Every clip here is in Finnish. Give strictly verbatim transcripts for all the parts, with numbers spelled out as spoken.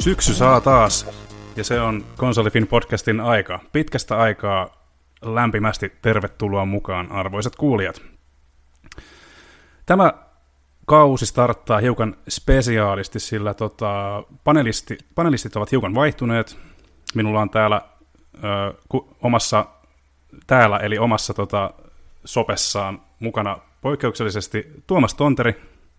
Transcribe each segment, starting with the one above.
Syksy saa taas, ja se on Konsolifin podcastin aika. Pitkästä aikaa lämpimästi tervetuloa mukaan, arvoisat kuulijat. Tämä kausi starttaa hiukan spesiaalisti, sillä tota, panelisti, panelistit ovat hiukan vaihtuneet. Minulla on täällä ö, ku, omassa, täällä eli omassa tota, sopessaan mukana poikkeuksellisesti Tuomas Tonteri.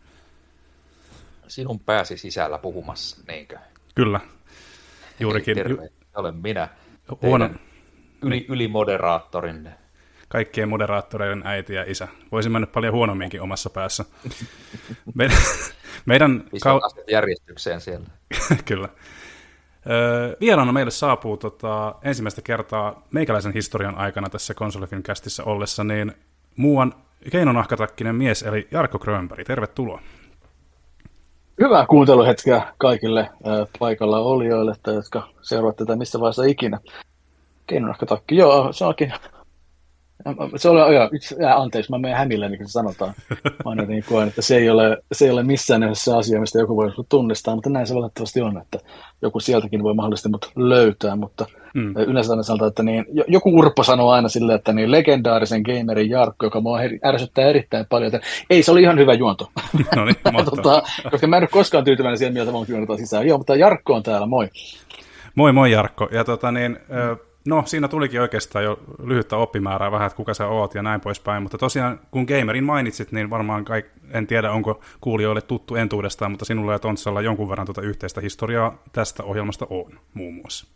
Sinun pääsi sisällä puhumassa, niinkö? Kyllä, juurikin. Hei, terve, olen minä, Huono. yli, ylimoderaattorinne. Kaikkien moderaattoreiden äiti ja isä. Voisi mennä paljon huonomminkin omassa päässä. meidän meidän kau- järjestykseen siellä. Kyllä. Öö, vieraana meille saapuu tota, ensimmäistä kertaa meikäläisen historian aikana tässä Konsolifin kästissä ollessa, niin muuan keinonahkatakkinen mies, eli Jarkko Grönberg. Tervetuloa. Hyvää kuunteluhetkeä kaikille äh, paikalla olijoille, tai jotka seuraavat tätä missä vaiheessa ikinä. Keinonahkatakki, joo, se onkin. Se oli, joo, äh, anteeksi, mä menen hämille, niin kuin se sanotaan. Mä niin koen, että se ei, ole, se ei ole missään nimessä asia, mistä joku voi tunnistaa, mutta näin se valitettavasti on, että joku sieltäkin voi mahdollisesti mut löytää, mutta mm. yleensä sanotaan, että niin, joku Urpo sanoo aina silleen, että niin legendaarisen gamerin Jarkko, joka mua ärsyttää erittäin paljon, että ei, se oli ihan hyvä juonto. No niin, tota, koska mä en ole koskaan tyytyväinen siihen, miltä mun juonnetaan sisään. Joo, mutta Jarkko on täällä, moi. Moi moi Jarkko, ja tota niin... Mm. No, siinä tulikin oikeastaan jo lyhyttä oppimäärää vähän, että kuka sä oot ja näin poispäin, mutta tosiaan kun gamerin mainitsit, niin varmaan kaik, en tiedä, onko kuulijoille tuttu entuudestaan, mutta sinulla ja Tontsalla jonkun verran tuota yhteistä historiaa tästä ohjelmasta on, muun muassa.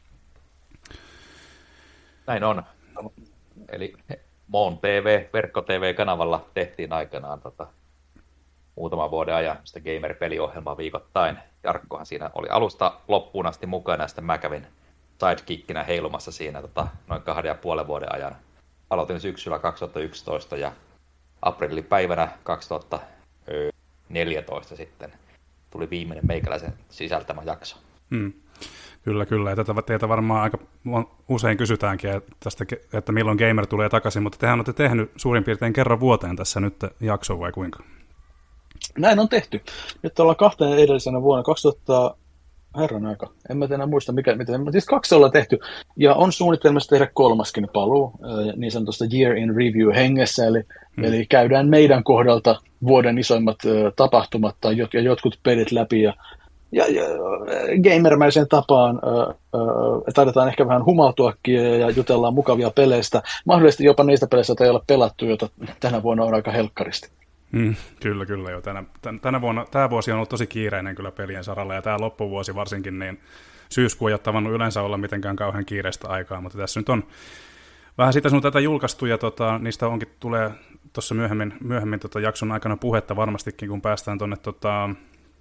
Näin on. Eli Moon T V, verkko-T V-kanavalla tehtiin aikanaan tota, muutaman vuoden ajan sitä gamer-peliohjelmaa viikoittain. Jarkkohan siinä oli alusta loppuun asti mukana, ja sitten mä kävin sidekickinä heilumassa siinä tota, noin kahden ja puolen vuoden ajan. Aloitin syksyllä kaksituhattayksitoista ja aprillipäivänä kaksituhattaneljätoista sitten tuli viimeinen meikäläisen sisältämä jakso. Hmm. Kyllä, kyllä. Ja tätä teiltä varmaan aika usein kysytäänkin tästä, että milloin gamer tulee takaisin, mutta tehän olette tehnyt suurin piirtein kerran vuoteen tässä nyt jakson vai kuinka? Näin on tehty. Nyt ollaan kahteen edellisenä vuonna kaksituhatta herran aika. En mä enää muista, mikä, miten. Siis kaksi ollaan tehty, ja on suunnitelmassa tehdä kolmaskin paluu, niin sanotusta Year in Review hengessä, eli, hmm. eli käydään meidän kohdalta vuoden isoimmat uh, tapahtumat tai jot, ja jotkut pelit läpi, ja, ja, ja gamermäiseen tapaan uh, uh, taidetaan ehkä vähän humaltuakin ja jutellaan mukavia peleistä, mahdollisesti jopa niistä peleistä, joita ei ole pelattu, joita tänä vuonna on aika helkkaristi. Mm, kyllä, kyllä jo. Tänä, tänä vuonna, tämä vuosi on ollut tosi kiireinen kyllä pelien saralla, ja tämä loppuvuosi varsinkin, niin syyskuu ei ole tavannut yleensä olla mitenkään kauhean kiireistä aikaa, mutta tässä nyt on vähän siitä sun tätä julkaistu, ja tota, niistä onkin tulee tuossa myöhemmin, myöhemmin tota jakson aikana puhetta varmastikin, kun päästään tuonne tota,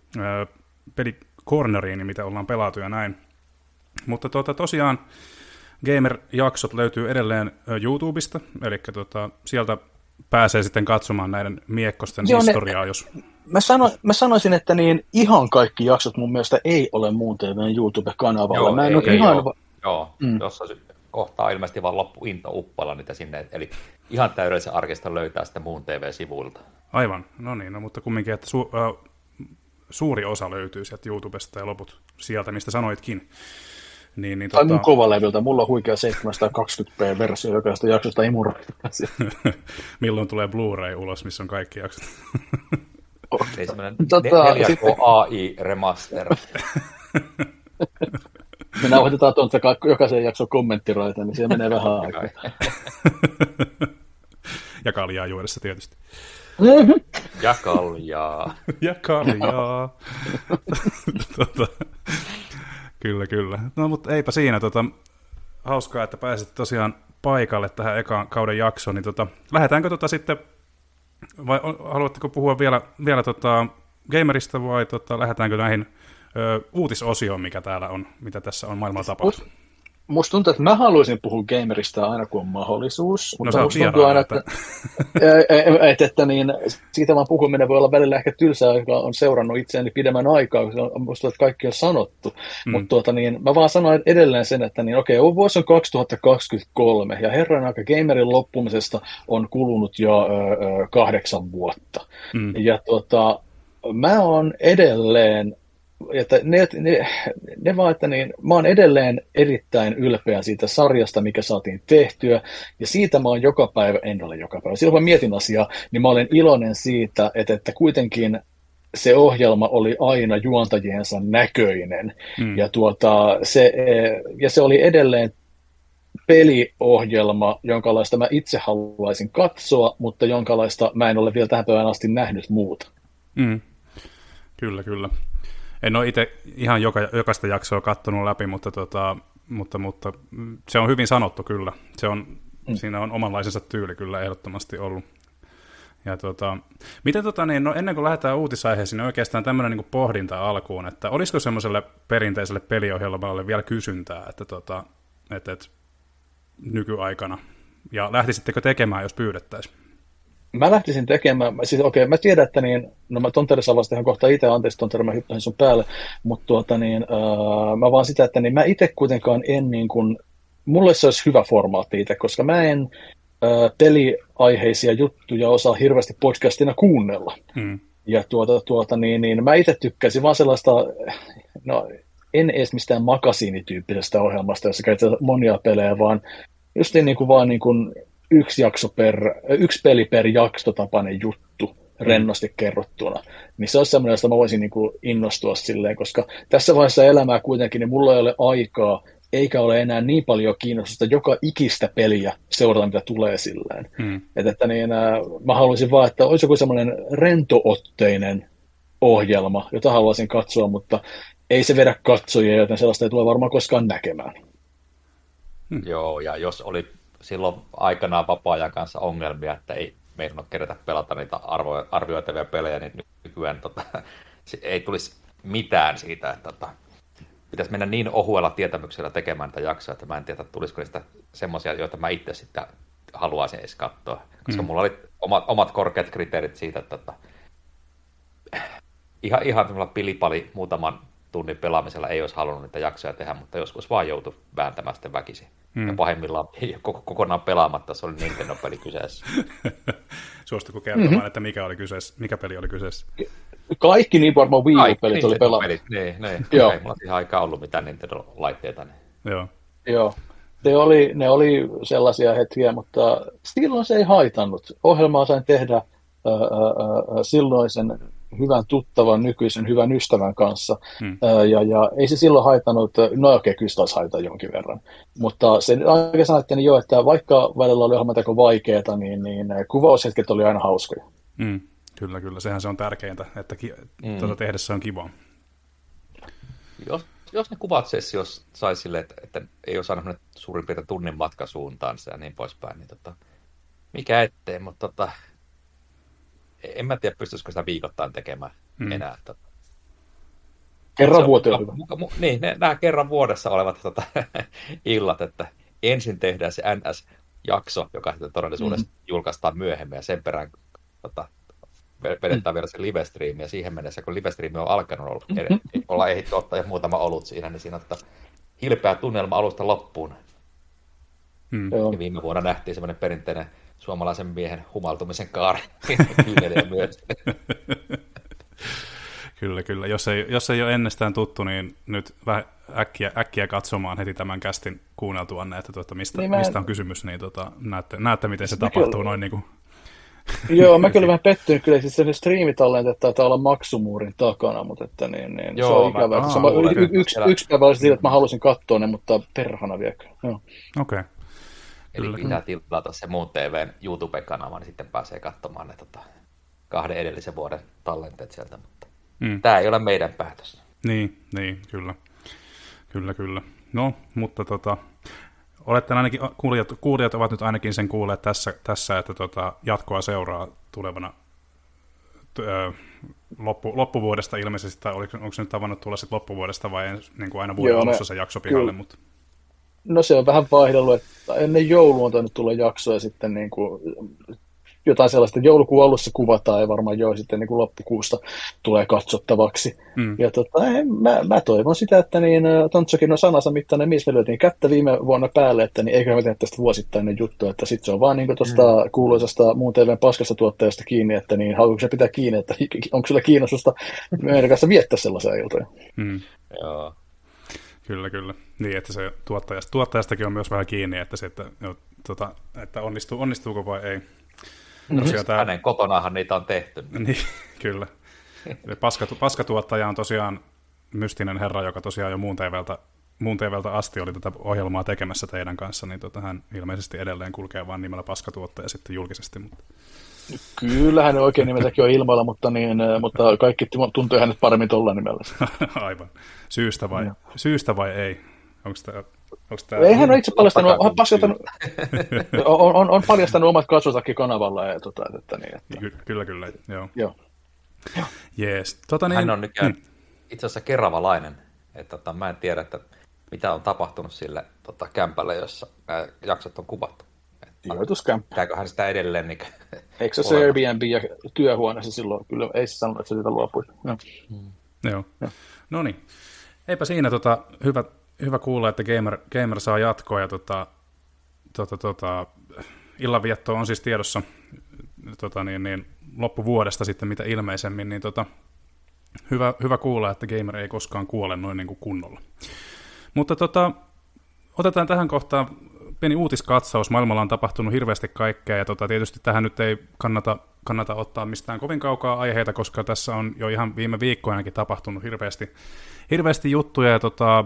pelicorneriin, mitä ollaan pelattu ja näin. Mutta tota, tosiaan Gamer-jaksot löytyy edelleen YouTubesta, eli tota, sieltä pääsee sitten katsomaan näiden miekkosten Joo, historiaa, ne, jos... Mä, sano, mä sanoisin, että niin ihan kaikki jaksot mun mielestä ei ole Muun T V:n YouTube-kanavalla. Joo, mä en ei, ole ei ihan... Joo, joo. Mm. Jossa kohtaa ilmeisesti vaan loppu into uppala niitä sinne, eli ihan täydellisen arkista löytää sitten Muun T V-sivuilta. Aivan, no niin, no, mutta kumminkin, että su, äh, suuri osa löytyy sieltä YouTubesta ja loput sieltä, mistä sanoitkin. Niin, niin, tai tota... mun kovalevyltä. Mulla on huikea seitsemänsataakaksikymmentä p-versio jokaista jaksosta imurista. Milloin tulee Blu-ray ulos, missä on kaikki jaksot? Okay. Ei semmoinen tota, neljä K A I remaster. Me nauhoitetaan tuonta jokaisen jakson kommenttiraita, niin siellä menee vähän aikaa. Ja kaljaa juodessa tietysti. Ja kaljaa. Ja kaljaa. tota... Kyllä, kyllä. No, mutta eipä siinä. Tota, hauskaa, että pääsitte tosiaan paikalle tähän ekaan kauden jaksoon. Niin tota, lähdetäänkö tota sitten, vai haluatteko puhua vielä, vielä tota gamerista, vai tota, lähdetäänkö näihin ö, uutisosioon, mikä täällä on, mitä tässä on maailmalla tapahtunut? Musta tuntuu, että mä haluaisin puhua gamerista aina kun on mahdollisuus. No sä oot vieraana, että, että, että niin, siitä vaan puhuminen voi olla välillä ehkä tylsää, joka on seurannut itseäni pidemmän aikaa, koska on, musta että kaikki on sanottu. Mm. Mutta tuota, niin, mä vaan sanoin edelleen sen, että niin, okei, vuosi on kaksituhattakaksikymmentäkolme ja herran aika gamerin loppumisesta on kulunut jo ö, ö, kahdeksan vuotta. Mm. Ja tuota, mä oon edelleen että ne, ne, ne vaan, että niin, mä oon edelleen erittäin ylpeä siitä sarjasta, mikä saatiin tehtyä, ja siitä mä oon joka päivä, en ole joka päivä, silloin kun mä mietin asiaa, niin mä olen iloinen siitä, että, että kuitenkin se ohjelma oli aina juontajiensa näköinen, mm. ja, tuota, se, ja se oli edelleen peliohjelma, jonkalaista mä itse haluaisin katsoa, mutta jonkalaista mä en ole vielä tähän päivään asti nähnyt muuta. Mm. Kyllä, kyllä. En ole itse ihan joka, jokaista jaksoa katsonut läpi, mutta, tota, mutta, mutta se on hyvin sanottu kyllä. Se on, mm. Siinä on omanlaisensa tyyli kyllä ehdottomasti ollut. Ja tota, miten tota, niin, no ennen kuin lähdetään uutisaiheisiin, niin oikeastaan tämmöinen niin kuin pohdinta alkuun, että olisiko semmoiselle perinteiselle peliohjelmalle vielä kysyntää, että, tota, että, että nykyaikana, ja lähtisittekö tekemään, jos pyydettäisiin? Mä lähtisin tekemään, siis okei, okay, mä tiedän, että niin, no mä Tonteri Savasta ihan kohta itse, anteeksi Tonteri, mä hyppäsin sun päälle, mutta tuota niin, äh, mä vaan sitä, että niin mä itse kuitenkaan en niin kuin, mulle se olisi hyvä formaatti itse, koska mä en äh, peliaiheisia juttuja osaa hirveästi podcastina kuunnella. Hmm. Ja tuota, tuota niin, niin mä itse tykkäisin vaan sellaista, no en edes mistään makasiinityyppisestä ohjelmasta, jossa käytetään monia pelejä, vaan just niin kuin vaan niin kuin yksi, jakso per, yksi peli per jakso tapainen juttu rennosti kerrottuna, niin se olisi semmoinen, josta mä voisin niin kuin innostua silleen, koska tässä vaiheessa elämää kuitenkin, niin mulla ei ole aikaa, eikä ole enää niin paljon kiinnostusta joka ikistä peliä seurata, mitä tulee silleen. Hmm. Että, että niin, mä haluaisin vaan, että olisi joku semmoinen rentootteinen ohjelma, jota haluaisin katsoa, mutta ei se vedä katsojia, joten sellaista ei tule varmaan koskaan näkemään. Hmm. Joo, ja jos oli silloin aikanaan vapaa-ajan kanssa ongelmia, että ei meidän ole kerätä pelata niitä arvo, arvioitavia pelejä, niin nykyään tota, ei tulisi mitään siitä, että tota, pitäisi mennä niin ohuella tietämyksellä tekemään niitä jaksoja, että mä en tiedä, tulisiko niistä semmoisia, joita mä itse sitten haluaisin edes katsoa. Koska mm. mulla oli omat, omat korkeat kriteerit siitä, että tota, ihan, ihan semmoilla pilipali muutaman tunnin pelaamisella ei olisi halunnut niitä jaksoja tehdä, mutta joskus vaan joutui vääntämään sitten väkisin. Mm. Ja pahimmillaan ei ole koko, kokonaan pelaamatta, se oli Nintendo-peli kyseessä. Suostuiko kertomaan, mm-hmm. että mikä, oli kyseessä, mikä peli oli kyseessä? Kaikki niin varmaan Wii U-pelit oli pelaamat. Niin, niin. Joo. Ei mulla ihan aikaa ollut mitään Nintendo-laitteita. Niin. Joo. Joo. Ne oli, ne oli sellaisia hetkiä, mutta silloin se ei haitannut. Ohjelmaa sain tehdä ää, ää, silloisen hyvän tuttavan, nykyisen hyvän ystävän kanssa. Hmm. Ää, ja, ja ei se silloin haitannut, no okei, kyllä taas haitaa jonkin verran. Mutta se aika sanottiin jo, että vaikka välillä oli ohjelmateko vaikeaa, niin, niin kuvaushetket oli aina hauskoja. Hmm. Kyllä, kyllä. Sehän se on tärkeintä, että ki- hmm. tuota tehdessä on kivaa. Jos, jos ne kuvat sessios saisi silleen, että, että ei ole saanut suurin piirtein tunnin matka suuntaansa ja niin poispäin, niin tota, mikä ettei, mutta tota, en mä tiedä, pystyisikö sitä viikoittain tekemään hmm. enää. Tota. Kerran vuoteen on hyvä. Niin, ne, nämä kerran vuodessa olevat tota, illat, että ensin tehdään se N S-jakso, joka sitten todellisuudessa hmm. julkaistaan myöhemmin, ja sen perään tota, vedetään hmm. vielä se live-striimi, ja siihen mennessä, kun live-striimi on alkanut olla, hmm. olla ehditty ottaa ja muutama olut siinä, niin siinä ottaa hilpeä tunnelma alusta loppuun. Hmm. Ja viime vuonna nähtiin semmoinen perinteinen suomalaisen miehen humaltumisen kaari kyyneliä myös. Kyllä, kyllä. Jos ei, jos ei ole ennestään tuttu, niin nyt vähän äkkiä, äkkiä katsomaan heti tämän kästin kuunneltuanne, että tuota, mistä, niin mä... mistä on kysymys, niin tuota, näette, näette, miten se mä tapahtuu kyllä... noin niin kuin... Joo, mä kyllä vähän pettynyt, kyllä siis se striimitallenteet taitaa olla maksumuurin takana, mutta että niin, niin Joo, se on ikävää. Mä... Sama, y- y- yksi, yksi päivä oli siitä, että mä halusin katsoa ne, mutta perhana viekö. Okei. Okay. Eli pitää tilata se muun T V:n YouTube-kanava, niin sitten pääsee katsomaan ne tota, kahden edellisen vuoden tallenteet sieltä, mutta mm. tämä ei ole meidän päätös. Niin, niin kyllä. Kyllä, kyllä. No, mutta tota, olette ainakin, kuulijat, kuulijat ovat nyt ainakin sen kuulleet tässä, tässä että tota, jatkoa seuraa tulevana ö, loppu, loppuvuodesta ilmeisesti, tai oliko, onko se nyt tavannut tulla sitten loppuvuodesta vai niin kuin aina vuoden Joo, alussa se jakso pihalle, mutta... No se on vähän vaihdellut, että ennen joulua on tainnut tulla jaksoja sitten niin kuin jotain sellaista, joulukuun alussa kuvataan ja varmaan jo sitten niin kuin loppukuusta tulee katsottavaksi. Mm. Ja tota, mä, mä toivon sitä, että niin, Tontsokin on sanansa mittainen mies, me lyötiin kättä viime vuonna päälle, että niin, eiköhän me tehdä tästä vuosittainen juttu, että sitten se on vaan niin tuosta mm. kuuluisasta muun T V:n paskasta tuottajasta kiinni, että niin, haluatko se pitää kiinni, että onko sulla kiinnostusta meidän kanssa viettää sellaisia iltoja. Mm. Joo. Kyllä, kyllä. Niin, että se tuottajasta, tuottajastakin on myös vähän kiinni, että, se, että, jo, tota, että onnistuu, onnistuuko vai ei. Mm-hmm. Tämä... Hänen kotonaanhan niitä on tehty. Niin, kyllä. Paskatu, paskatuottaja on tosiaan mystinen herra, joka tosiaan jo muun T V:ltä, muun T V:ltä asti oli tätä ohjelmaa tekemässä teidän kanssa, niin tota, hän ilmeisesti edelleen kulkee vain nimellä paskatuottaja sitten julkisesti. Mutta... Kyllä, hänen oikein nimensäkin on ilmoilla, mutta, niin, mutta kaikki tuntee hänet paremmin tuolla nimellä. Aivan. Syystä vai, syystä vai ei? Onko tämä, onko tämä... Ei, hän on itse paljastanut, on, on, on paljastanut omat kasvotakin kanavalla. Ja, tota, että, niin, että... Ky- kyllä, kyllä. Joo. Joo. Jees. Tota, niin... Hän on nykyään hmm. itse asiassa keravalainen. Että, tota, mä en tiedä, että mitä on tapahtunut sille tota, kämpälle, jossa nämä jaksot on kuvattu. Sijoituskämppä. Pitääköhän sitä edelleen? Niin eikö se Airbnb ja työhuoneessa silloin? Kyllä ei se sanonut, että se siitä luopuisi. No. Mm. Joo. No. no niin. Eipä siinä tota, hyvä, hyvä kuulla, että Gamer, Gamer saa jatkoa. Ja tota, tota, tota, illanvietto on siis tiedossa tota, niin, niin, loppuvuodesta sitten mitä ilmeisemmin. Niin, tota, hyvä, hyvä kuulla, että Gamer ei koskaan kuole noin niin kuin kunnolla. Mutta tota, otetaan tähän kohtaan pieni uutiskatsaus. Maailmalla on tapahtunut hirveästi kaikkea, ja tota, tietysti tähän nyt ei kannata, kannata ottaa mistään kovin kaukaa aiheita, koska tässä on jo ihan viime viikkoinakin tapahtunut hirveästi, hirveästi juttuja, ja tota,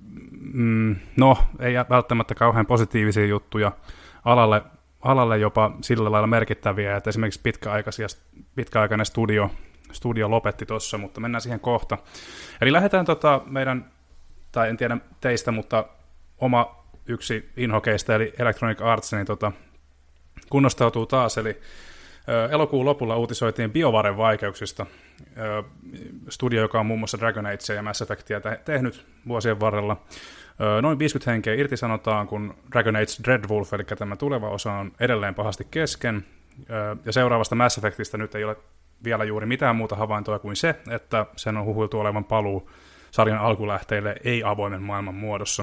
mm, no, ei välttämättä kauhean positiivisia juttuja, alalle, alalle jopa sillä lailla merkittäviä, että esimerkiksi pitkäaikainen studio, studio lopetti tuossa, mutta mennään siihen kohta. Eli lähdetään tota meidän, tai en tiedä teistä, mutta oma yksi inhokeista, eli Electronic Arts, niin tota, kunnostautuu taas, eli ö, elokuun lopulla uutisoitiin BioWaren vaikeuksista. Ö, studio, joka on muun muassa Dragon Agea ja Mass Effectia te- tehnyt vuosien varrella. Ö, noin viisikymmentä henkeä irtisanotaan, kun Dragon Age Dreadwolf, eli tämä tuleva osa, on edelleen pahasti kesken. Ö, ja seuraavasta Mass Effectistä nyt ei ole vielä juuri mitään muuta havaintoa kuin se, että sen on huhuiltu olevan paluu sarjan alkulähteille ei-avoimen maailman muodossa.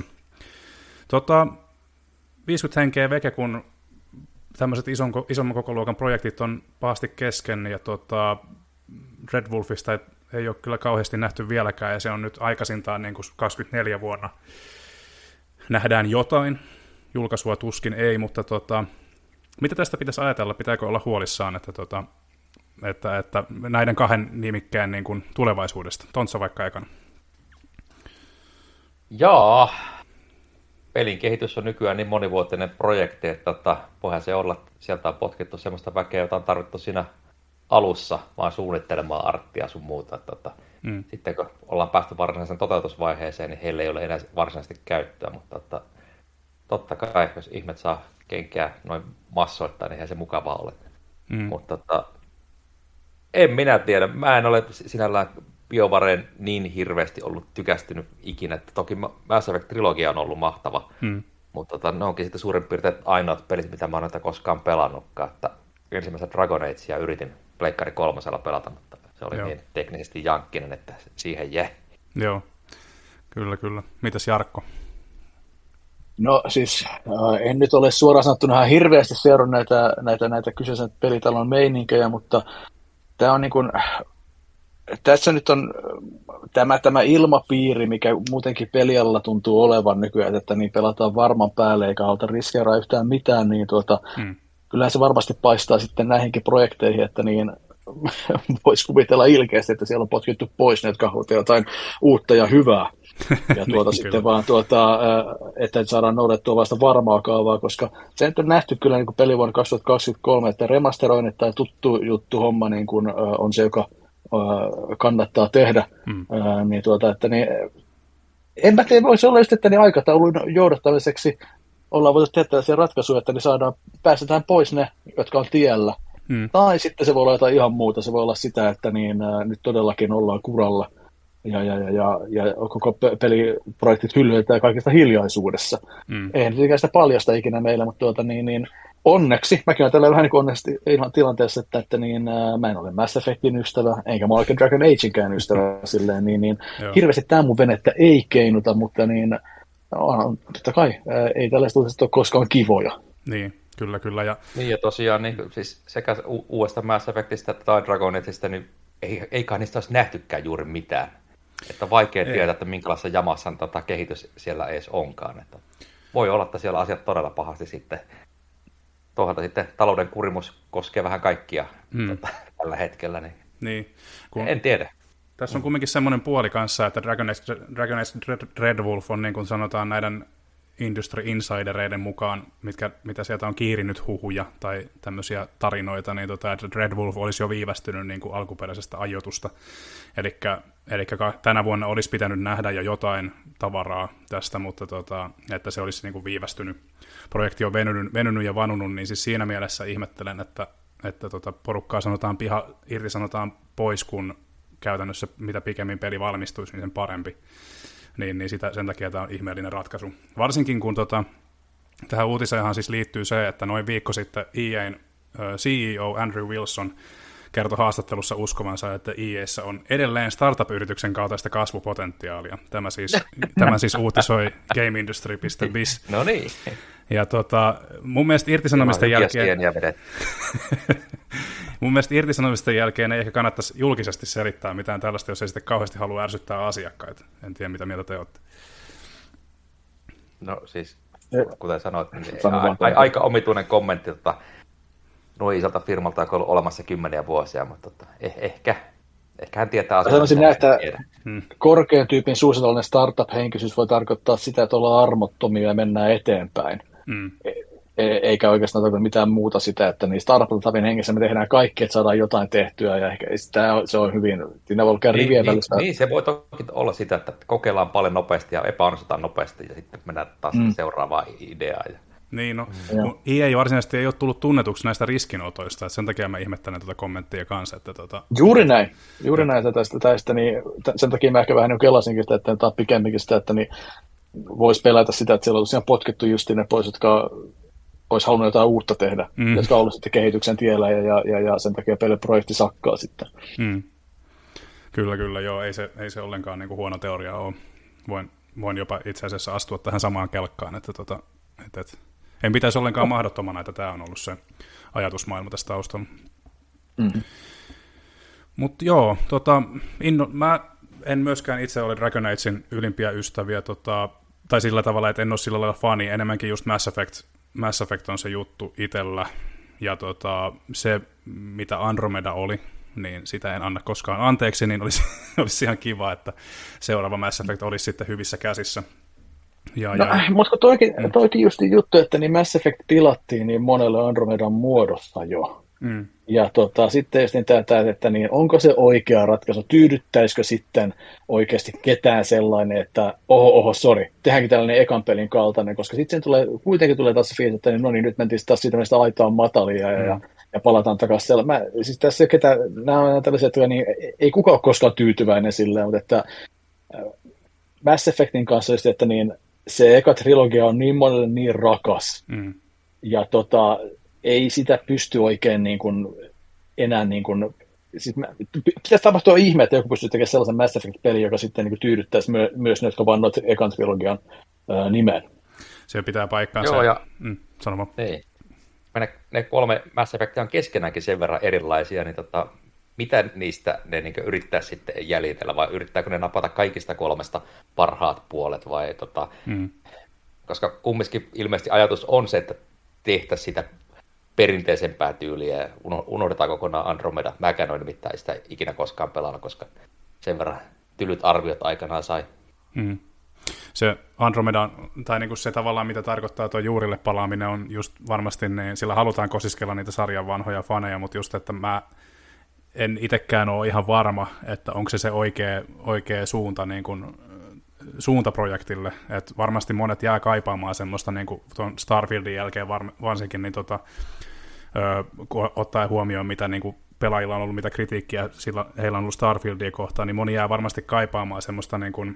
Tota, viisikymmentä henkeä veke, kun tämmöiset ison, isomman kokoluokan projektit on pahasti kesken, ja tota, Red Wolfista ei, ei ole kyllä kauheasti nähty vieläkään, ja se on nyt aikaisintaan niin kuin kaksikymmentäneljä vuonna. Nähdään jotain, julkaisua tuskin ei, mutta tota, mitä tästä pitäisi ajatella, pitääkö olla huolissaan, että, tota, että, että näiden kahden nimikkään niin kuin tulevaisuudesta? Tontsa vaikka ekana. Jaa. Pelin kehitys on nykyään niin monivuotinen projekti, että tota, voihan se olla, että sieltä on potkittu sellaista väkeä, jota on tarvittu siinä alussa vaan suunnittelemaan arttia sun muuta. Että, tota, mm. Sitten kun ollaan päästy varsinaisen toteutusvaiheeseen, niin heillä ei ole enää varsinaisesti käyttöä, mutta tota, totta kai, jos ihmet saa kenkää noin massoittain, niin eihän se mukavaa ole. Mm. Mutta tota, en minä tiedä, mä en ole sinällään BioWaren niin hirveästi ollut tykästynyt ikinä, että toki Mass Effect-trilogia on ollut mahtava, hmm. mutta tota, ne onkin sitten suurin piirtein ainoat pelit, mitä mä oon näitä koskaan pelannutkaan, että ensimmäisen Dragon Agea yritin Pleikkari kolmosella pelata, mutta se oli Joo. niin teknisesti jankkinen, että siihen jäi. Joo, kyllä, kyllä. Mitäs Jarkko? No siis, äh, en nyt ole suoraan sanottuna ihan hirveästi seurannut näitä, näitä, näitä kyseisen pelitalon meininkejä, mutta tämä on niin kuin... Tässä nyt on tämä, tämä ilmapiiri, mikä muutenkin pelialalla tuntuu olevan nykyään, että niin pelataan varman päälle eikä haluta riskeeraa yhtään mitään, niin tuota, hmm. kyllähän se varmasti paistaa sitten näihinkin projekteihin, että niin voisi kuvitella ilkeästi, että siellä on potkittu pois ne, jotka haluavat jotain uutta ja hyvää. Ja tuota niin, sitten kyllä. vaan, tuota, että saadaan noudattua vasta varmaa kaavaa, koska se nyt on nähty kyllä niin kuin pelivuonna kaksituhattakaksikymmentäkolme, että remasteroinnit tai tuttu juttu homma niin kuin, on se, joka kannattaa tehdä, mm. Ää, niin tuota, että niin, en mä tiedä, voisi olla just, että niin aikataulun joudattamiseksi ollaan voitu tehdä tällaisia ratkaisuja, että niin saadaan, päästetään pois ne, jotka on tiellä. Mm. Tai sitten se voi olla jotain ihan muuta, se voi olla sitä, että niin, ää, nyt todellakin ollaan kuralla ja, ja, ja, ja, ja koko peliprojektit hyllytetään kaikista hiljaisuudessa. Mm. Eihän tietenkään sitä paljasta ikinä meillä, mutta tuota, niin, niin, onneksi, mäkin olen tällä vähän niin kuin onneksi ihan tilanteessa, että, että niin, ää, mä en ole Mass Effectin ystävä, enkä mä ole Dragon Agenkään ystävä, silleen, niin, niin hirveästi tämä mun venettä ei keinuta, mutta niin, on, totta kai, ää, ei tällaista ole koskaan kivoja. Niin, kyllä, kyllä. Ja, niin ja tosiaan niin, siis sekä u- uudesta Mass Effectistä että Dragon Ageista, niin ei, eikä niistä olisi nähtykään juuri mitään. Että vaikea tietää, että minkälaisessa jamassa tota kehitys siellä edes onkaan. Että voi olla, että siellä asiat todella pahasti sitten. Toisaalta sitten talouden kurimus koskee vähän kaikkia hmm. tota, tällä hetkellä. Niin, niin kun... en tiedä. Tässä on kumminkin semmoinen puoli kanssa, että Dragon Age, Dragon Age Red Wolf on niin kuin sanotaan näiden Industry Insidereiden mukaan, mitkä, mitä sieltä on kiirinyt huhuja tai tämmöisiä tarinoita, niin tota, että Red Wolf olisi jo viivästynyt niin kuin alkuperäisestä ajoitusta. Elikkä, elikkä tänä vuonna olisi pitänyt nähdä jo jotain tavaraa tästä, mutta tota, että se olisi niin kuin viivästynyt. Projekti on venynyt, venynyt ja vanunut, niin siis siinä mielessä ihmettelen, että, että tota porukkaa sanotaan piha, irti sanotaan pois, kun käytännössä mitä pikemmin peli valmistuisi, niin sen parempi. Niin, niin sitä, sen takia tämä on ihmeellinen ratkaisu. Varsinkin kun tota, tähän uutiseenhan siis liittyy se, että noin viikko sitten E A:n C E O Andrew Wilson kertoi haastattelussa uskovansa, että E A:ssä on edelleen startup-yrityksen kaltaista kasvupotentiaalia. Tämä siis, tämä siis uutisoi gameindustry piste biz. No niin. Ja tota, mun mielestä irtisanomisten jälkeen... Mun mielestä irtisanomisten jälkeen ei ehkä kannattaisi julkisesti selittää mitään tällaista, jos ei sitten kauheasti halua ärsyttää asiakkaita. En tiedä, mitä mieltä te olette. No siis, kuten sanoit, niin a- a- aika omituinen kommentti tota, noin isolta firmalta, joka on ollut olemassa kymmeniä vuosia, mutta tota, eh- ehkä, ehkä hän tietää asiaa. Sanoisin näin, että hmm. korkean tyypin suunnitelmallinen startup-henkisyys voi tarkoittaa sitä, että ollaan armottomia ja mennään eteenpäin. Hmm. Eikä oikeastaan tarkoita mitään muuta sitä, että niin startup-tapin hengessä me tehdään kaikki, että saadaan jotain tehtyä, ja ehkä sitä, se on hyvin, siinä voi olla niin, rivien niin, välistä. Niin, se voi toki olla sitä, että kokeillaan paljon nopeasti ja epäonnistutaan nopeasti, ja sitten mennään taas mm. seuraavaan ideaan. Ja... Niin, no, mm. E A varsinaisesti ei ole tullut tunnetuksi näistä riskinotoista, että sen takia mä ihmettelen tuota kommenttia kanssa. Että tuota... Juuri näin, juuri näin tästä, tästä niin, sen takia mä ehkä vähän niin kelasinkin sitä, että tämä pikemminkin sitä, että niin, voisi pelätä sitä, että siellä on tosiaan potkittu justiin ne pois, jotka olisi halunnut jotain uutta tehdä, mm. jotka on ollut sitten kehityksen tiellä, ja, ja, ja, ja sen takia peliprojekti sakkaa sitten. Mm. Kyllä, kyllä, joo, ei se, ei se ollenkaan niin kuin huono teoria ole. Voin, voin jopa itse asiassa astua tähän samaan kelkkaan, että, tota, että, että en pitäisi ollenkaan no. mahdottomana, että tämä on ollut se ajatusmaailma tästä taustalla. Mm. Mutta joo, tota, inno, mä en myöskään itse ole Dragon Agein ylimpiä ystäviä, tota, tai sillä tavalla, että en ole sillä lailla fani, enemmänkin just Mass Effect, Mass Effect on se juttu itsellä, ja tota, se, mitä Andromeda oli, niin sitä en anna koskaan anteeksi, niin olisi, olisi ihan kiva, että seuraava Mass Effect olisi sitten hyvissä käsissä. Ja, no, ja... Mutta toikin, mm. toikin just juttu, että niin Mass Effect pilattiin niin monelle Andromedan muodossa jo. Mm. Ja tota, sitten just niin tämä, että niin, onko se oikea ratkaisu, tyydyttäisikö sitten oikeasti ketään sellainen, että oho, oho, sori, tehdäänkin tällainen ekan pelin kaltainen, koska sitten tulee, kuitenkin tulee taas se fiilis, että niin, no niin, nyt mentiin taas siitä mistä aitaa matalia ja, mm. ja, ja palataan takaisin siellä. Mä, siis tässä ketä, nämä on tällaisia, että niin, ei kukaan ole koskaan tyytyväinen silleen, mutta että Mass Effectin kanssa just, että niin, se eka trilogia on niin monelle niin rakas, mm. ja tota, ei sitä pysty oikein niin kuin, enää, niin kuin, siis mä, pitäisi tapahtua ihme, että joku pystyy tekemään sellaisen Mass Effect-pelin, joka sitten niin kuin tyydyttäisi myö, myös ne, jotka vannoit ekan trilogian ää, nimen. Se pitää paikkaansa. Joo, ja mm, sanoma. Niin. Ne, ne kolme Mass Effectia on keskenäänkin sen verran erilaisia, niin tota, mitä niistä ne niin kuin yrittää sitten jäljitellä, vai yrittääkö ne napata kaikista kolmesta parhaat puolet, vai tota, mm. koska kumminkin ilmeisesti ajatus on se, että tehtäisiin sitä perinteisempää tyyliä ja unohdetaan kokonaan Andromeda. Mäkään en nimittäin sitä ikinä koskaan pelannut, koska sen verran tylyt arviot aikanaan sai. Mm. Se Andromeda, tai niinku se tavallaan mitä tarkoittaa tuo juurille palaaminen on just varmasti, niin sillä halutaan kosiskella niitä sarjan vanhoja faneja, mutta just, että mä en itsekään ole ihan varma, että onko se se oikea, oikea suunta niin kuin suuntaprojektille, että varmasti monet jää kaipaamaan semmoista niin kuin tuon Starfieldin jälkeen varsinkin, niin tota, ö, ottaen huomioon, mitä niin kuin pelaajilla on ollut, mitä kritiikkiä sillä, heillä on ollut Starfieldia kohtaan, niin moni jää varmasti kaipaamaan semmoista niin kuin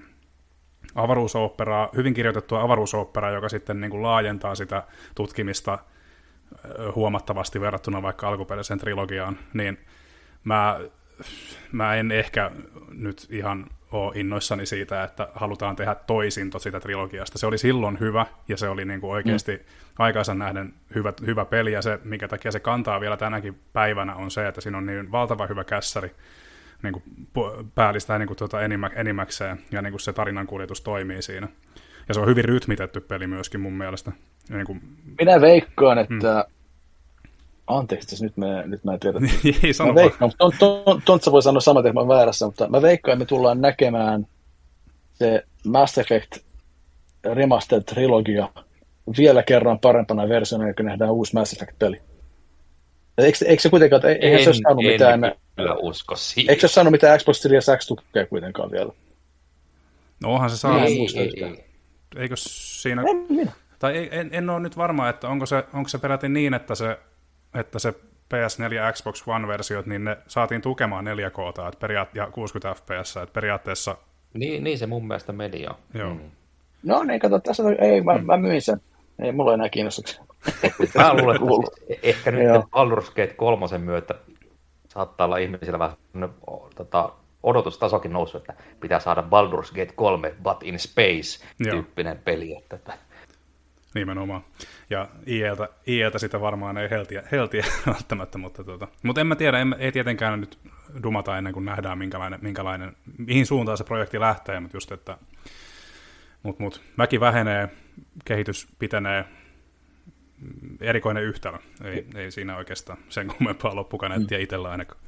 avaruusoopperaa, hyvin kirjoitettua avaruusoopperaa, joka sitten niin kuin laajentaa sitä tutkimista huomattavasti verrattuna vaikka alkuperäiseen trilogiaan, niin mä, mä en ehkä nyt ihan ole innoissani siitä, että halutaan tehdä toisin siitä trilogiasta. Se oli silloin hyvä, ja se oli niin kuin oikeasti mm. aikansa nähden hyvä, hyvä peli, ja se, minkä takia se kantaa vielä tänäkin päivänä, on se, että siinä on niin valtava hyvä kässäri niin kuin päällistää niin kuin tuota enimmä, enimmäkseen, ja niin kuin se tarinankuljetus toimii siinä. Ja se on hyvin rytmitetty peli myöskin mun mielestä. Niin kuin... Minä veikkaan, että... Mm. Anteeksi, nyt mä, nyt mä en tiedä. Ei sano mä veikkaan, Tontsa voi sanoa samat, että mä oon väärässä, mutta mä veikkaan, että me tullaan näkemään se Mass Effect Remastered Trilogia vielä kerran parempana versiona, kun nähdään uusi Mass Effect-peli. Eikö, eikö se kuitenkaan, eihän en, se ole saanut en mitään... kyllä usko siihen. Eikö se ole saanut mitään Xbox Series X tukea kuitenkaan vielä? No onhan se saanut. Ei, ei, ei. Eikö siinä... En minä. Tai en, en ole nyt varma, että onko se, onko se peräti niin, että se, että se P S neljä ja Xbox One-versiot, niin ne saatiin tukemaan neljä K että periaat- ja kuusikymmentä F P S, että periaatteessa... Niin, niin se mun mielestä meni jo. Joo. Mm. No niin, kato, tässä ei, mä, mm. mä myin sen. Ei mulla enää kiinnostuksia. Mä luulen, että ehkä nyt Baldur's Gate kolmosen myötä saattaa olla ihmisillä vähän tota, odotustasokin noussut, että pitää saada Baldur's Gate kolme, but in space-tyyppinen peli. Että... Nimenomaan. Ja I L:tä, I L:tä sitä varmaan ei heltiä, heltiä välttämättä, mutta, tuota, mutta en mä tiedä, en, ei tietenkään nyt dumata ennen kuin nähdään, minkälainen, minkälainen, mihin suuntaan se projekti lähtee, mutta just, että mut, mut, väki vähenee, kehitys pitenee, erikoinen yhtälö. Ei, ei siinä oikeastaan sen kummempaa loppukaneettia mm. itsellä ainakaan.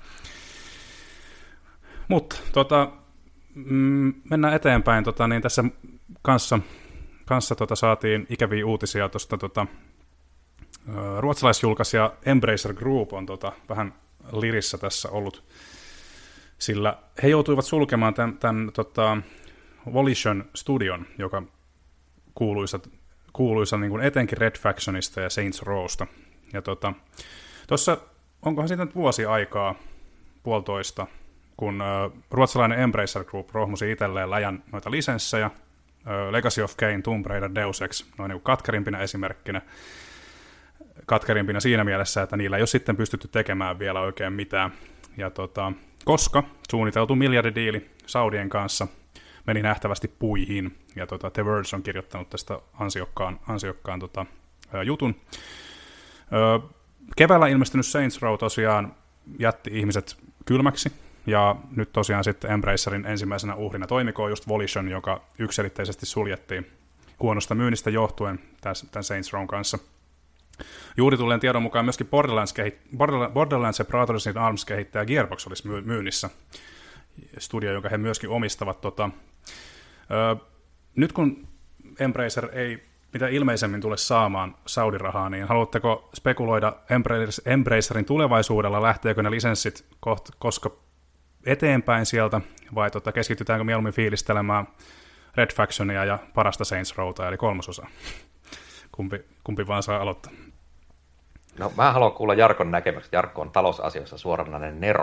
Mutta tota, mm, mennään eteenpäin. Tota, niin tässä kanssa, kanssa tota, saatiin ikäviä uutisia tuosta tota, ruotsalaisjulkaisija Embracer Group on tota, vähän lirissä tässä ollut, sillä he joutuivat sulkemaan tämän, tämän tota, Volition Studion, joka kuuluisa, kuuluisa niin kuin etenkin Red Factionista ja Saints Rowsta. Ja tuossa, tota, onkohan siitä nyt vuosi aikaa, puolitoista, kun ö, ruotsalainen Embracer Group rohmusi itselleen läjän noita lisenssejä, ö, Legacy of Kain, Tomb Raider, Deus Ex, noin niin kuin katkerimpina esimerkkinä, katkerimpina siinä mielessä, että niillä ei ole sitten pystytty tekemään vielä oikein mitään. Ja tota, koska suunniteltu miljardidiili Saudien kanssa meni nähtävästi puihin, ja tota, The Verge on kirjoittanut tästä ansiokkaan, ansiokkaan tota, ä, jutun. Ö, keväällä ilmestynyt Saints Row tosiaan jätti ihmiset kylmäksi, ja nyt tosiaan sitten Embracerin ensimmäisenä uhrina toimikoo just Volition, joka yksiselitteisesti suljettiin huonosta myynnistä johtuen tämän Saints Rown kanssa. Juuri tulleen tiedon mukaan myöskin Borderlands, kehit- Borderlands ja Brothers in Arms kehittäjä Gearbox olisi myy- myynnissä, studio, jonka he myöskin omistavat. Tota, ö, nyt kun Embracer ei mitä ilmeisemmin tule saamaan Saudi-rahaa, niin haluatteko spekuloida Embracerin tulevaisuudella, lähteekö ne lisenssit koht, koska eteenpäin sieltä, vai tota, keskitytäänkö mieluummin fiilistelemään Red Factionia ja parasta Saints Rowta, eli kolmososa? Kumpi, kumpi vaan saa aloittaa? No mä haluan kuulla Jarkon näkemykset. Jarkko on talousasioissa suoranainen nero.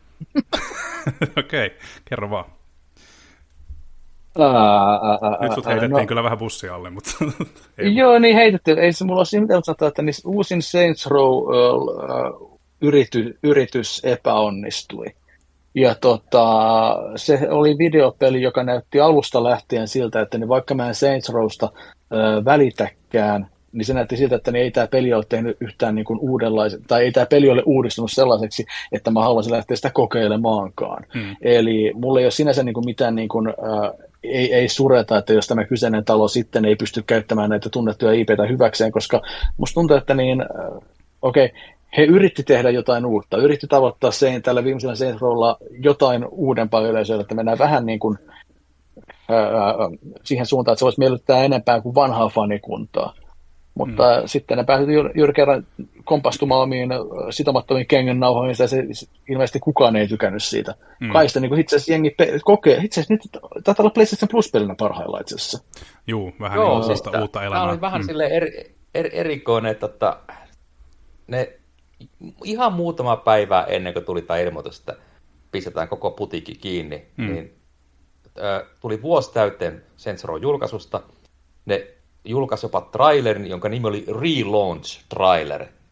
Okei, okay, kerro vaan. Ää, ää, ää, Nyt sut heitettiin no. kyllä vähän bussi alle, mutta... Joo, niin heitettiin. Ei se mulla ole siinä mitään sanoa, että niin uusin Saints Row uh, yrity, yritys epäonnistui. Ja tota, se oli videopeli, joka näytti alusta lähtien siltä, että niin vaikka mä en Saints Rowsta uh, välitäkään, niin se näytti siltä, että niin ei tämä peli ole tehnyt yhtään niin kuin uudenlaisen, tai ei tämä peli ole uudistunut sellaiseksi, että mä haluaisin lähteä sitä kokeilemaankaan. Hmm. Eli mulla ei ole sinänsä niin kuin mitään, niin kuin, uh, ei, ei sureta, että jos tämä kyseinen talo sitten ei pysty käyttämään näitä tunnettuja I P:tä hyväkseen, koska musta tuntuu, että niin, uh, okei, okay, he yritti tehdä jotain uutta, yritti tavoittaa sen, tällä viimeisellä Saints Rowlla jotain uudempaa yleisöä, että mennään vähän niin kuin, ää, siihen suuntaan, että se voisi miellyttää enempää kuin vanhaa fanikuntaa. Mutta mm. sitten ne pääsivät juuri, juuri kerran kompastumaan omiin sitomattomiin kengännauhoihin, ja se, ilmeisesti kukaan ei tykännyt siitä. Mm. Kai sitä niin itse asiassa jengi pe- kokee, itse asiassa nyt taitaa olla PlayStation Plus-pelinä parhaillaan itse asiassa. Juu, vähän Joo, niin siis uutta elämää. Tämä oli vähän mm. silleen eri, eri, erikoinen, että ne ihan muutama päivää ennen kuin tuli tämä ilmoitus, että pistetään koko putiikki kiinni, mm. niin äh, tuli vuosi täyteen Saints Row julkaisusta. Ne julkaisi jopa trailerin, jonka nimi oli Relaunch Trailer,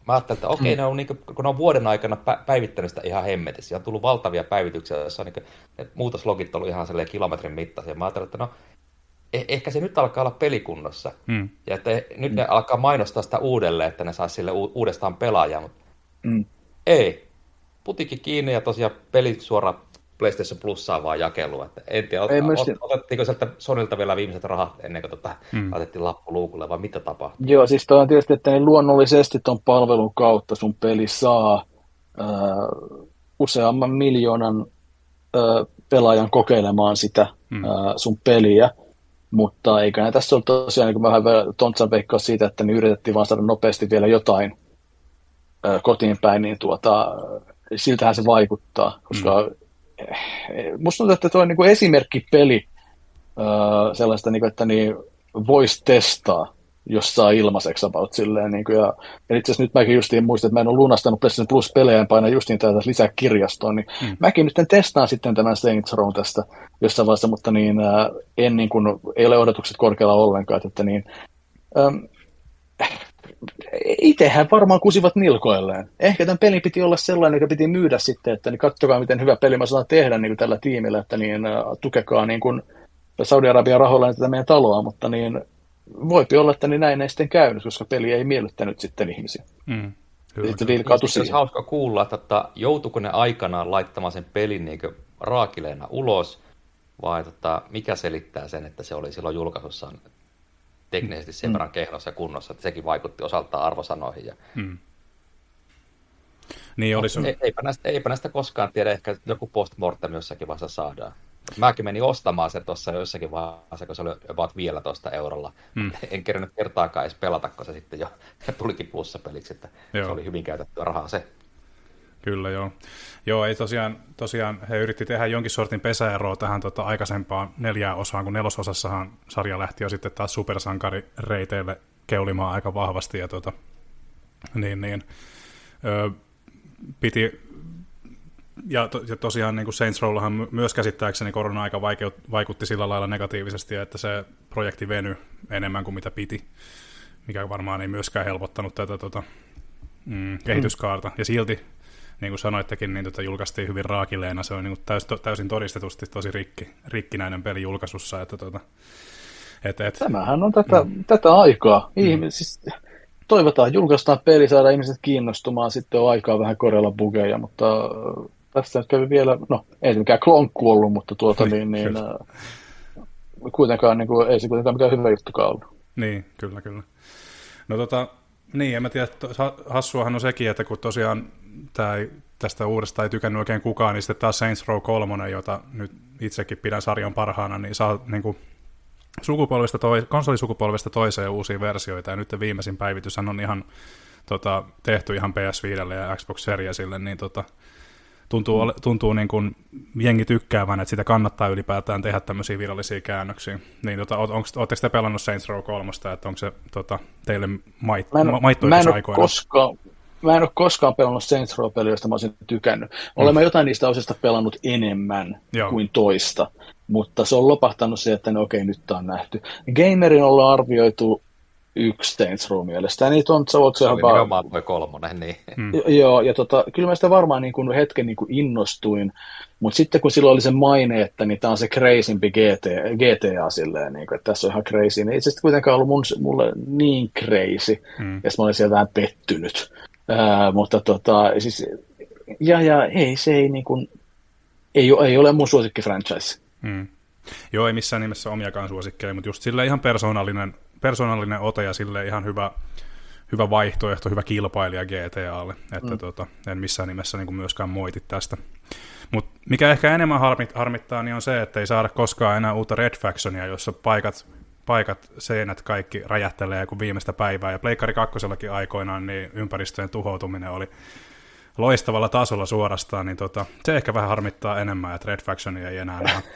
mä ajattelin, että okei, okay, ne on niin kuin, kun ne on vuoden aikana päivittänyt sitä ihan hemmetissä, ja on tullut valtavia päivityksiä, joissa on niin kuin, ne muutoslogit ollut ihan kilometrin mittaisia. Mä ajattelin, että no, eh- ehkä se nyt alkaa olla pelikunnossa, mm. ja että nyt ne alkaa mainostaa sitä uudelleen, että ne saisi sille u- uudestaan pelaajaa, mutta mm. ei. Putikin kiinni ja tosiaan pelit suoraan PlayStation Plussaa vaan jakelua. Että en tiedä, ot- ot- otettiinko sieltä Sonylta vielä viimeiset rahat ennen kuin tota, mm. laitettiin lappu luukulle, vai mitä tapahtui? Joo, siis toi on tietysti, että ne luonnollisesti ton palvelun kautta sun peli saa äh, useamman miljoonan äh, pelaajan kokeilemaan sitä mm. äh, sun peliä, mutta eikä ne tässä ole tosiaan, niin kuin mä vähän tontsan veikkaa siitä, että ne yritettiin vaan saada nopeasti vielä jotain äh, kotiin päin, niin tuota, siltähän se vaikuttaa, koska mm. musta tuntuu, että tuo on niin kuin esimerkkipeli uh, sellaista, niin kuin, että niin voisi testaa, jos saa ilmaiseksi about silleen. Niin kuin, ja, ja itse asiassa nyt mäkin justiin muistan, että mä en ole lunastanut PlayStation Plus-pelejä, en paina justiin tätä lisää kirjastoon, niin mm. mäkin nyt testaan sitten tämän Saints Rown tästä jossain vaiheessa, mutta niin, uh, en, niin kuin, ei ole odotukset korkealla ollenkaan, että niin, um, itsehän varmaan kusivat nilkoilleen. Ehkä tämän pelin piti olla sellainen, joka piti myydä sitten, että niin katsokaa, miten hyvä peli mä saan tehdä niin kuin tällä tiimillä, että niin, uh, tukekaa niin kuin Saudi-Arabian rahoilla tätä meidän taloa, mutta niin, voipi olla, että niin näin ei sitten käynyt, koska peli ei miellyttänyt sitten ihmisiä. Mm. Sitten olisi hauska kuulla, että joutuiko ne aikanaan laittamaan sen pelin niin kuin raakileena ulos, vai tota, mikä selittää sen, että se oli silloin julkaisussaan teknisesti sen verran mm. kehnossa ja kunnossa, että sekin vaikutti osaltaan arvosanoihin. Ja... Mm. Niin olisi... No, eipä, näistä, eipä näistä koskaan tiedä, ehkä joku postmortem jossakin vaiheessa saadaan. Mäkin menin ostamaan se tuossa jossakin vaiheessa, kun se oli about viisitoista eurolla. Mm. En kerännyt kertaakaan edes pelata, kun se sitten jo tulikin plussapeliksi, että joo. Se oli hyvin käytettyä rahaa se. Kyllä, joo. Joo, ei tosiaan, tosiaan he yritti tehdä jonkin sortin pesäeroa tähän tota, aikaisempaan neljään osaan, kun nelososassahan sarja lähti jo sitten taas supersankarireiteille keulimaan aika vahvasti, ja tota, niin, niin, ö, piti, ja, to, ja tosiaan niin kuin Saints Rowllahan myös käsittääkseni korona-aika vaikeut, vaikutti sillä lailla negatiivisesti, että se projekti venyi enemmän kuin mitä piti, mikä varmaan ei myöskään helpottanut tätä tota, mm, kehityskaarta, ja silti niin kuin sanoittekin, niin tota julkaistiin hyvin raakileena. Se on niin kuin täys, to, täysin todistetusti tosi rikki, rikkinäinen peli julkaisussa. Että tota, et, et, Tämähän on tätä, mm. tätä aikaa. Ihmis, mm. siis, toivotaan, julkaistaan peli, saadaan ihmiset kiinnostumaan, sitten on aikaa vähän korjalla bugeja, mutta tässä nyt kävi vielä, no ei se mikään klonkku ollut, mutta tuota niin, niin äh, kuitenkaan, niin kuin, ei se kuitenkaan mikään hyvä juttukaan ollut. Niin, kyllä, kyllä. No tota, niin, en mä tiedä, hassuahan on sekin, että kun tosiaan tää ei, tästä uudesta ei tykännyt oikein kukaan, niin sitten taas Saints Row kolme, jota nyt itsekin pidän sarjan parhaana, niin saa niin kuin sukupolvista toi, konsolisukupolvesta toiseen uusia versioita, ja nyt viimeisin päivityshän on ihan tota, tehty ihan P S viisi ja Xbox Seriesille, niin tota, tuntuu, mm. tuntuu niin kuin jengi tykkäävän, että sitä kannattaa ylipäätään tehdä tämmöisiä virallisia käännöksiä. Niin tota, ootteko te pelannut Saints Row kolme, että onko se tota, teille mait, ma- maittoitus aikoina? Koskaan. Mä en ole koskaan pelannut Saints Row-peliä, josta mä olisin tykännyt. Olen mm. jotain niistä osista pelannut enemmän Joo. kuin toista, mutta se on lopahtanut se, että no okei, nyt tää on nähty. Gamerin ollaan arvioitu yksi Saints Row mielestäni. Niitä on, se oli nimenomaan toi kolmonen, niin. Mm. Joo, ja tota, kyllä mä sitä varmaan niin kuin hetken niin kuin innostuin, mutta sitten kun silloin oli se maine, että niin tää on se crazympi G T, G T A silleen, niin kuin, että tässä on ihan crazy, niin itse asiassa kuitenkaan ollut mun, mulle niin crazy, mm. ja mä olin siellä vähän pettynyt. Uh, mutta tota, siis, ja, ja ei, se ei, niin kuin, ei, ei ole mun suosikki franchise. Mm. Joo, ei missään nimessä omiakaan suosikkeja, mutta just sille ihan persoonallinen, persoonallinen ote ja sille ihan hyvä, hyvä vaihtoehto, hyvä kilpailija G T A:lle, että mm. tota, en missään nimessä niin kuin myöskään moiti tästä. Mutta mikä ehkä enemmän harmit, harmittaa, niin on se, että ei saada koskaan enää uutta Red Factionia, jossa paikat, paikat, seinät, kaikki räjähtelee kuin viimeistä päivää. Ja Pleikkari kakkosellakin aikoinaan niin ympäristöjen tuhoutuminen oli loistavalla tasolla suorastaan, niin tota, se ehkä vähän harmittaa enemmän, että Red Factionia ei enää näe.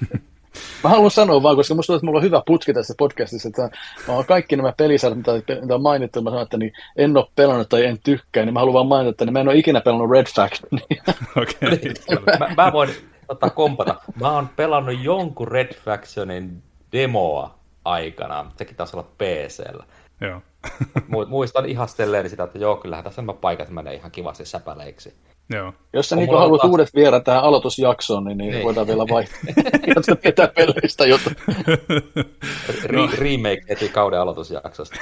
Mä haluan sanoa vaan, koska musta tuntuu, että mulla on hyvä putki tässä podcastissa, että kaikki nämä pelisarjat, mitä on mainittu, mä sanon, että niin en ole pelannut tai en tykkää, niin mä haluan vaan mainita, että niin mä en ole ikinä pelannut Red Factionia. Okei. Okay. mä, mä voin ottaa kompata. Mä oon pelannut jonkun Red Factionin demoa aikana, sekin taisi olla P C:llä. Joo. Muistan ihastelleeni sitä, että joo, kyllähän tässä nämä paikat menee ihan kivasti säpäleiksi. Joo. Jos sä niin haluat taas... uudet viedä tähän aloitusjaksoon, niin, niin voidaan vielä vaihtaa. Jotka tietää peleistä jotain. Re- remake heti kauden aloitusjaksosta.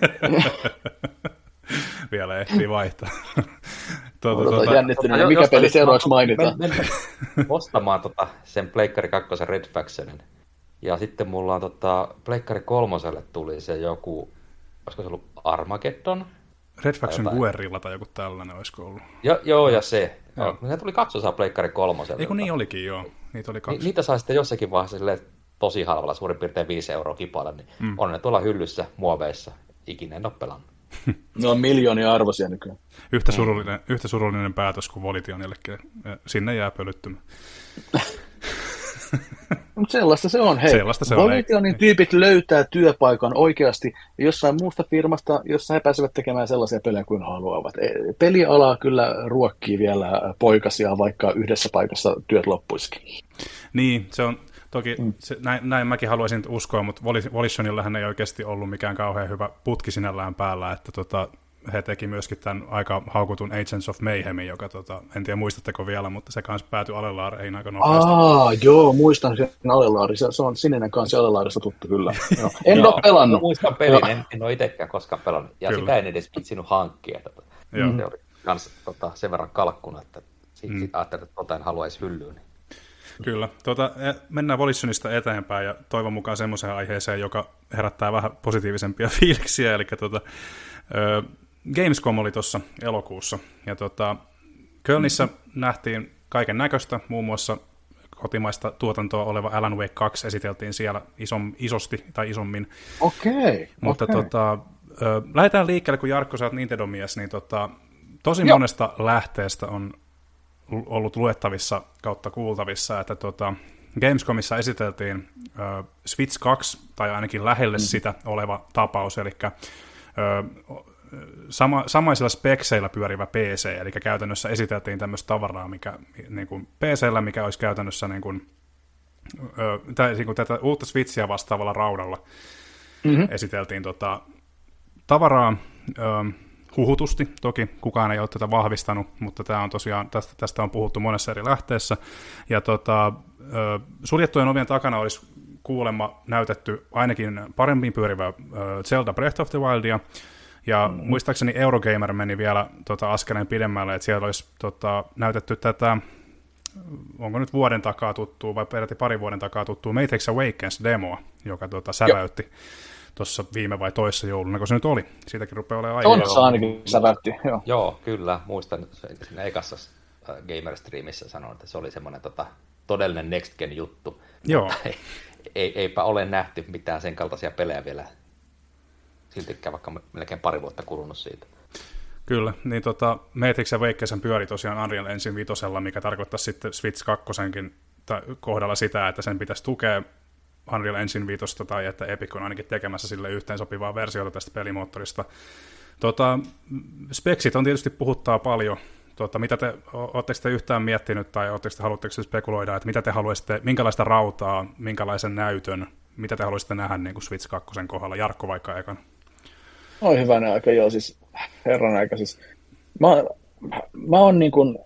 Vielä ehtii vaihtaa. tuota, tuota, jännittyneenä, mikä jos, peli seuraavaksi mainitaan. Men, men, ostamaan tota, sen Pleikkari kakkosen Red Factionin. Ja sitten mulla on tota, Pleikkari kolmoselle tuli se joku, olisiko se ollut Armageddon? Red Faction Guerrilla tai joku tällainen olisiko ollut. Jo, joo, ja se. Joo. No, se tuli kaksi osaa Pleikkari kolmoselle. Eikö niin olikin, joo. Niitä oli kaksi. Ni, niitä sai sitten jossakin vaiheessa tosi halvalla, suurin piirtein viisi euroa kipailla, niin mm. on ne tuolla hyllyssä muoveissa. Ikinä en ole pelannut. Ne on miljoonia arvoisia nykyään. Yhtä surullinen, mm. yhtä surullinen päätös kuin Volitionillekin. Sinne jää pölyttymään. Mutta sellaista se on. Hei, sellaista se on. Volitionin tyypit löytää työpaikan oikeasti jossain muusta firmasta, jossa he pääsevät tekemään sellaisia pelejä kuin haluavat. Peliala kyllä ruokkii vielä poikasia, vaikka yhdessä paikassa työt loppuisikin. Niin, se on toki, mm. se, näin, näin mäkin haluaisin uskoa, mutta Volitionillähän ei oikeasti ollut mikään kauhean hyvä putki sinällään päällä, että tota, he teki myöskin tämän aika haukutun Agents of Mayhemin, joka, tota, en tiedä muistatteko vielä, mutta se kanssa päätyi Alelaareihin aika nopeasti. Aa, joo, muistan sen Alelaari, se, se on sininen kanssa Alelaarista tuttu, kyllä. Joo. En ole pelannut. Muistan pelin, en, en ole itsekään koskaan pelannut, ja kyllä. Sitä en edes vitsinyt hankkia. Tota. Se oli kans, tota, sen verran kalkkuna, että sitten mm. ajattelin, että tota en haluaisi hyllyyn. Niin. Kyllä. Tuota, mennään Volitionista eteenpäin ja toivon mukaan semmoiseen aiheeseen, joka herättää vähän positiivisempia fiiliksiä, eli tuota, ö, Gamescom oli tuossa elokuussa, ja tota, Kölnissä mm-hmm. nähtiin kaiken näköistä, muun muassa kotimaista tuotantoa oleva Alan Wake kaksi esiteltiin siellä isom, isosti tai isommin. Okei. Okay, Mutta okay. Tota, ö, lähdetään liikkeelle, kun Jarkko, sä oot Nintendo-mies, niin tota, tosi Joo. monesta lähteestä on ollut luettavissa kautta kuultavissa, että tota, Gamescomissa esiteltiin ö, Switch kaksi, tai ainakin lähelle mm. sitä oleva tapaus, eli ö, sama, samaisilla spekseillä pyörivä P C, eli käytännössä esiteltiin tämmöistä tavaraa, mikä niin kuin P C:llä, mikä olisi käytännössä niin kuin, ö, tai, niin kuin tätä uutta Switchia vastaavalla raudalla mm-hmm. esiteltiin tota, tavaraa, ö, huhutusti, toki kukaan ei ole tätä vahvistanut, mutta tämä on tosiaan, tästä, tästä on puhuttu monessa eri lähteessä, ja tota, suljettujen ovien takana olisi kuulemma näytetty ainakin paremmin pyörivä Zelda Breath of the Wildia, ja mm-hmm. muistaakseni Eurogamer meni vielä tota, askeleen pidemmälle, että siellä olisi tota, näytetty tätä, onko nyt vuoden takaa tuttua, vai peräti pari vuoden takaa tuttua Matrix Awakens-demoa, joka tota, säväytti Joo. tuossa viime vai toissa jouluna, kun se nyt oli. Siitäkin rupeaa olemaan aikaa. On se ainakin säväytti, joo. Joo, kyllä. Muistan siinä ekassa Gamer-striimissä sanoin, että se oli semmoinen tota, todellinen Next Gen juttu. Joo. Ei, ei, eipä ole nähty mitään sen kaltaisia pelejä vielä siltikään, vaikka melkein pari vuotta kulunut siitä. Kyllä, niin tota, Matrix Awakens pyöri tosiaan Unreal Engine vitosella, mikä tarkoittaa sitten Switch kakkosenkin kohdalla sitä, että sen pitäisi tukea Unreal Engine viitosta tai että Epic on ainakin tekemässä sille yhteensopivaa versiota tästä pelimoottorista. Tota, speksit on tietysti puhuttaa paljon. Tota, mitä te, ootteko te yhtään miettinyt tai ootteko te, haluatteko te spekuloida, että mitä te haluaisitte, minkälaista rautaa, minkälaisen näytön, mitä te haluaisitte nähdä niin kuin Switch kakkosen kohdalla? Jarkko vaikka ekana. Oi hyvänä aika, joo, siis herran aika. Siis, mä, mä oon niin kuin,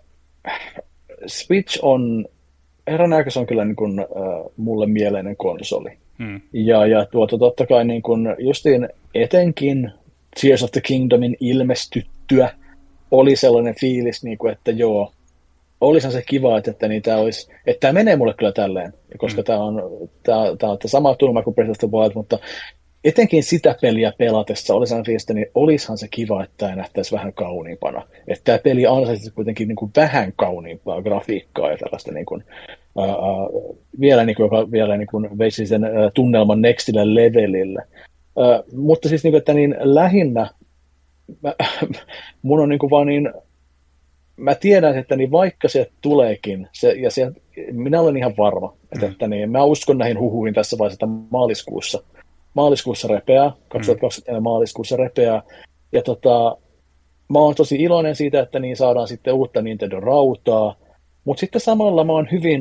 Switch on, herran aika se on kyllä niin kuin, äh, mulle mieleinen konsoli. Hmm. Ja, ja tuota, totta kai niin kuin, justiin etenkin Tears of the Kingdomin ilmestyttyä oli sellainen fiilis, niin kuin, että joo, olisihan se kiva, että, että, niin tämä, olisi, että tämä menee mulle kyllä tälleen, koska hmm. tämä on, tämä, tämä on sama tunnelma kuin Breath of the Wild, mutta etenkin sitä peliä pelatessa olisihan fiilistä, niin olisihan se kiva, että tämä nähtäisi vähän kauniimpana. Että tämä peli ansaisi kuitenkin niin kuin vähän kauniimpaa grafiikkaa ja tällaista niin kuin, ää, vielä, niin kuin, joka vielä niin kuin veisi sen ää, tunnelman nextille levelille. Ää, mutta siis niin kuin, että niin lähinnä mä, mun on niin kuin vaan niin, mä tiedän, että niin vaikka se tuleekin, se, ja se, minä olen ihan varma, että, mm. että niin, mä uskon näihin huhuihin tässä vaiheessa maaliskuussa, maaliskuussa repeää, kaksituhattakaksikymmentä mm. maaliskuussa repeää, ja tota, mä oon tosi iloinen siitä, että niin saadaan sitten uutta Nintendo rautaa, mutta sitten samalla mä oon hyvin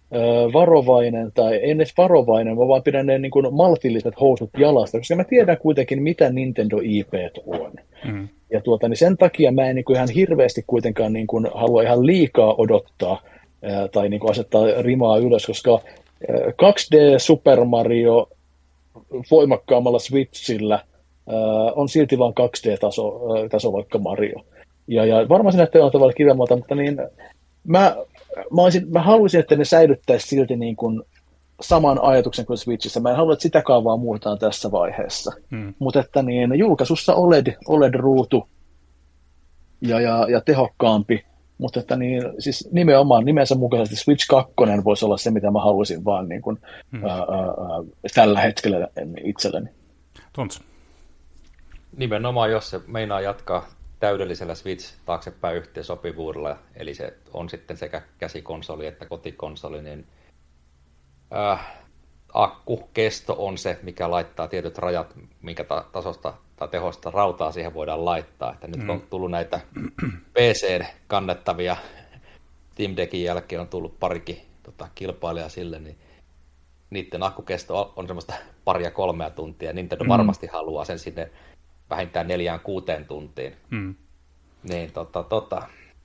varovainen, tai en edes varovainen, mä vaan pidän ne niin kuin maltilliset housut jalasta, koska mä tiedän kuitenkin, mitä Nintendo I P:t on. Mm. Ja tuota, niin sen takia mä en niin kuin ihan hirveästi kuitenkaan niin kuin halua ihan liikaa odottaa ää, tai niin kuin asettaa rimaa ylös, koska ää, kaksi D Super Mario voimakkaammalla Switchillä ää, on silti vain kaksi D-taso taso vaikka Mario. Ja, ja varmaan se näyttää tavalla kivemmalta, mutta niin mä, mä, olisin, mä haluaisin, että ne säilyttäisi silti niin kuin saman ajatuksen kuin Switchissä. Mä en halua, että sitäkään vaan muutetaan tässä vaiheessa. Hmm. Mutta että niin, julkaisussa O L E D, O L E D-ruutu ja, ja, ja tehokkaampi, mutta että niin, siis nimenomaan nimensä mukaisesti Switch kaksi voisi olla se, mitä mä haluaisin vaan niin kuin, hmm. ää, ää, tällä hetkellä itselleni. Tontsa. Nimenomaan, jos se meinaa jatkaa täydellisellä Switch taaksepäin yhteensopivuudella, eli se on sitten sekä käsikonsoli että kotikonsoli, niin äh, akkukesto on se, mikä laittaa tietyt rajat, minkä ta- tasosta tai tehosta rautaa siihen voidaan laittaa. Että nyt mm. on tullut näitä P C-kannettavia, Steam Deckin jälkeen on tullut parikin tota, kilpailijaa sille, niin niiden akkukesto on semmoista paria kolmea tuntia. Nintendo mm. varmasti haluaa sen sinne vähintään neljään kuuteen tuntiin. Mm. Niin, tota, tota.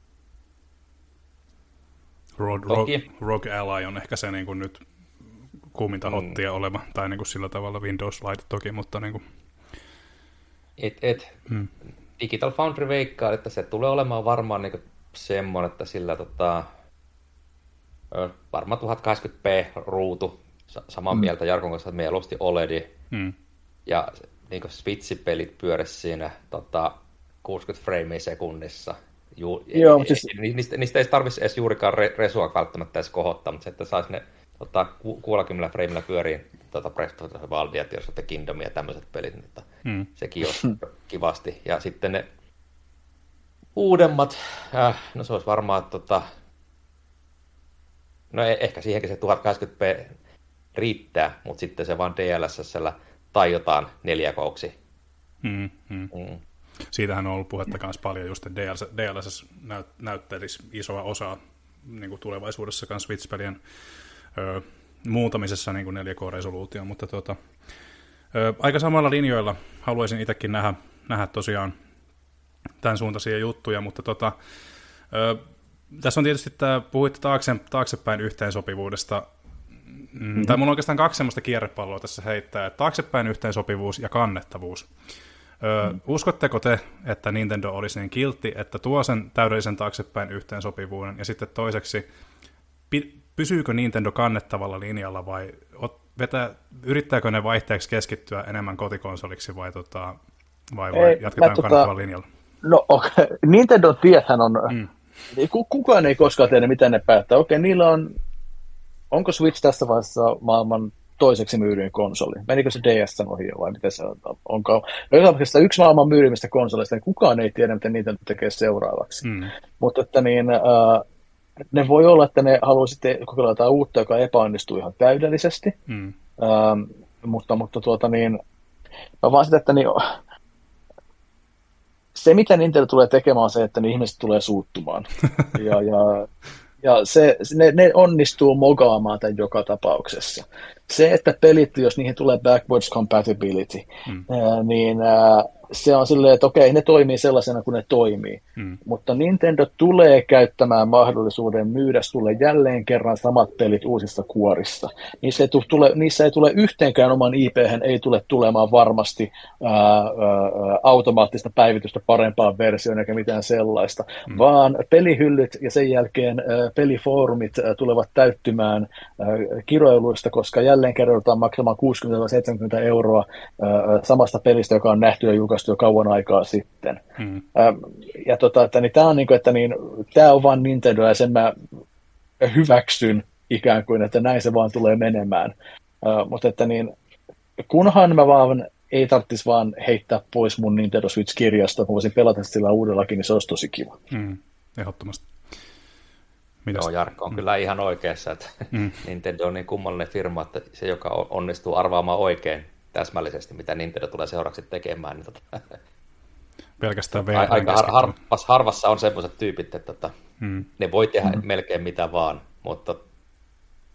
Rogue, Rogue, Rogue Ally on ehkä se niin kuin nyt kuuminta mm. hottia oleva, tai niin kuin sillä tavalla Windows-laite toki, mutta niin kuin... Et, et. Mm. Digital Foundry veikkaa, että se tulee olemaan varmaan niin kuin semmoinen, että sillä tota, varmaan tuhatkahdeksankymmentä p ruutu, samaa mm. mieltä Jarkon kanssa, että mieluusti O L E D, mm. ja niin kuin Switch-pelit pyörisi siinä tota, kuusikymmentä freimiä sekunnissa. Ju- Joo, mutta siis... niistä, niistä ei tarvitsisi edes juurikaan re- resua välttämättä edes kohottaa, mutta se, että saisi ne tota, kuusikymmentä freimillä pyöriin tota Breath of the Wild ja Tears of the Kingdom ja tämmöiset pelit, niin tota, hmm. sekin olisi kivasti. Ja sitten ne uudemmat, äh, no se olisi varmaan, tota, no ehkä siihenkin se tuhatkahdeksankymmentä p riittää, mutta sitten se vaan D L S S-llä tai jotain neljäkouksi. Mm, mm. Mm. Siitähän on ollut puhetta myös paljon, just että D L S S näyt, näyttelisi isoa osaa niin kuin tulevaisuudessa myös Switch-pelien ö, muuntamisessa niin kuin neljä K-resoluutioon, mutta tuota, ö, aika samalla linjoilla haluaisin itsekin nähdä, nähdä tosiaan tämän suuntaisia juttuja, mutta tota, ö, tässä on tietysti tämä, puhuitte taakse, taaksepäin yhteensopivuudesta. Mm-hmm. Tai mulla on oikeastaan kaksi semmoista kierrepalloa tässä heittää, että taaksepäin yhteensopivuus ja kannettavuus. Öö, mm-hmm. Uskotteko te, että Nintendo olisi niin kiltti, että tuo sen täydellisen taaksepäin yhteensopivuuden, ja sitten toiseksi, pi- pysyykö Nintendo kannettavalla linjalla, vai ot- vetää, yrittääkö ne vaihteeksi keskittyä enemmän kotikonsoliksi, vai, tota, vai, vai Ei, jatketaan kannettavalla tota, linjalla? No okay. Nintendo tiethän on, mm. kukaan ei koskaan tiedä, mitä ne päättää. Okei, okay, niillä on onko Switch tässä vaiheessa maailman toiseksi myydyin konsoli? Menikö se D S ohi vai miten se on? Onko no, yksi maailman myydymistä konsoleista, niin kukaan ei tiedä, miten niitä tekee seuraavaksi. Mm. Mutta että niin, äh, ne voi olla, että ne haluaa sitten kokeilla jotain uutta, joka epäonnistuu ihan täydellisesti. Mm. Äh, mutta, mutta tuota niin, mä vaan sitä, että niin, se mitä Nintendo tulee tekemään on se, että niin ihmiset tulee suuttumaan. ja, ja Ja se, ne, ne onnistuu mogaamaan tämän joka tapauksessa. Se, että pelit, jos niihin tulee backwards compatibility, mm. ää, niin ää, se on silleen, että okei, ne toimii sellaisena kuin ne toimii. Mm. Mutta Nintendo tulee käyttämään mahdollisuuden myydä sulle jälleen kerran samat pelit uusissa kuorissa. Niissä ei tule, niissä ei tule yhteenkään oman I P:hen, ei tule tulemaan varmasti ää, ää, automaattista päivitystä parempaan versioon eikä mitään sellaista, mm. vaan pelihyllyt ja sen jälkeen ää, pelifoorumit ää, tulevat täyttymään ää, kiroiluista, koska jälleen kerran joudutaan maksamaan kuusikymmentä seitsemänkymmentä euroa ää, samasta pelistä, joka on nähty ja julkaistu jo kauan aikaa sitten. Hmm. Ää, ja tota, että niin, tämä on, niin kuin, että niin, tämä on vaan Nintendo ja sen mä hyväksyn ikään kuin, että näin se vaan tulee menemään. Ää, mutta että niin, kunhan mä vaan ei tarvitsisi vaan heittää pois mun Nintendo Switch-kirjasta, mä voisin pelata sillä uudellakin, niin se olisi tosi kiva. Hmm. Ehdottomasti. Mitäs? Joo, Jarkko on mm. kyllä ihan oikeassa, että mm. Nintendo on niin kummallinen firma, että se, joka onnistuu arvaamaan oikein täsmällisesti, mitä Nintendo tulee seuraavaksi tekemään. Niin tota, pelkästään V R aika har, har, harvassa on semmoiset tyypit, että tota, mm. ne voi tehdä mm. melkein mitä vaan, mutta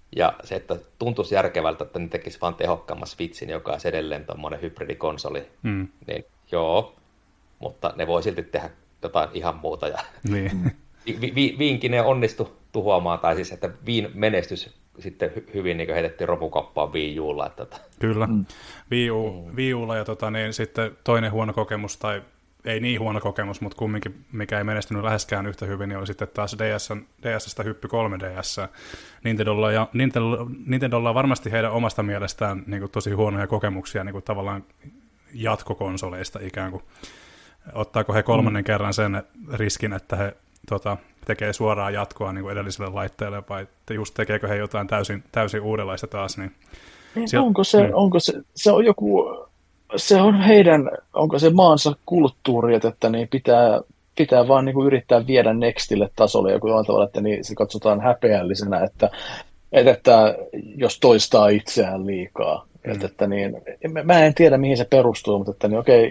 Ja se, että tuntuisi järkevältä, että ne tekisi vaan tehokkaamman Switchin, joka on edelleen tuommoinen hybridikonsoli, mm. niin joo, mutta ne voi silti tehdä jotain ihan muuta. Ja niin. vi- vi- viinkin ne onnistu tuhoamaan, tai siis että viin menestys sitten hy- hyvin niin heitettiin romukoppaan Wii Ulla. Että... Kyllä, mm. Wii, U, mm. Wii Ulla ja tota, niin sitten toinen huono kokemus, tai ei niin huono kokemus, mutta kumminkin mikä ei menestynyt läheskään yhtä hyvin, niin oli sitten taas D S, D S:stä hyppy kolme D S. Nintendolla, ja, Nintendo, Nintendolla on varmasti heidän omasta mielestään niin kuin tosi huonoja kokemuksia niin kuin tavallaan jatkokonsoleista ikään kuin. Ottaako he kolmannen mm. kerran sen riskin, että he tota, tekee suoraan jatkoa niin kuin edelliselle laitteelle, vai just tekeekö he jotain täysin, täysin uudenlaista taas? Niin Siel... onko, se, mm. onko se, se on joku, se on heidän, onko se maansa kulttuuri, että niin pitää, pitää vaan niin kuin yrittää viedä nextille tasolle joku tavalla, että niin se katsotaan häpeällisenä, että, että, että jos toistaa itseään liikaa. Mm. Että, että niin, mä en tiedä mihin se perustuu, mutta että niin okei,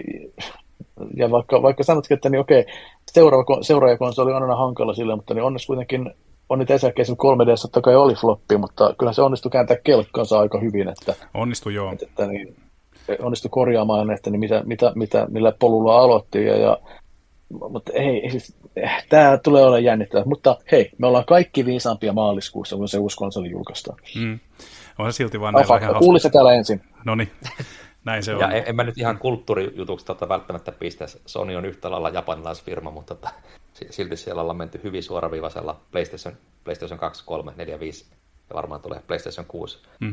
ja vaikka, vaikka sanotkin, että niin okei, seuraava, seuraajakonsoli on aina hankala sille, mutta niin onneksi kuitenkin on nyt esimerkiksi kolme D S totta kai oli floppi, mutta kyllä se onnistui kääntää kelkkansa aika hyvin. Että, onnistui joo. Että, että niin, onnistui korjaamaan, että niin mitä, mitä, mitä, millä polulla aloitti. Ja, ja, mutta ei, siis, tämä tulee olemaan jännittävää. Mutta hei, me ollaan kaikki viisaampia maaliskuussa, kun se uusi konsoli julkaistaan. Mm. On se silti vaan näin vähän kuulin se täällä ensin. Noniin. Näin se on. Ja en, en mä nyt ihan kulttuurijutuksi tota välttämättä pistä. Sony on yhtä lailla japanilaisfirma, mutta tota, silti siellä ollaan menty hyvin suoraviivaisella PlayStation, PlayStation kaksi, kolme, neljä, viisi ja varmaan tulee PlayStation kuusi. Mm.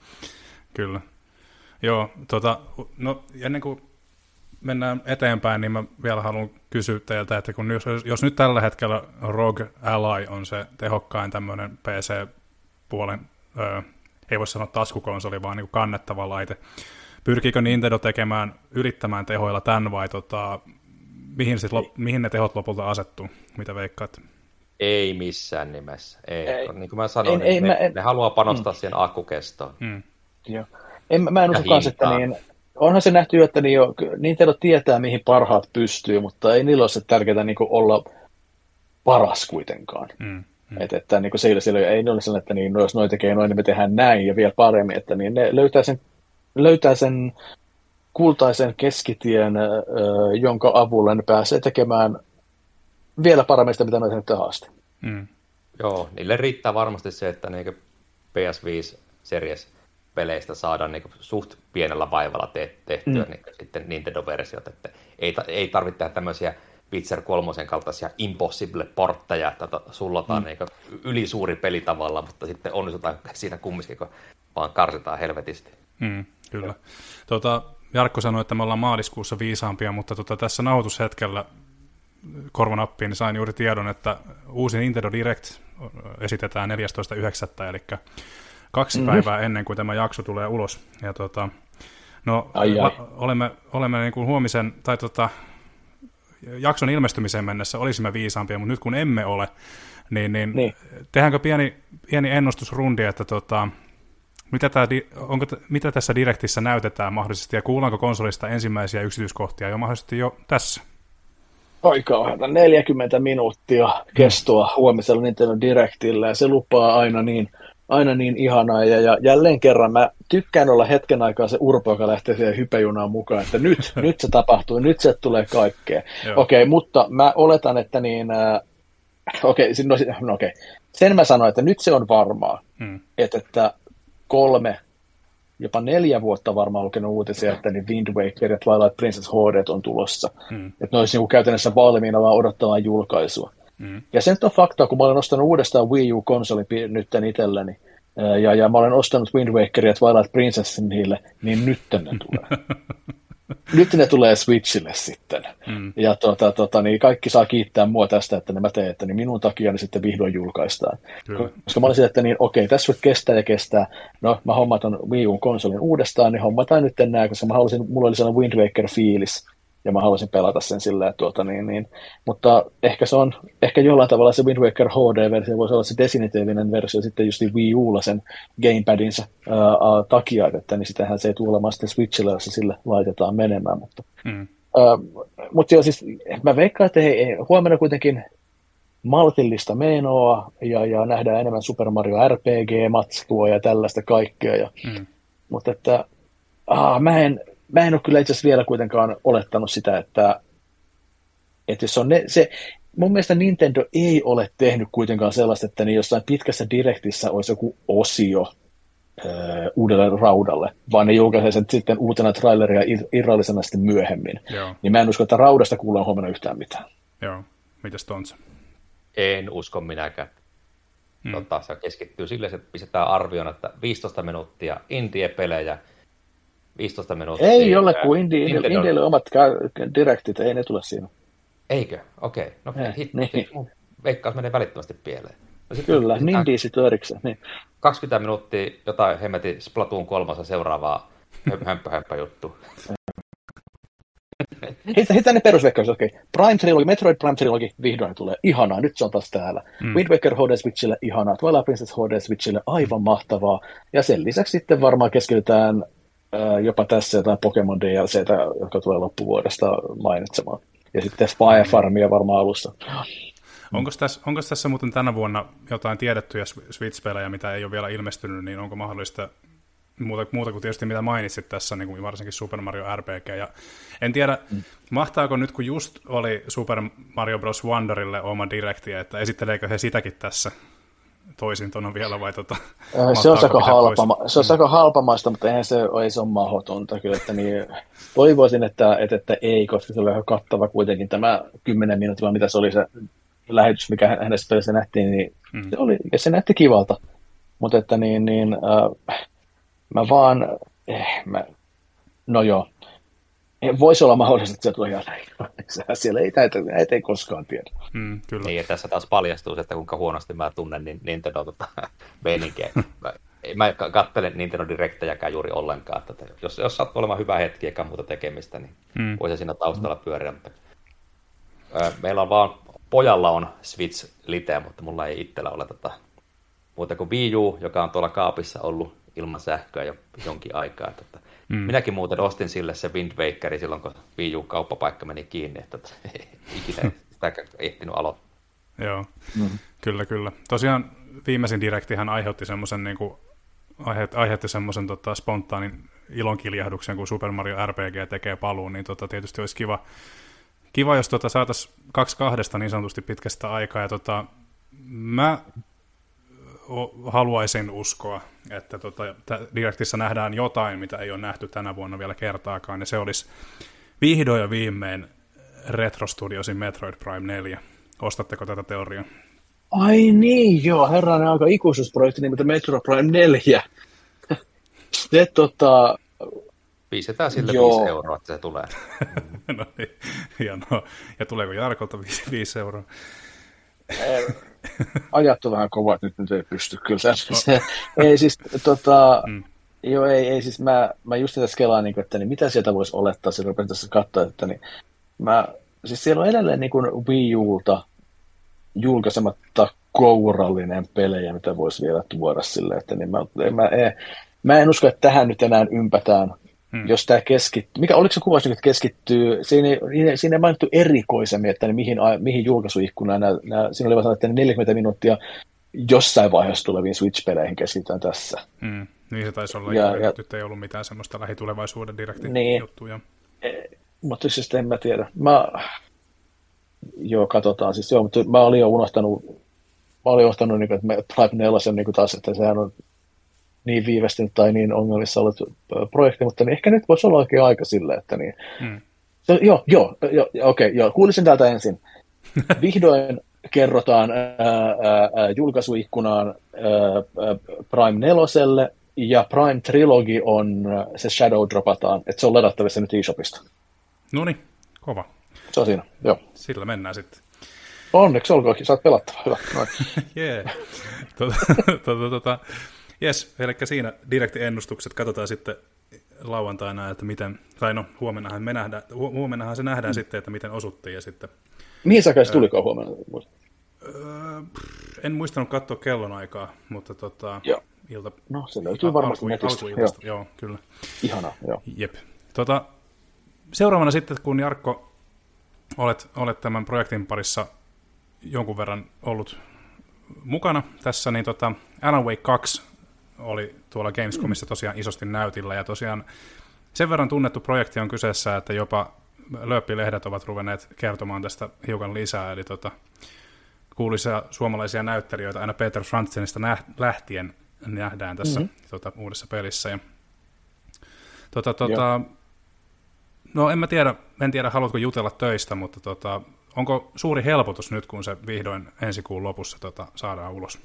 Kyllä. Joo, tota, no ennen kuin mennään eteenpäin, niin mä vielä haluan kysyä teiltä, että kun jos, jos nyt tällä hetkellä Rogue Ally on se tehokkain tämmöinen P C-puolen, ö, ei voi sanoa taskukonsoli, vaan niin kuin kannettava laite, pyrkiikö Nintendo tekemään, ylittämään tehoilla tämän vai tota, mihin, sit, mihin ne tehot lopulta asettuu? Mitä veikkaat? Ei missään nimessä. Ei. Ei. Niin kuin mä sanoin, ei, niin ei, ne, en... ne haluaa panostaa mm. siihen akkukestoon. Mm. Joo. En, mä en usko kanssa, että niin, onhan se nähty, että niin jo, Nintendo tietää, mihin parhaat pystyy, mutta ei niillä ole se tärkeää niin olla paras kuitenkaan. Mm. Mm. Et, että niin siellä, siellä ei ne ole sellainen, että niin, no, jos noi tekee noin, niin me tehdään näin ja vielä paremmin, että niin ne löytää sen löytää sen kultaisen keskitien, jonka avulla ne pääsee tekemään vielä paremmin sitä, mitä ne on tähän asti. Mm. Joo, niille riittää varmasti se, että niinku P S viisi Series-peleistä saadaan niinku suht pienellä vaivalla te- tehtyä mm. niinku sitten Nintendo-versiot. Että ei, ta- ei tarvitse tehdä tämmöisiä Witcher kolmosen kaltaisia impossible-portteja, että sullotaan mm. niinku ylisuuri peli tavalla, mutta sitten onnistutaan siinä kumminkin, kun vaan karsitaan helvetisti. Mm, kyllä. Tuota, Jarkko sanoi, että me ollaan maaliskuussa viisaampia, mutta tuota, tässä nauhoitushetkellä korvanappiin niin sain juuri tiedon, että uusi Nintendo Direct esitetään neljästoista yhdeksättä eli kaksi mm-hmm. päivää ennen kuin tämä jakso tulee ulos. Ja tuota, no, ai, ai. olemme, olemme niin kuin huomisen, tai tuota, jakson ilmestymiseen mennessä olisimme viisaampia, mutta nyt kun emme ole, niin, niin, niin. tehdäänkö pieni, pieni ennustusrundi, että tuota, Mitä, tää, onko, mitä tässä Directissä näytetään mahdollisesti, ja kuullaanko konsolista ensimmäisiä yksityiskohtia jo mahdollisesti jo tässä? Aika neljäkymmentä minuuttia kestoa huomisella Nintendo Directillä, ja se lupaa aina niin, aina niin ihanaa, ja, ja jälleen kerran mä tykkään olla hetken aikaa se urpo, joka lähtee siihen hypejunaan mukaan, että nyt, nyt se tapahtuu, nyt se tulee kaikkea. Okei, okay, mutta mä oletan, että niin, äh, okei, okay, no, no okay. sen mä sanoin, että nyt se on varmaa, hmm. että, että kolme, jopa neljä vuotta varmaan lukenut uutisia, että niin Wind Waker ja Twilight Princess H D on tulossa. Mm. Että ne olisi niin käytännössä valmiina vaan odottamaan julkaisua. Mm. Ja se nyt on fakta, kun mä olen ostanut uudestaan Wii U-konsolin nyt itselleni, ja, ja mä olen ostanut Wind Waker ja Twilight Princessin niille, niin nyt ne tulee. Nyt ne tulee Switchille sitten. Mm. Ja tota, tota, niin kaikki saa kiittää mua tästä, että ne mä teen, että niin minun takia ne sitten vihdoin julkaistaan. Kyllä. Koska mä olisin, että niin, okei, tässä nyt kestää ja kestää. No, mä hommatan Wii U-konsolin uudestaan, niin hommataan nyt nää, koska mä halusin, mulla oli sellainen Wind Waker-fiilis, ja mä haluaisin pelata sen silleen, tuota, niin, niin. Mutta ehkä se on, ehkä jollain tavalla se Wind Waker H D-versio voisi olla se definitiivinen versio sitten just Wii Ulla sen gamepadinsa ää, takia, että niin sitähän se ei tule olemaan sitten Switchillä, jossa sille laitetaan menemään, mutta, mm. ää, mutta joo, siis mä veikkaan, että hei, huomenna kuitenkin maltillista menoa ja, ja nähdään enemmän Super Mario R P G-matskua ja tällaista kaikkea. Ja, mm. Mutta että ah, mä, en, mä en ole kyllä itse asiassa vielä kuitenkaan olettanut sitä, että, että jos on ne, se, mun mielestä Nintendo ei ole tehnyt kuitenkaan sellaista, että niin jossain pitkässä direktissä olisi joku osio öö, uudelle raudalle, vaan ne julkaisee sen sitten uutena traileria irrallisena sitten myöhemmin. Joo. Niin mä en usko, että raudasta kuullaan huomenna yhtään mitään. Joo, mitäs Tontsa? En usko minäkään. Hmm. Tota, se keskittyy sille, että pistetään arvioon, että viisitoista minuuttia indie-pelejä, viisitoista minuuttia... Ei ole, kun indie, Nintendo... Indieille omat direktit, ei ne tule siinä. Eikö? Okei. Okay. No ei, hit, niin. Mun veikkaus menee välittömästi pieleen. No, kyllä, Nindie sitten erikseen. Niin. kaksikymmentä minuuttia jotain hemmetin Splatoon kolmosa seuraavaa hömpö hömpö juttu. Heitä, heitä ne perusveikkaukset, okei. Okay. Prime Trilogy, Metroid Prime Trilogy vihdoin tulee. Ihanaa, nyt se on taas täällä. Mm. Wind Waker H D Switchille ihanaa. Twilight Princess H D Switchille aivan mahtavaa. Ja sen lisäksi sitten varmaan keskitytään äh, jopa tässä jotain Pokemon D L C:tä, joka tulee loppuvuodesta mainitsemaan. Ja sitten Spy Farmia varmaan alussa. Onko tässä, onko tässä muuten tänä vuonna jotain tiedettyjä Switch-pelejä, mitä ei ole vielä ilmestynyt, niin onko mahdollista muuta, muuta kuin tietysti mitä mainitsit tässä, niin kuin varsinkin Super Mario R P G. Ja en tiedä, mm. mahtaako nyt, kun just oli Super Mario Bros. Wonderille oma direkti, että esitteleekö he sitäkin tässä toisintona vielä, vai tota, se on aika halpama, se on aika halpamaista, mutta eihän se, ei se ole mahdotonta kyllä, että niin, toivoisin, että, että, että ei, koska se oli ihan kattava kuitenkin tämä kymmenen minuuttia, mitä se oli se lähetys, mikä hänessä pelissä nähtiin, niin mm. se oli, ja se näytti kivalta, mutta että niin, niin äh, mä vaan, eh, mä, no joo, voisi olla mahdollista, että se tulee jälleen. Siellä ei, näitä, näitä ei koskaan tiedä. Mm, kyllä. Niin, ja tässä taas paljastuu, että kuinka huonosti mä tunnen niin Nintendo tota, meininkiä. Mä, mä katselen Nintendo Directejäkään juuri ollenkaan. Että jos, jos sattuu olemaan hyvä hetki eikä muuta tekemistä, niin mm. voisi siinä taustalla pyöriä. Mutta, ö, meillä on vaan, pojalla on Switch Lite, mutta mulla ei itsellä ole tota, muuta kuin Wii U, joka on tuolla kaapissa ollut ilman sähköä jo jonkin aikaa. Että, mm. Minäkin muuten ostin sille se Wind Wakeri silloin, kun Wii U-kauppapaikka meni kiinni, että ikinä sitäkään ehtinyt aloittaa. Joo, mm. kyllä, kyllä. Tosiaan viimeisin direktihän aiheutti semmoisen, niin kuin, aiheutti semmoisen tota, spontaanin ilonkiljahduksen, kun Super Mario R P G tekee paluun, niin tota, tietysti olisi kiva, kiva jos tota, saataisiin kaksi kahdesta niin sanotusti pitkästä aikaa, ja tota, mä haluaisin uskoa, että tota, Directissä nähdään jotain, mitä ei ole nähty tänä vuonna vielä kertaakaan, ja se olisi vihdoin ja viimein Retro Studiosin Metroid Prime neljä. Ostatteko tätä teoriaa? Ai niin, joo, herranen aika ikuisuusprojekti nimeltä Metroid Prime neljä. Se tota... Pistetään sille joo. viisi euroa, että se tulee. No niin, hienoa. Ja tuleeko Jarkolta viisi, viisi euroa? Ajattu vähän kovaa, että nyt, nyt ei pysty kyllä. Se, ei siis, tota, mm. joo, ei, ei siis mä, mä just tässä kelaan, niin, että niin, mitä sieltä voisi olettaa, sieltä rupesin tässä katsoa, että niin, mä, siis siellä on edelleen niin kuin Wii Ulta julkaisematta kourallinen pelejä, mitä voisi vielä tuoda sille, että niin mä, mä, en, mä en usko, että tähän nyt enää ympätään. Hmm. Jos tämä keskittyy, mikä oliko se kuvaus, että keskittyy, siinä ei, siinä ei mainittu erikoisemmin, että mihin, mihin julkaisuikkunaan, nämä, nämä, siinä oli vaan että neljäkymmentä minuuttia jossain vaiheessa tuleviin Switch-peleihin keskitytään tässä. Hmm. Niin se taisi olla, ja, ja, nyt ei ollut mitään semmoista lähitulevaisuuden direktin niin, juttuja. E, mutta siis en mä tiedä. Mä, joo, katsotaan siis, joo, mutta mä olin jo unohtanut, mä olin unohtanut, niin, että me Prime neljä niin taas, että sehän on niin viivästynyt tai niin ongelmissa ollut projekti, mutta niin ehkä nyt voisi olla oikein aika sille, että niin. Hmm. So, joo, joo, joo, okei, okay, joo, kuulisin täältä ensin. Vihdoin kerrotaan ää, ää, julkaisuikkunaan ää, Prime neloselle, ja Prime Trilogy on, se Shadow dropataan, että se on ladattavissa nyt eShopista. Noniin, kova. Se on siinä, joo. Sillä mennään sitten. Onneksi olkoonkin, saat pelattava, hyvä. Jee. Tota, tota, tota. Jes, eli siinä Direct-ennustukset, katsotaan sitten lauantaina, että miten, tai no huomennahan, me nähdään, hu, huomennahan se nähdään mm. sitten, että miten osuttiin ja sitten... Mihin sä se tuliko huomenna? Öö, en muistanut katsoa kellonaikaa, mutta tota... Joo. Ilta... No se löytyy varmasti alku, netistä. Alkuiltasta, joo. joo, kyllä. Ihanaa, joo. Jep. Tota, seuraavana sitten, kun Jarkko, olet, olet tämän projektin parissa jonkun verran ollut mukana tässä, niin tota, Alan Wake kaksi oli tuolla Gamescomissa tosiaan isosti näytillä, ja tosiaan sen verran tunnettu projekti on kyseessä, että jopa lööppilehdet ovat ruvenneet kertomaan tästä hiukan lisää, eli tota, kuuluisia suomalaisia näyttelijöitä aina Peter Frantzenista lähtien nähdään tässä mm-hmm. tota, uudessa pelissä. Ja, tota, tota, no en mä tiedä, en tiedä haluatko jutella töistä, mutta tota, onko suuri helpotus nyt, kun se vihdoin ensi kuun lopussa tota, saadaan ulos?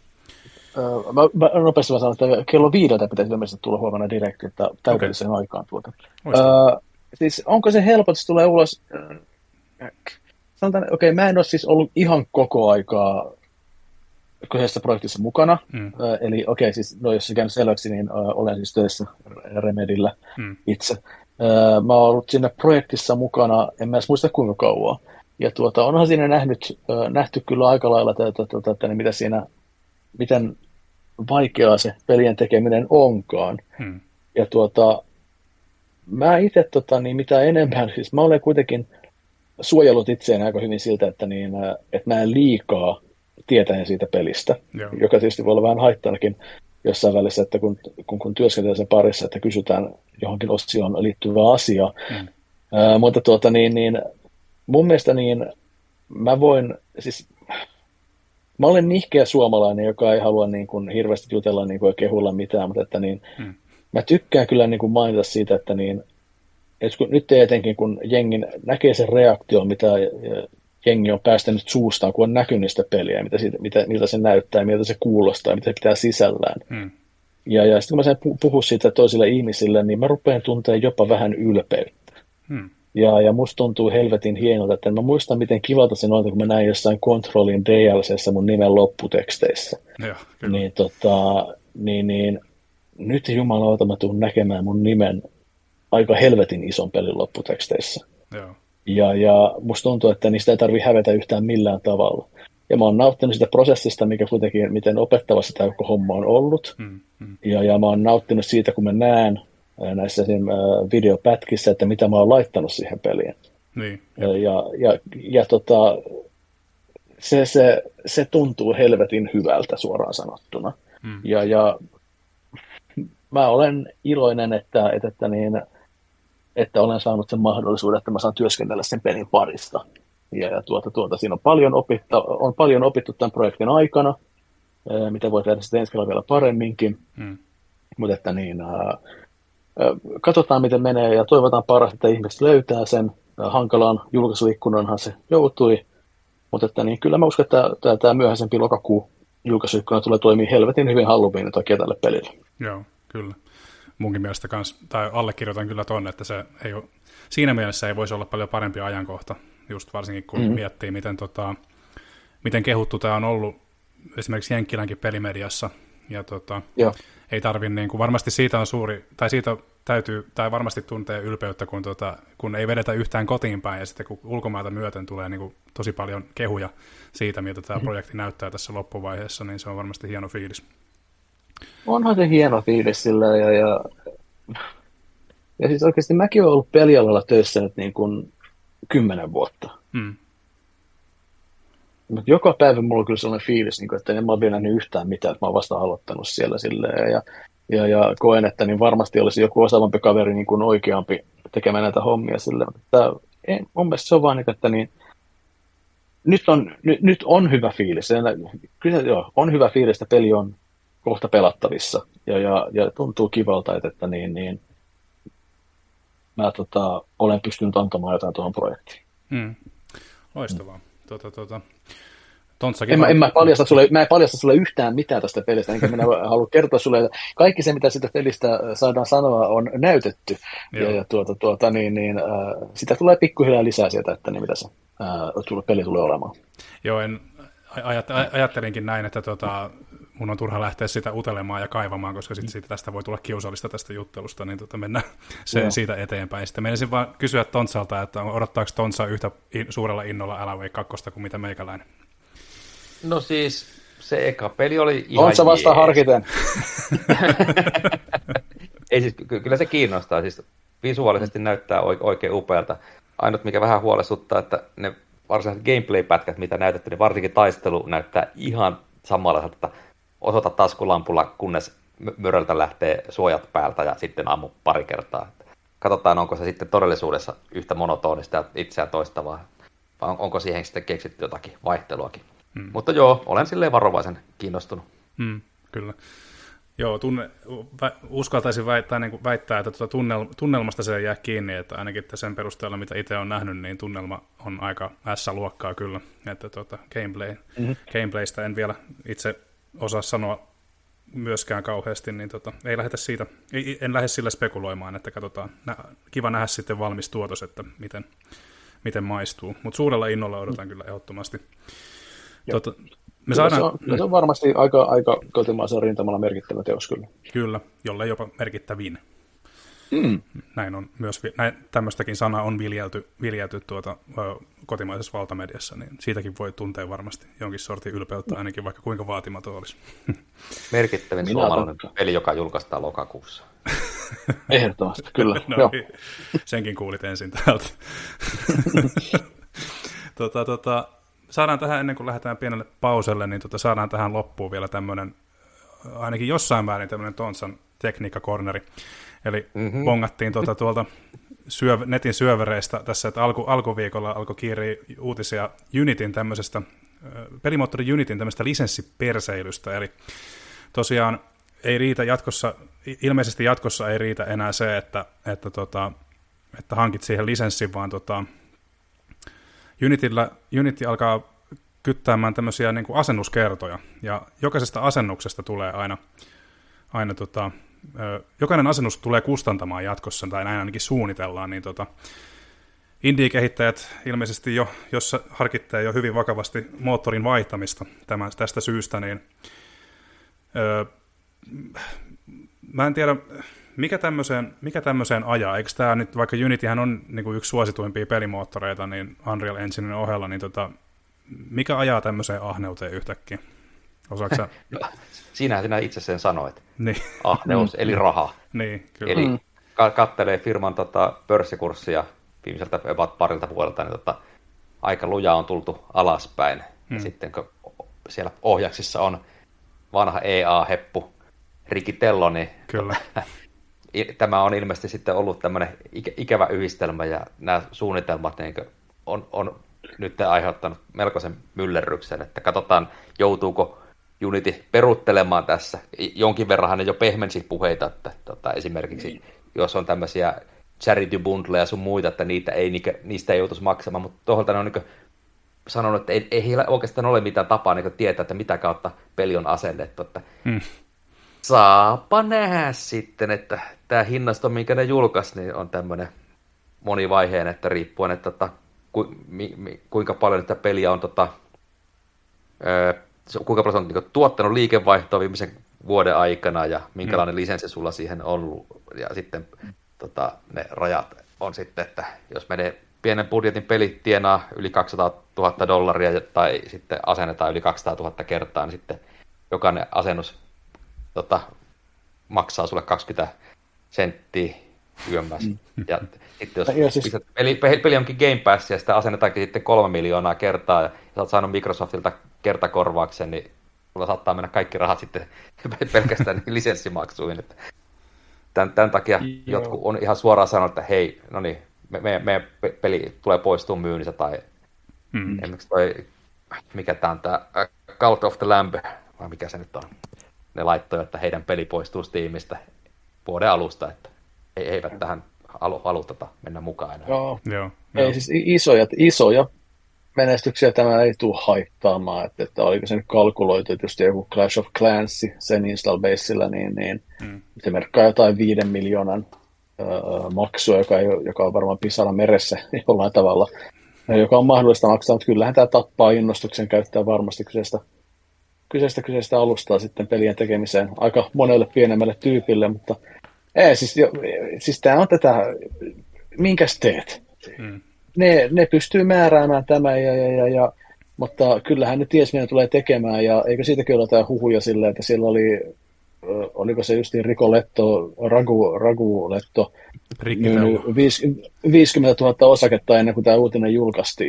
Öö, mä, mä nopeasti vaan sanon, että kello viideltä pitäisi ilmeisesti tulla huomenna direkti, että täydelliseen okay. aikaan tuota. Öö, siis onko se helpotus tulee ulos? Öö, sanotaan, okei, okay, mä en ole siis ollut ihan koko aikaa kyseisessä projektissa mukana. Mm. Öö, eli okei, okay, siis no jos se käynyt selväksi, niin öö, olen siis töissä Remedillä mm. itse. Öö, mä oon ollut siinä projektissa mukana, en mä edes muista kuinka kauan. Ja tuota, onhan siinä nähnyt, öö, nähty kyllä aika lailla, että, että, että, että, mitä siinä, miten vaikeaa se pelien tekeminen onkaan. Hmm. Ja tuota, mä itse tota, niin mitä enemmän, siis mä olen kuitenkin suojellut itseäni aika hyvin siltä, että, niin, että mä en liikaa tietäen siitä pelistä, Joo. joka tietysti voi olla vähän haittanakin jossain välissä, että kun, kun, kun työskentelee sen parissa, että kysytään johonkin osioon liittyvää asiaa. Hmm. Äh, mutta tuota, niin, niin, mun mielestä niin, mä voin, siis mä olen nihkeä suomalainen, joka ei halua niin kuin hirveästi jutella niin kuin, ja kehulla mitään, mutta että niin, hmm. mä tykkään kyllä niin kuin mainita siitä, että, niin, että kun, nyt etenkin kun jengin näkee sen reaktion, mitä jengi on päästänyt suustaan, kun on näkynyt sitä peliä, mitä siitä, mitä, miltä se näyttää, miltä se kuulostaa, mitä se pitää sisällään. Hmm. Ja, ja sitten kun mä sen puhun siitä toisille ihmisille, niin mä rupean tuntemaan jopa vähän ylpeyttä. Hmm. Ja, ja musta tuntuu helvetin hienolta, että mä muistan, miten kivalta se on, kun mä näin jossain Controlin D L C:ssä mun nimen lopputeksteissä. Ja, niin, tota, niin, niin nyt jumalauta mä tuun näkemään mun nimen aika helvetin ison pelin lopputeksteissä. Ja, ja, ja musta tuntuu, että niistä ei tarvitse hävetä yhtään millään tavalla. Ja mä oon nauttinut sitä prosessista, mikä kuitenkin, miten opettavassa tämä koko homma on ollut. Mm, mm. Ja, ja mä oon nauttinut siitä, kun mä näen näissä videopätkissä, että mitä mä oon laittanut siihen peliin. Niin, ja ja, ja, ja tota, se, se, se tuntuu helvetin hyvältä suoraan sanottuna. Mm. Ja, ja mä olen iloinen, että, että, että, niin, että olen saanut sen mahdollisuuden, että mä saan työskennellä sen pelin parista. Ja, ja tuota, tuota, siinä on paljon, opitta, on paljon opittu tämän projektin aikana, mitä voi tehdä sitten ensi kerralla vielä paremminkin. Mm. Mutta että niin... Katsotaan, miten menee, ja toivotaan parasta, että ihmiset löytää sen. Hankalaan julkaisuikkunanhan se joutui, mutta että niin, kyllä mä uskon, että tämä myöhäisempi lokakuun julkaisuikkuna tulee toimia helvetin hyvin Halloweenin takia tälle pelille. Joo, kyllä. Munkin mielestä kans, tai allekirjoitan kyllä ton, että se ei ole, siinä mielessä ei voisi olla paljon parempi ajankohta, just varsinkin kun mm-hmm. miettii, miten, tota, miten kehuttu tämä on ollut esimerkiksi Jenkkilänkin pelimediassa, ja tota, ei tarvi, niin kuin, varmasti siitä on suuri, tai siitä täytyy, tai varmasti tuntee ylpeyttä, kun, tota, kun ei vedetä yhtään kotiin päin, ja sitten kun ulkomailta myöten tulee niin kuin, tosi paljon kehuja siitä, miltä tämä mm-hmm. projekti näyttää tässä loppuvaiheessa, niin se on varmasti hieno fiilis. Onhan se hieno fiilis sillä, ja, ja, ja siis oikeasti mäkin olen ollut pelialalla töissä nyt niin kuin kymmenen vuotta. Mm. Mutta joka päivä mulla on kyllä sellainen fiilis, että en mä ole vielä nähnyt yhtään mitään, että mä oon vasta aloittanut siellä silleen. Ja, ja, ja koen, että niin varmasti olisi joku osaavampi kaveri niin kuin oikeampi tekemään näitä hommia silleen. Mutta en, mun mielestä se on vaan, että niin, nyt, on, nyt, nyt on hyvä fiilis. Kyllä joo, on hyvä fiilis, että peli on kohta pelattavissa. Ja, ja, ja tuntuu kivalta, että, että niin, niin, mä tota, olen pystynyt antamaan jotain tuohon projektiin. Mm. Loistavaa. Tuota, tuota. En, mä, en mä, paljasta sulle, mä en paljasta sulle yhtään mitään tästä pelistä, enkä minä halua kertoa sulle, että kaikki se, mitä sitä pelistä saadaan sanoa, on näytetty. Ja, ja tuota, tuota, niin, niin, äh, sitä tulee pikkuhiljaa lisää sieltä, että niin, mitä se äh, peli tulee olemaan. Joo, en, ajat, ajattelinkin näin, että tota, mun on turha lähteä sitä utelemaan ja kaivamaan, koska sit siitä tästä voi tulla kiusallista tästä juttelusta, niin tota mennään sen siitä eteenpäin. Sitten menisin vaan kysyä Tontsalta, että odottaako Tontsa yhtä in, suurella innolla Alan Wake kaksi kuin mitä meikäläinen? No siis se eka peli oli ihan Tontsa vasta harkiten. Ei siis, ky- kyllä se kiinnostaa, siis visuaalisesti näyttää oikein upealta. Ainut mikä vähän huolestuttaa, että ne varsinaiset gameplay-pätkät, mitä näytetty, niin varsinkin taistelu näyttää ihan samanlaiselta, että osoita taskulampulla, kunnes möröltä lähtee suojat päältä ja sitten ammu pari kertaa. Katsotaan, onko se sitten todellisuudessa yhtä monotonista ja itseään toistavaa, vai onko siihen sitten keksitty jotakin vaihteluakin. Hmm. Mutta joo, olen silleen varovaisen kiinnostunut. Hmm, kyllä. Joo, tunne, uskaltaisin väittää, niin väittää että tuota tunnel, tunnelmasta se ei jää kiinni, että ainakin sen perusteella, mitä itse olen nähnyt, niin tunnelma on aika S-luokkaa kyllä, että tuota, gameplay, mm-hmm. gameplaystä en vielä itse osaa sanoa myöskään kauheasti, niin tota, ei lähdetä siitä, ei, en lähde sillä spekuloimaan, että katsotaan, nä, kiva nähdä sitten valmis tuotos, että miten, miten maistuu, mutta suurella innolla odotan mm. kyllä ehdottomasti. Tota, me saadaan... se, on, se on varmasti aika, aika kotimaisen rintamalla merkittävä teos kyllä. Kyllä, jollei jopa merkittävin. Mm. Näin on myös, näin, tämmöistäkin sanaa on viljelty, viljelty tuota, ö, kotimaisessa valtamediassa, niin siitäkin voi tuntea varmasti jonkin sortin ylpeyttä, ainakin vaikka kuinka vaatimaton olisi. Merkittävin suomalainen peli, joka julkaistaan lokakuussa. Ehdottomasti, kyllä. No, Joo. Senkin kuulit ensin täältä. tota, tota, saadaan tähän, ennen kuin lähdetään pienelle pauselle, niin tota, saadaan tähän loppuun vielä tämmöinen, ainakin jossain määrin tämmöinen Tontsan tekniikkakorneri. Eli mm-hmm. bongattiin tuota, tuolta syöv- netin syövereistä tässä, että alku, alkuviikolla alkoi kiiriä uutisia Unitin tämmöisestä, pelimoottori Unitin tämmöisestä lisenssiperseilystä, eli tosiaan ei riitä jatkossa, ilmeisesti jatkossa ei riitä enää se, että, että, tota, että hankit siihen lisenssin, vaan tota, Unitillä, Unity alkaa kyttäämään tämmöisiä niin kuin asennuskertoja, ja jokaisesta asennuksesta tulee aina, aina tota, jokainen asennus tulee kustantamaan jatkossa, tai näin ainakin suunnitellaan, niin tota, indie-kehittäjät ilmeisesti jo, jos harkittee jo hyvin vakavasti moottorin vaihtamista tämän, tästä syystä, niin öö, mä en tiedä, mikä tämmöiseen, mikä tämmöiseen ajaa. Eikö tämä nyt, vaikka Unityhän on niin kuin yksi suosituimpia pelimoottoreita, niin Unreal Enginen ohella, niin tota, mikä ajaa tämmöiseen ahneuteen yhtäkkiä? Osaatko sä... No, siinähän sinä itse sen sanoit. Niin. Ahneus, eli raha. Niin, kyllä. Eli ka- kattelee firman tota, pörssikurssia viimeiseltä about parilta vuodelta, niin tota, aika lujaa on tultu alaspäin. Hmm. Ja sitten kun siellä ohjaksissa on vanha E A-heppu Ricky Tello, niin kyllä. tämä on ilmeisesti sitten ollut tämmöinen ikä- ikävä yhdistelmä, ja nämä suunnitelmat niin on, on nyt aiheuttanut melkoisen myllerryksen, että katsotaan, joutuuko Unity peruuttelemaan tässä. Jonkin verran ne jo pehmensi puheita, että tota, esimerkiksi niin. Jos on tämmöisiä charity bundleja ja sun muita, että niitä ei, niistä ei joutuisi maksamaan, mutta toisaalta ne on niin sanonut, että ei, ei heillä oikeastaan ole mitään tapaa niin tietää, että mitä kautta peli on asennettu. Että hmm. Saapa nähdä sitten, että tämä hinnasto, minkä ne julkaisi, niin on tämmöinen monivaiheinen, että riippuen, että tota, ku, mi, mi, kuinka paljon tätä peliä on tota, öö, kuinka paljon on niin tuottanut liikevaihtoa viimeisen vuoden aikana ja minkälainen mm. lisenssi sulla siihen on ollut. Ja sitten tota, ne rajat on sitten, että jos menee pienen budjetin peli tienaa yli kaksisataatuhatta dollaria tai sitten asennetaan yli kaksisataatuhatta kertaa, niin sitten jokainen asennus tota, maksaa sulle kaksikymmentä senttiä yömmässä. Mm. Ja sitten jos siis... pistät, peli, peli onkin Game Pass ja sitä asennetaankin sitten kolme miljoonaa kertaa ja sä oot saanut Microsoftilta kertakorvauksen, niin sulla saattaa mennä kaikki rahat sitten pelkästään lisenssimaksuihin. Että tämän, tämän takia Joo. jotkut on ihan suoraan sanonut, että hei, no niin, meidän me, me peli tulee poistua myynnissä, tai mm. esimerkiksi toi, mikä tämä on tämä Cult of the Lamb, vai mikä se nyt on, ne laittoi, että heidän peli poistuu Steamista vuoden alusta, että he eivät tähän halu, haluteta mennä mukaan enää. Joo. Joo. Ei Joo. siis isoja, isoja menestyksiä tämä ei tule haittaamaan, että, että oliko se nyt kalkuloitu, että just joku Clash of Clans sen install baseillä, niin, niin mm. se merkkaa jotain viiden miljoonan öö, maksua, joka, ei, joka on varmaan pisara meressä jollain tavalla, joka on mahdollista maksaa, mutta kyllähän tämä tappaa innostuksen käyttää varmasti kyseistä, kyseistä, kyseistä alustaa sitten pelien tekemiseen aika monelle pienemmälle tyypille, mutta ei, siis, jo, siis tämä on tätä, minkäs teet? Mm. Ne, ne pystyy määräämään tämän, ja, ja, ja, ja, mutta kyllähän ne ties, mitä tulee tekemään, ja eikö siitäkin ole jotain huhuja silleen, että siellä oli, oliko se justiin Rico Letto, Ragu, Ragu Letto, viisikymmentätuhatta osaketta ennen kuin tämä uutinen julkaistiin.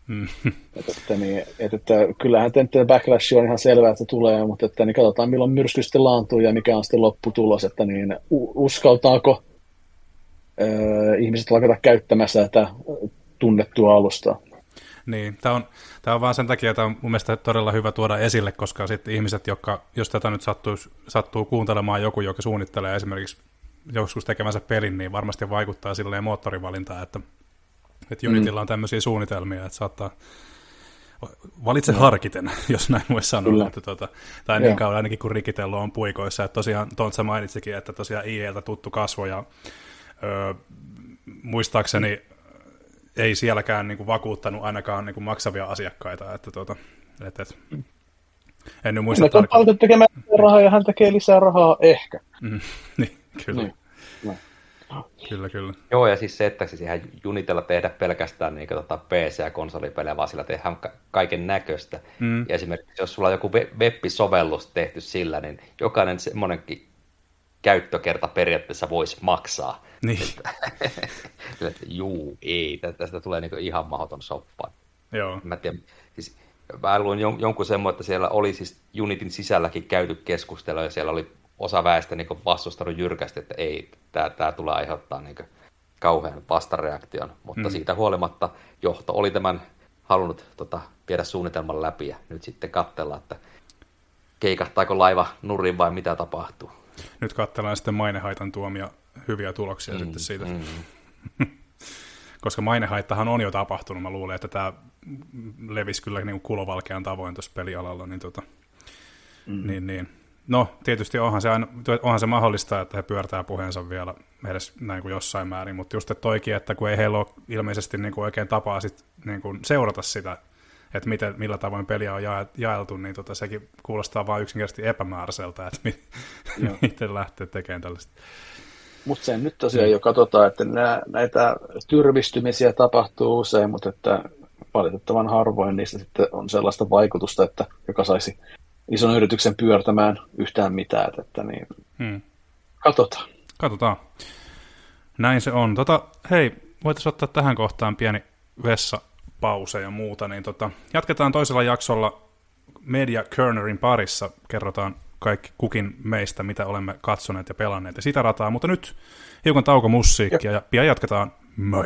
Mm. että, että, niin, että, että, kyllähän tämä backlash on ihan selvää, että se tulee, mutta että, niin katsotaan milloin myrsky sitten laantuu ja mikä on sitten lopputulos, että niin, uskaltaako äh, ihmiset lakata käyttämässä tätä tunnettua alustaa. Niin, tämä on, tämä on vaan sen takia, että on mun mielestä todella hyvä tuoda esille, koska sitten ihmiset, jotka, jos tätä nyt sattuu, sattuu kuuntelemaan joku, joka suunnittelee esimerkiksi joskus tekemänsä pelin, niin varmasti vaikuttaa silleen moottorivalintaan, että, että Unitylla on tämmöisiä suunnitelmia, että saattaa valitse no. harkiten, jos näin voi sanoa, että tuota, tai niin kauan ainakin kun Rikitello on puikoissa, että tosiaan Tontsa mainitsikin, että tosiaan I E:ltä tuttu kasvo ja öö, muistaakseni ei sielläkään niin kuin vakuuttanut ainakaan niin kuin maksavia asiakkaita, että tuota, et, et, en nyt muista tarkkaan. Hän on tekemään rahaa ja hän tekee lisää rahaa ehkä. Mm, niin, kyllä. Niin. No. Kyllä, kyllä. Joo, ja siis se, että siis ihan Unitella tehdä pelkästään niin, tota, P C- ja konsolipelejä, vaan sillä tehdään ka- kaiken näköistä. Mm. Ja esimerkiksi jos sulla on joku web-sovellus tehty sillä, niin jokainen semmoinenkin käyttökerta periaatteessa voisi maksaa. Niin. Että, juu, ei, tästä tulee niin ihan mahdoton soppa. Joo. Mä tiedän, siis mä luin jon- jonkun semmoinen, että siellä oli siis Unitin sisälläkin käyty keskustelua, ja siellä oli osa väestä niin vastustanut jyrkästi, että ei, tämä tulee aiheuttaa niin kauhean vastareaktion, mutta mm. siitä huolimatta johto oli tämän halunnut tota, viedä suunnitelman läpi, ja nyt sitten katsellaan, että keikahtaako laiva nurin vai mitä tapahtuu. Nyt katsellaan sitten mainehaitan tuomia hyviä tuloksia mm, sitten siitä. Mm. Koska mainehaittahan on jo tapahtunut. Mä luulen, että tämä levisi kyllä niin kuin kulovalkean tavoin tuossa pelialalla. Niin, tota, mm. niin, niin. No, tietysti onhan se, aina, onhan se mahdollista, että he pyörtää puheensa vielä edes näin kuin jossain määrin, mutta just että toikin, että kun ei heillä ole ilmeisesti niin kuin oikein tapaa sit, niin kuin seurata sitä, että miten, millä tavoin peliä on ja, jaeltu, niin tota, sekin kuulostaa vain yksinkertaisesti epämääräiseltä, että mi, miten lähtee tekemään tällaista. Mutta sen nyt tosiaan jo katsotaan, että nää, näitä tyrmistymisiä tapahtuu usein, mutta että valitettavan harvoin niistä sitten on sellaista vaikutusta, että joka saisi ison yrityksen pyörtämään yhtään mitään. Että niin, hmm. Katsotaan. Katsotaan. Näin se on. Tota, hei, voitaisiin ottaa tähän kohtaan pieni vessapause ja muuta. Niin tota, jatketaan toisella jaksolla Media Cornerin parissa. Kerrotaan kaikki kukin meistä, mitä olemme katsoneet ja pelanneet ja sitä rataa. Mutta nyt hiukan taukomusiikkia ja pian jatketaan. Moi!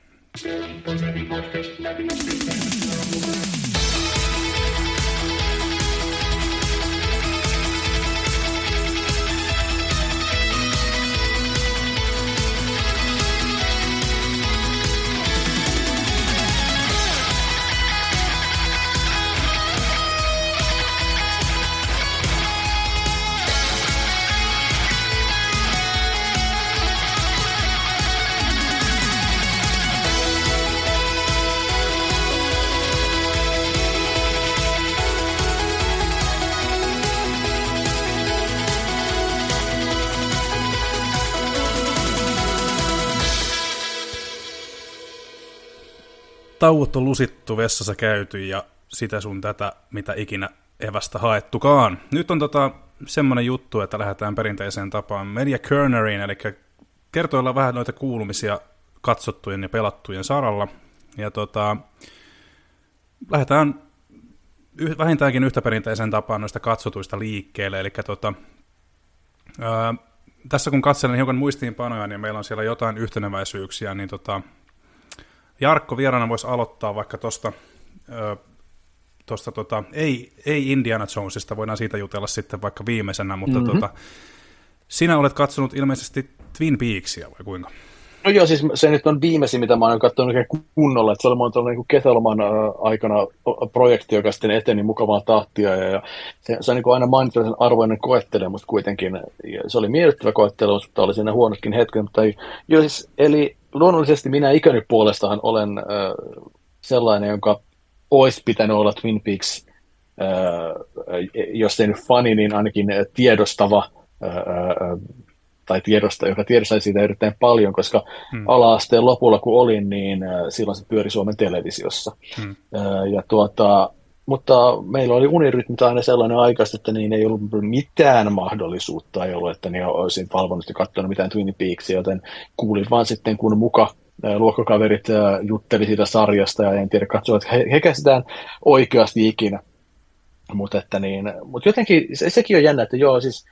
Tauot on lusittu, vessassa käyty ja sitä sun tätä, mitä ikinä evästä haettukaan. Nyt on tota semmoinen juttu, että lähdetään perinteiseen tapaan Media Corneriin, eli kertoillaan vähän noita kuulumisia katsottujen ja pelattujen saralla. Ja tota, lähdetään yh, vähintäänkin yhtä perinteiseen tapaan noista katsotuista liikkeelle, eli tota, ää, tässä kun katselen hiukan muistiinpanoja, niin meillä on siellä jotain yhteneväisyyksiä, niin tota, Jarkko vieraana voisi aloittaa vaikka tuosta, tota, ei, ei Indiana Jonesista, voidaan siitä jutella sitten vaikka viimeisenä, mutta mm-hmm. tota, sinä olet katsonut ilmeisesti Twin Peaksia, vai kuinka? No joo, siis se nyt on viimeisin, mitä mä oon katsonut kunnolla, että se oli mun tuolla niin kesäloman aikana projekti, joka sitten eteni mukavaa tahtia, ja, ja se, se on niin aina mainitsen arvoinen koettelemus kuitenkin, se oli miellyttävä koettelemus, mutta oli siinä huonotkin hetken, mutta ei, joo, siis, eli luonnollisesti minä ikäni puolestahan olen äh, sellainen, jonka olisi pitänyt olla Twin Peaks, äh, jos ei nyt fani, niin ainakin tiedostava, äh, tai tiedosta, joka tiedostaisi siitä erittäin paljon, koska hmm. ala-asteen lopulla kun olin, niin äh, silloin se pyöri Suomen televisiossa. Hmm. Äh, ja tuota, mutta meillä oli unirytmit aina sellainen aikaista, että niin ei ollut mitään mahdollisuutta, ei ollut, että niin olisin valvonnut ja katsonut mitään Twin Peaksia, joten kuulin vaan sitten, kun muka luokkokaverit jutteli siitä sarjasta, ja en tiedä, katsoa, että he, he käsitään oikeasti ikinä. Mutta että niin, mut jotenkin se, sekin on jännä, että joo, siis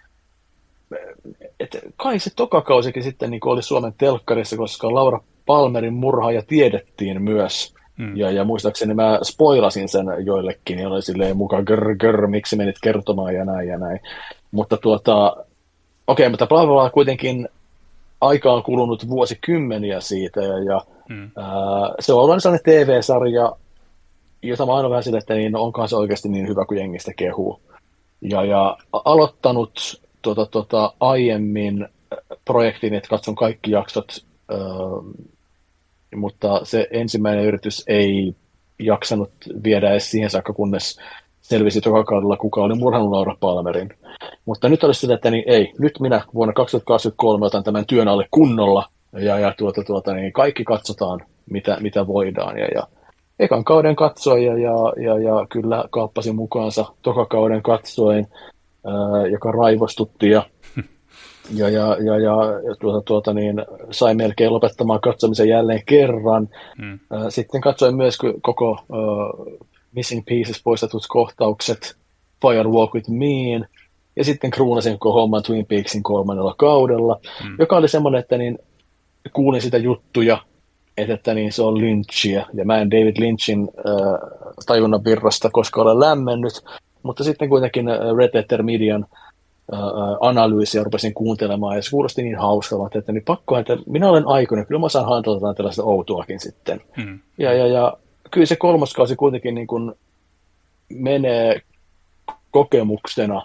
että kai se tokakausikin sitten niin oli Suomen telkkarissa, koska Laura Palmerin murhaaja tiedettiin myös. Hmm. Ja, ja muistaakseni mä spoilasin sen joillekin, ja oli silleen mukaan grr, grr, miksi menit kertomaan ja näin ja näin. Mutta tuota, okei, okay, mutta bla bla bla kuitenkin aika on kulunut vuosikymmeniä siitä, ja, ja hmm. ää, se on ollut sellainen T V-sarja, jota mä aina vähän sille, että niin, onkaan se oikeasti niin hyvä kuin jengistä kehuu. Ja, ja aloittanut tuota, tuota, aiemmin projektin, että katson kaikki jaksot, ää, mutta se ensimmäinen yritys ei jaksanut viedä edes siihen saakka, kunnes selvisi joka kaudella, kuka oli murhannut Laura Palmerin. Mutta nyt olisi sitä, että niin, ei, nyt minä vuonna kaksituhattakaksikymmentäkolme otan tämän työn alle kunnolla, ja, ja tuota, tuota, niin kaikki katsotaan, mitä, mitä voidaan. Ja, ja ekan kauden katsoin, ja, ja, ja, ja kyllä kaappasin mukaansa toka kauden katsoin, ää, joka raivostutti, ja Ja, ja, ja, ja tuota, tuota, niin, sai melkein lopettamaan katsomisen jälleen kerran. Mm. Sitten katsoin myös koko uh, Missing Pieces poistetut kohtaukset, Fire Walk with Me, ja sitten kruunasin koko homman Twin Peaksin kolmannella kaudella, mm. joka oli semmoinen, että niin, kuulin sitä juttuja, että, että niin, se on Lynchia, ja mä en David Lynchin uh, tajunnan virrasta koska olen lämmennyt, mutta sitten kuitenkin uh, Red Letter Median analyysiä rupesin kuuntelemaan, ja se kuulosti niin hauskalta, että niin pakko, että minä olen aikuinen, kyllä mä saan hantaltaan tällaista outoakin sitten. Hmm. Ja, ja, ja kyllä se kolmas kausi kuitenkin niin kuin menee kokemuksena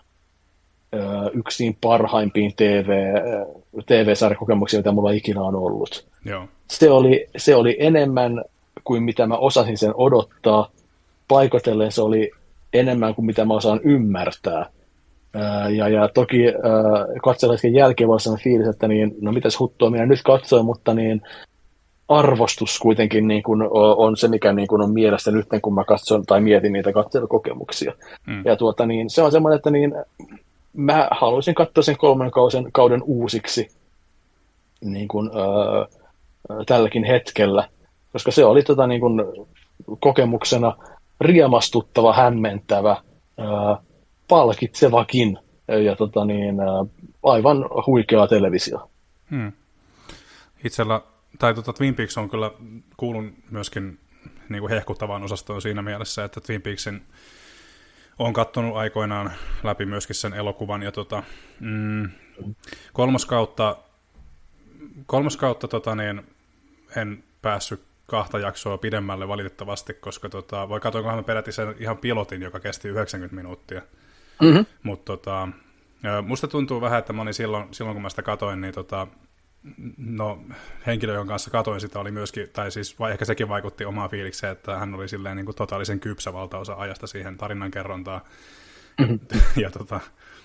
yksin parhaimpiin T V, T V-sarjakokemuksia, mitä mulla ikinä on ollut. Joo. Se oli, se oli enemmän kuin mitä mä osasin sen odottaa. Paikotellen se oli enemmän kuin mitä mä osaan ymmärtää. Ja, ja toki äh, katselaisken jälkeen voi sanoa fiilis, että niin, no mitäs huttua minä nyt katsoin, mutta niin arvostus kuitenkin niin kuin on se, mikä niin kuin on mielestä nyt, kun mä katson tai mietin niitä katselukokemuksia. Mm. Ja tuota, niin, se on semmoinen, että niin, mä haluaisin katsoa sen kolmen kauden, kauden uusiksi niin kuin, äh, tälläkin hetkellä, koska se oli tota, niin kuin, kokemuksena riemastuttava, hämmentävä, äh, palkitsevakin ja tota niin, aivan huikeaa televisio. Hmm. Itsellä, tai tota Twin Peaks on kyllä kuulun myöskin niin kuin hehkuttavaan osastoon siinä mielessä, että Twin Peaksin on katsonut aikoinaan läpi myöskin sen elokuvan, ja tota, mm, kolmos kautta, kolmos kautta tota niin, en päässyt kahta jaksoa pidemmälle valitettavasti, koska tota, voi katsoa, mä peräti sen ihan pilotin, joka kesti yhdeksänkymmentä minuuttia. Mm-hmm. Mutta tota, musta tuntuu vähän, että mä olin silloin, silloin kun mä sitä katoin, niin tota, no, henkilö, jonka kanssa katoin sitä, oli myöskin, tai siis vai ehkä sekin vaikutti omaan fiilikseen, että hän oli silleen niin kuin totaalisen kypsä valtaosa ajasta siihen tarinankerrontaan. Mm-hmm. ja tota,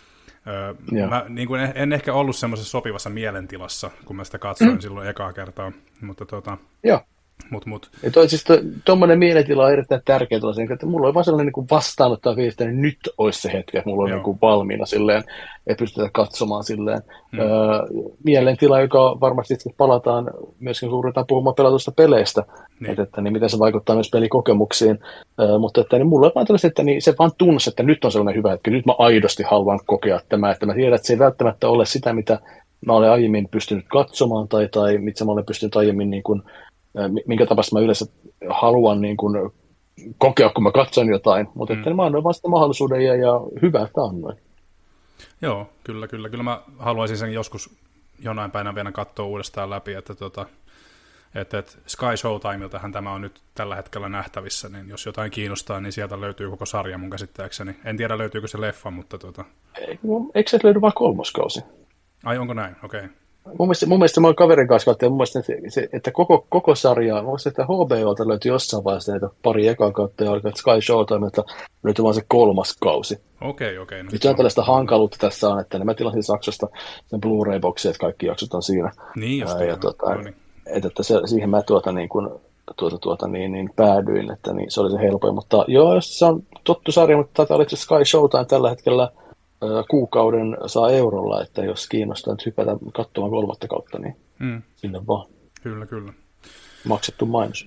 ö, mä niin kuin en ehkä ollut semmoisessa sopivassa mielentilassa, kun mä sitä katsoin mm-hmm. silloin ekaa kertaa, mutta tota... Joo. Mut, mut. Ja toi, siis tuommoinen mielentila on erittäin tärkeä, että mulla on vaan sellainen niin vastaanottaa fiilis, että nyt olisi se hetki, että mulla on niin kuin valmiina silleen, että pystytään katsomaan silleen. Hmm. Öö, mielentila, joka varmasti sitten palataan myöskin, kun ruvetaan puhumaan pelatusta peleistä, niin. Että, että niin miten se vaikuttaa myös pelikokemuksiin. Öö, mutta että niin mulla on vaan tällaista, että niin se vaan tunsi, että nyt on sellainen hyvä hetki, nyt mä aidosti haluan kokea tämä, että mä tiedän, että se ei välttämättä ole sitä, mitä mä olen aiemmin pystynyt katsomaan tai, tai mitä mä olen pystynyt aiemmin niin kuin minkä tapasta mä yleensä haluan niin kuin kokea, kun mä katson jotain, mutta mm. että mä annoin vaan sitä mahdollisuuden ja, ja hyvä, että annoin. Joo, kyllä, kyllä. Kyllä mä haluaisin sen joskus jonain päivänä vielä katsoa uudestaan läpi, että, tota, että, että Sky Showtimeltähän tämä on nyt tällä hetkellä nähtävissä, niin jos jotain kiinnostaa, niin sieltä löytyy koko sarja mun käsittääkseni. En tiedä, löytyykö se leffa, mutta... Tota... Eikö se löydy vain kolmoskausi? Ai, onko näin? Okei. Okay. Mun mielestä, mun mielestä mä oon kaverin kanssa katsonut, mun mielestä, se, että koko, koko sarjaa, mun mielestä, että H B O:lta löytyi jossain vaiheessa näitä pari ekaa kautta, ja oliko Sky Showtimelta löytyi vaan se kolmas kausi. Okei, okei. No, nyt on tällaista hankaluutta tässä on, että mä tilasin Saksasta sen Blu-ray-boxin, että kaikki jaksot on siinä. Niin, just ja, tuota, no niin. Että, että se, siihen mä tuota, niin kun, tuota, tuota, niin, niin päädyin, että niin, se oli se helpoin. Mutta joo, jos se on tuttu sarja, mutta tätä oli se Sky Showtime tällä hetkellä kuukauden saa eurolla, että jos kiinnostaa nyt hypätä katsomaan kolmatta kautta, niin mm. sinne vaan. Kyllä, kyllä. Maksettu mainos.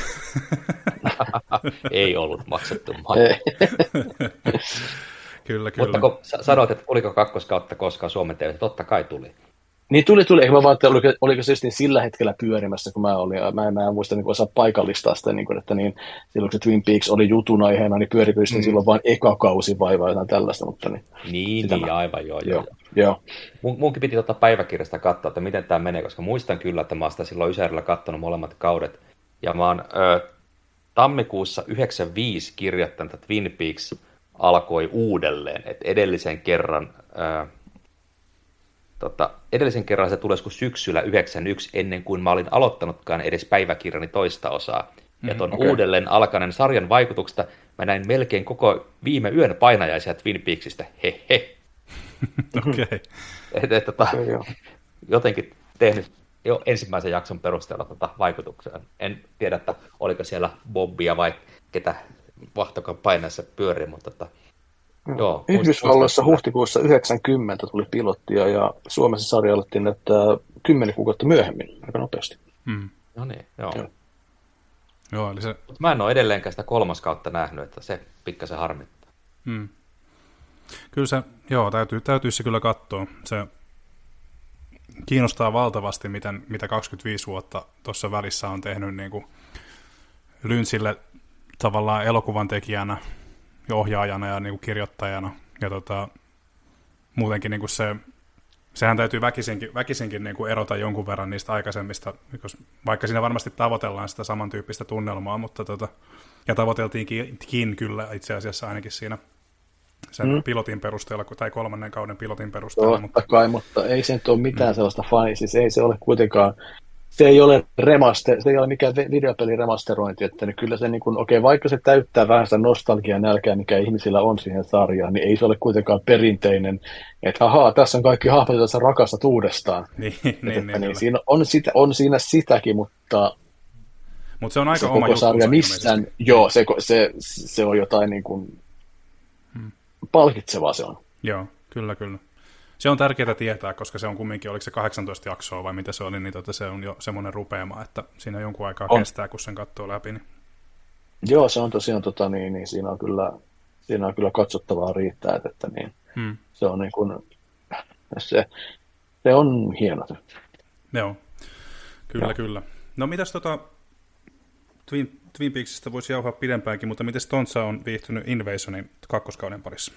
Ei ollut maksettu mainos. Kyllä, kyllä. Mutta kun sanoit, että oliko kakkoskautta koskaan Suomen T V, totta kai tuli. Niin tuli, tuli. Ehkä mä vaan, että oliko, oliko se just niin sillä hetkellä pyörimässä, kun mä olin. Mä en, mä en muista niin osaa paikallistaa sitä, niin kuin, että niin, silloin kun se Twin Peaks oli jutun aiheena, niin pyörikö mm. silloin vain eka kausi vai vai jotain tällaista. Mutta niin, niin, niin mä... aivan joo. joo. joo. Mun, munkin piti ottaa päiväkirjasta katsoa, että miten tämä menee, koska muistan kyllä, että mä oon sitä silloin Ysärillä katsonut molemmat kaudet. Ja mä oon ö, tammikuussa yhdeksänkymmentäviisi kirjoittanut, että Twin Peaks alkoi uudelleen, että edellisen kerran... Ö, Tota, edellisen kerran se tuli joskus syksyllä yhdeksänkymmentäyksi, ennen kuin mä olin aloittanutkaan edes päiväkirjani toista osaa. Ja ton okay. uudelleen alkaneen sarjan vaikutuksesta mä näin melkein koko viime yön painajaisia Twin Peaksista. He he. Okei. Okay. Et, et, tota, jotenkin tehnyt jo ensimmäisen jakson perusteella tota vaikutuksia. En tiedä, että oliko siellä Bobbia vai ketä vahtokan painaessa pyörii, mutta... Tota, joo, Yhdysvalloissa huhtikuussa yhdeksänkymmentä tuli pilottia ja Suomessa sarja alettiin näyttää kymmenen kuukautta myöhemmin, aika nopeasti. Hmm. No niin, joo. joo. joo eli se... Mä en ole edelleenkään sitä kolmas kautta nähnyt, että se pikkasen harmittaa. Hmm. Kyllä se, joo, täytyy, täytyy se kyllä katsoa. Se kiinnostaa valtavasti, miten, mitä kaksikymmentäviisi vuotta tuossa välissä on tehnyt niin kuin Lynchille tavallaan elokuvan tekijänä, ohjaajana ja niin kuin kirjoittajana. Ja tota, muutenkin niin kuin se, sehän täytyy väkisinkin, väkisinkin niin kuin erota jonkun verran niistä aikaisemmista, vaikka siinä varmasti tavoitellaan sitä samantyyppistä tunnelmaa, mutta tota, ja tavoiteltiinkin kyllä itse asiassa ainakin siinä sen mm. pilotin perusteella, tai kolmannen kauden pilotin perusteella. Totta mutta... kai, mutta ei se nyt ole mitään mm. sellaista fani, siis ei se ole kuitenkaan, se ei ole remaster, se ei ole mikään videopelin remasterointi, että niin kyllä se niin kuin, okei, vaikka se täyttää vähän sitä nostalgiaa nälkää, mikä ihmisillä on siihen sarjaan, niin ei se ole kuitenkaan perinteinen, että ahaa, tässä on kaikki hahmot, joita sä rakastat uudestaan. niin, että, niin, että, niin, niin, siinä on, sitä, on siinä sitäkin, mutta Mut se on aika se oma koko sarja missään, joo, se, se, se on jotain niin kuin hmm. palkitsevaa se on. Joo, kyllä, kyllä. Se on tärkeää tietää, koska se on kumminkin, oliko se kahdeksantoista jaksoa vai mitä se oli, niin tota se on jo semmoinen rupeama, että siinä jonkun aikaa on. Kestää, kun sen katsoo läpi. Niin... Joo, se on tosiaan, tota, niin, niin, siinä, on kyllä, siinä on kyllä katsottavaa riittää, että, että niin, hmm. se on niin kuin, se, se on hieno. Joo, kyllä, Joo. kyllä. No mitäs tota, Twin, Twin Peaksista voisi jauhaa pidempäänkin, mutta miten Tontsa on viihtynyt Invasionin kakkoskauden parissa?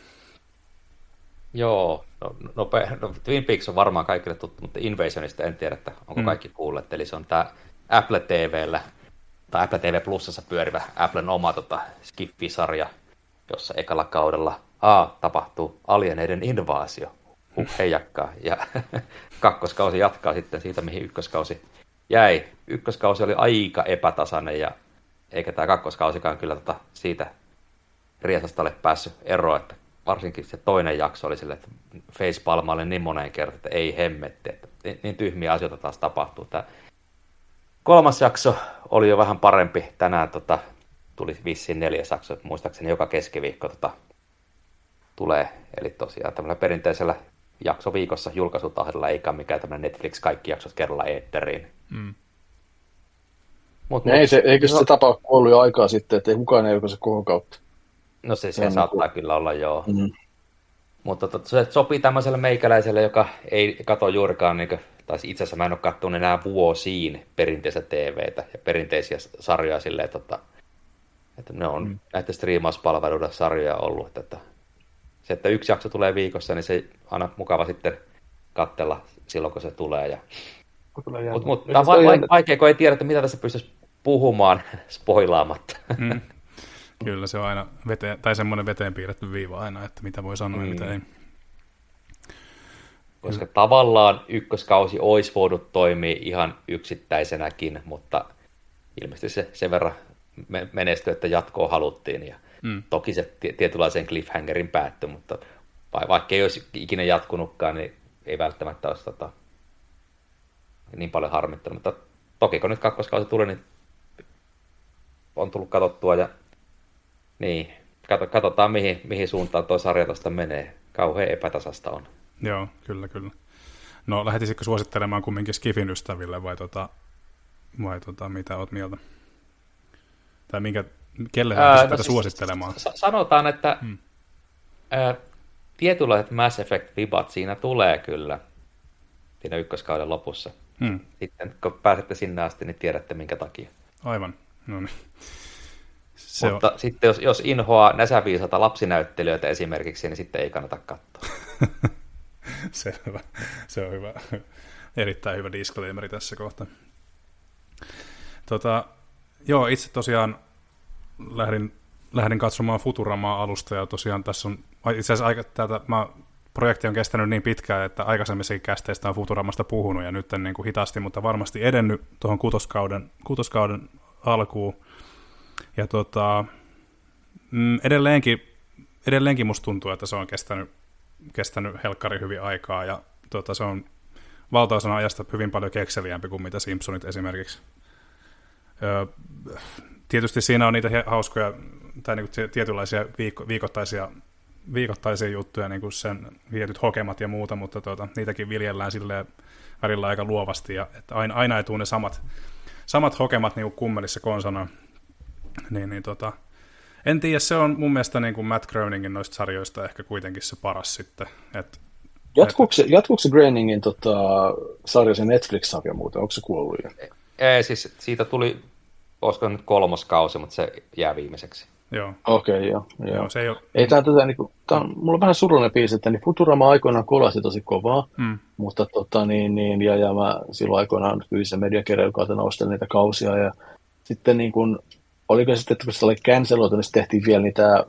Joo, no, no, no Twin Peaks on varmaan kaikille tuttu, mutta Invasionista en tiedä, että onko mm. kaikki kuulleet. Eli se on tämä Apple T V:llä, tai Apple T V Plusassa pyörivä Applen oma tota, Skiffi-sarja, jossa ekalla kaudella A, tapahtuu alieneiden invaasio, huh, heijakkaa, ja kakkoskausi jatkaa sitten siitä, mihin ykköskausi jäi. Ykköskausi oli aika epätasainen, ja eikä tämä kakkoskausikaan kyllä tota, siitä riesasta ole päässyt eroon, että varsinkin se toinen jakso oli silleen, että facepalma oli niin moneen kertaan, että ei hemmetti, että niin tyhmiä asioita taas tapahtuu. Tämä kolmas jakso oli jo vähän parempi. Tänään tota, tuli vissiin neljäs jakso, että muistaakseni joka keskiviikko tota, tulee. Eli tosiaan tämmöisellä perinteisellä jaksoviikossa julkaisutahdella, eikä mikään tämmöinen Netflix kaikki jaksot kerralla eetteriin. Mm. Mut, mut, ei se, eikö no, se tapa ollut jo aikaa sitten, että ei kukaan ei julkaise koko kautta? No se, se saattaa niin kyllä olla, joo. Mm-hmm. Mutta to, se sopii tämmöiselle meikäläiselle, joka ei katso juurikaan, niin kuin, tai itse asiassa mä en ole katsonut enää vuosiin perinteistä T V:tä ja perinteisiä sarjoja silleen, että, että ne on mm. näiden striimauspalveluiden sarjoja ollut. Että, että se, että yksi jakso tulee viikossa, niin se on aina mukava sitten katsella silloin, kun se tulee. Ja... Mutta mut, tämä on va- vaikea, kun ei tiedä, että mitä tässä pystyisi puhumaan spoilaamatta. Mm. Kyllä se on aina veteen, tai semmoinen veteen piirretty viiva aina, että mitä voi sanoa mm. ja mitä ei. Koska Kyllä. tavallaan ykköskausi olisi voinut toimia ihan yksittäisenäkin, mutta ilmeisesti se sen verran menestyi, että jatkoa haluttiin. Ja mm. toki se tietynlaisen cliffhangerin päättyi, mutta vaikka ei olisi ikinä jatkunutkaan, niin ei välttämättä olisi tota, niin paljon harmittanut. Mutta toki kun nyt kakkoskausi tuli, niin on tullut katsottua ja niin, katsotaan mihin, mihin suuntaan tuo sarja tuosta menee. Kauhean epätasasta on. Joo, kyllä, kyllä. No lähtisitkö suosittelemaan kumminkin Skifin ystäville vai tota, vai tota, mitä oot mieltä? Tai minkä, kelle Ää, lähtisit no tätä siis, suosittelemaan? Sanotaan, että Hmm. ää, tietynlaiset Mass Effect-vibat siinä tulee kyllä siinä ykköskauden lopussa. Hmm. Sitten kun pääsette sinne asti, niin tiedätte minkä takia. Aivan, no niin. Se Mutta on... sitten jos, jos inhoaa näsäviisata lapsinäyttelijöitä esimerkiksi, niin sitten ei kannata katsoa. Selvä. Se on hyvä. Erittäin hyvä disclaimeri tässä kohtaa. Tota, joo, itse tosiaan lähdin, lähdin katsomaan Futuramaa alusta, ja tosiaan tässä on, itse asiassa aika, täältä, mä, projekti on kestänyt niin pitkään, että aikaisemmissakin kästeistä on Futuramasta puhunut, ja nyt en niin kuin hitaasti, mutta varmasti edennyt tuohon kutoskauden, kutoskauden alkuun. Ja tota, mm, edelleenkin, edelleenkin musta tuntuu, että se on kestänyt, kestänyt helkkari hyvin aikaa, ja tota, se on valtaosana ajasta hyvin paljon kekseliämpi kuin mitä Simpsonit esimerkiksi. Öö, tietysti siinä on niitä hauskoja tai niinku tietynlaisia viikko, viikoittaisia, viikoittaisia juttuja, niin kuin sen vietyt hokemat ja muuta, mutta tuota, niitäkin viljellään silleen välillä aika luovasti, ja että aina, aina ei tule ne samat, samat hokemat niin kuin kummelissa konsana. Niin, niin, tota, en tiedä, se on mun mielestä niin kuin Matt Groeningin noista sarjoista ehkä kuitenkin se paras sitten. Et, Jatkuuko se, jatkuuko se Groeningin tota, sarja, se Netflix-sarja muuten, onko se kuollut jo? Ei, siis siitä tuli, olisiko nyt kolmas kausi, mutta se jää viimeiseksi. Joo. Okei, okay, joo. joo. joo se ei, ole... ei tää, tätä, niinku, tää on, mulla on vähän surullinen biisi, että niin Futurama aikoinaan kolasi tosi kovaa, mm. mutta tota, niin, niin, ja, ja mä silloin aikoinaan fyysisen mediakirjan kautta ostelin niitä kausia, ja sitten niin kun, oliko se sitten, että kun se oli canceloitu, niin tehtiin vielä niitä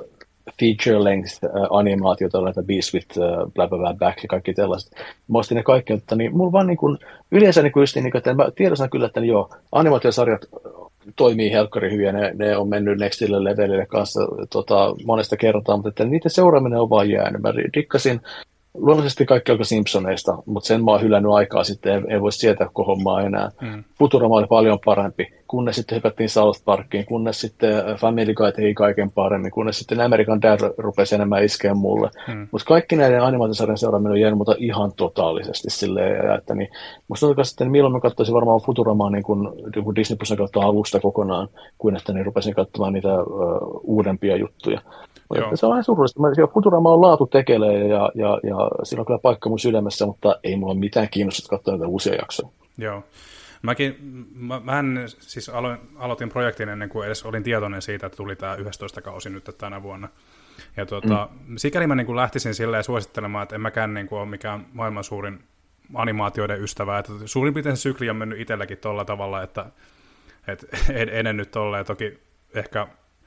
feature-length-animaatioita, näitä Beast with uh, blah, blah, blah, back ja kaikki tällaiset. Mä ostin ne kaikki, mutta niin, mulla vaan niin kun, yleensä niin kun just niin, että mä tiedostan kyllä, että niin joo, animaatiosarjat toimii helkkari hyvin, ja ne, ne on mennyt nextille levelille kanssa tota, monesta kertaa, mutta että niiden seuraaminen on vaan jäänyt. Mä dikkasin, luonnollisesti kaikki alkoi Simpsoneista, mutta sen mä oon hylännyt aikaa sitten, ei, ei voi sietää koko hommaa enää. Mm. Futurama oli paljon parempi, kunnes sitten hypättiin South Parkiin, kunnes sitten Family Guy teki kaiken paremmin, kunnes sitten American Dad rupesi enemmän iskeä mulle. Mm. Mutta kaikki näiden animaatiosarjan seuraaminen on jäänyt mutta ihan totaalisesti silleen, ja että niin, musta tuntuu, että milloin mä katsoisin varmaan Futuramaa niin kuin, niin kuin Disney Plusin kautta alusta kokonaan, kuin että niin rupesin katsomaan niitä uh, uudempia juttuja. Se on vähän surullista. Futurama on laatu tekelee ja, ja, ja siinä on kyllä paikka mun sydämessä, mutta ei mulla ole mitään kiinnostusta katsoa näitä uusia jaksoja. Joo. Mäkin, mä, mä en, siis aloin, aloitin projektin ennen kuin edes olin tietoinen siitä, että tuli tämä yhdestoista kausi nyt tänä vuonna. Ja tuota, mm. sikäli mä niin kuin lähtisin silleen suosittelemaan, että en mäkään niin kuin ole mikään maailman suurin animaatioiden ystävä. Että suurin piirtein se sykli on mennyt itselläkin tuolla tavalla, että, että ennen nyt tolleen toki ehkä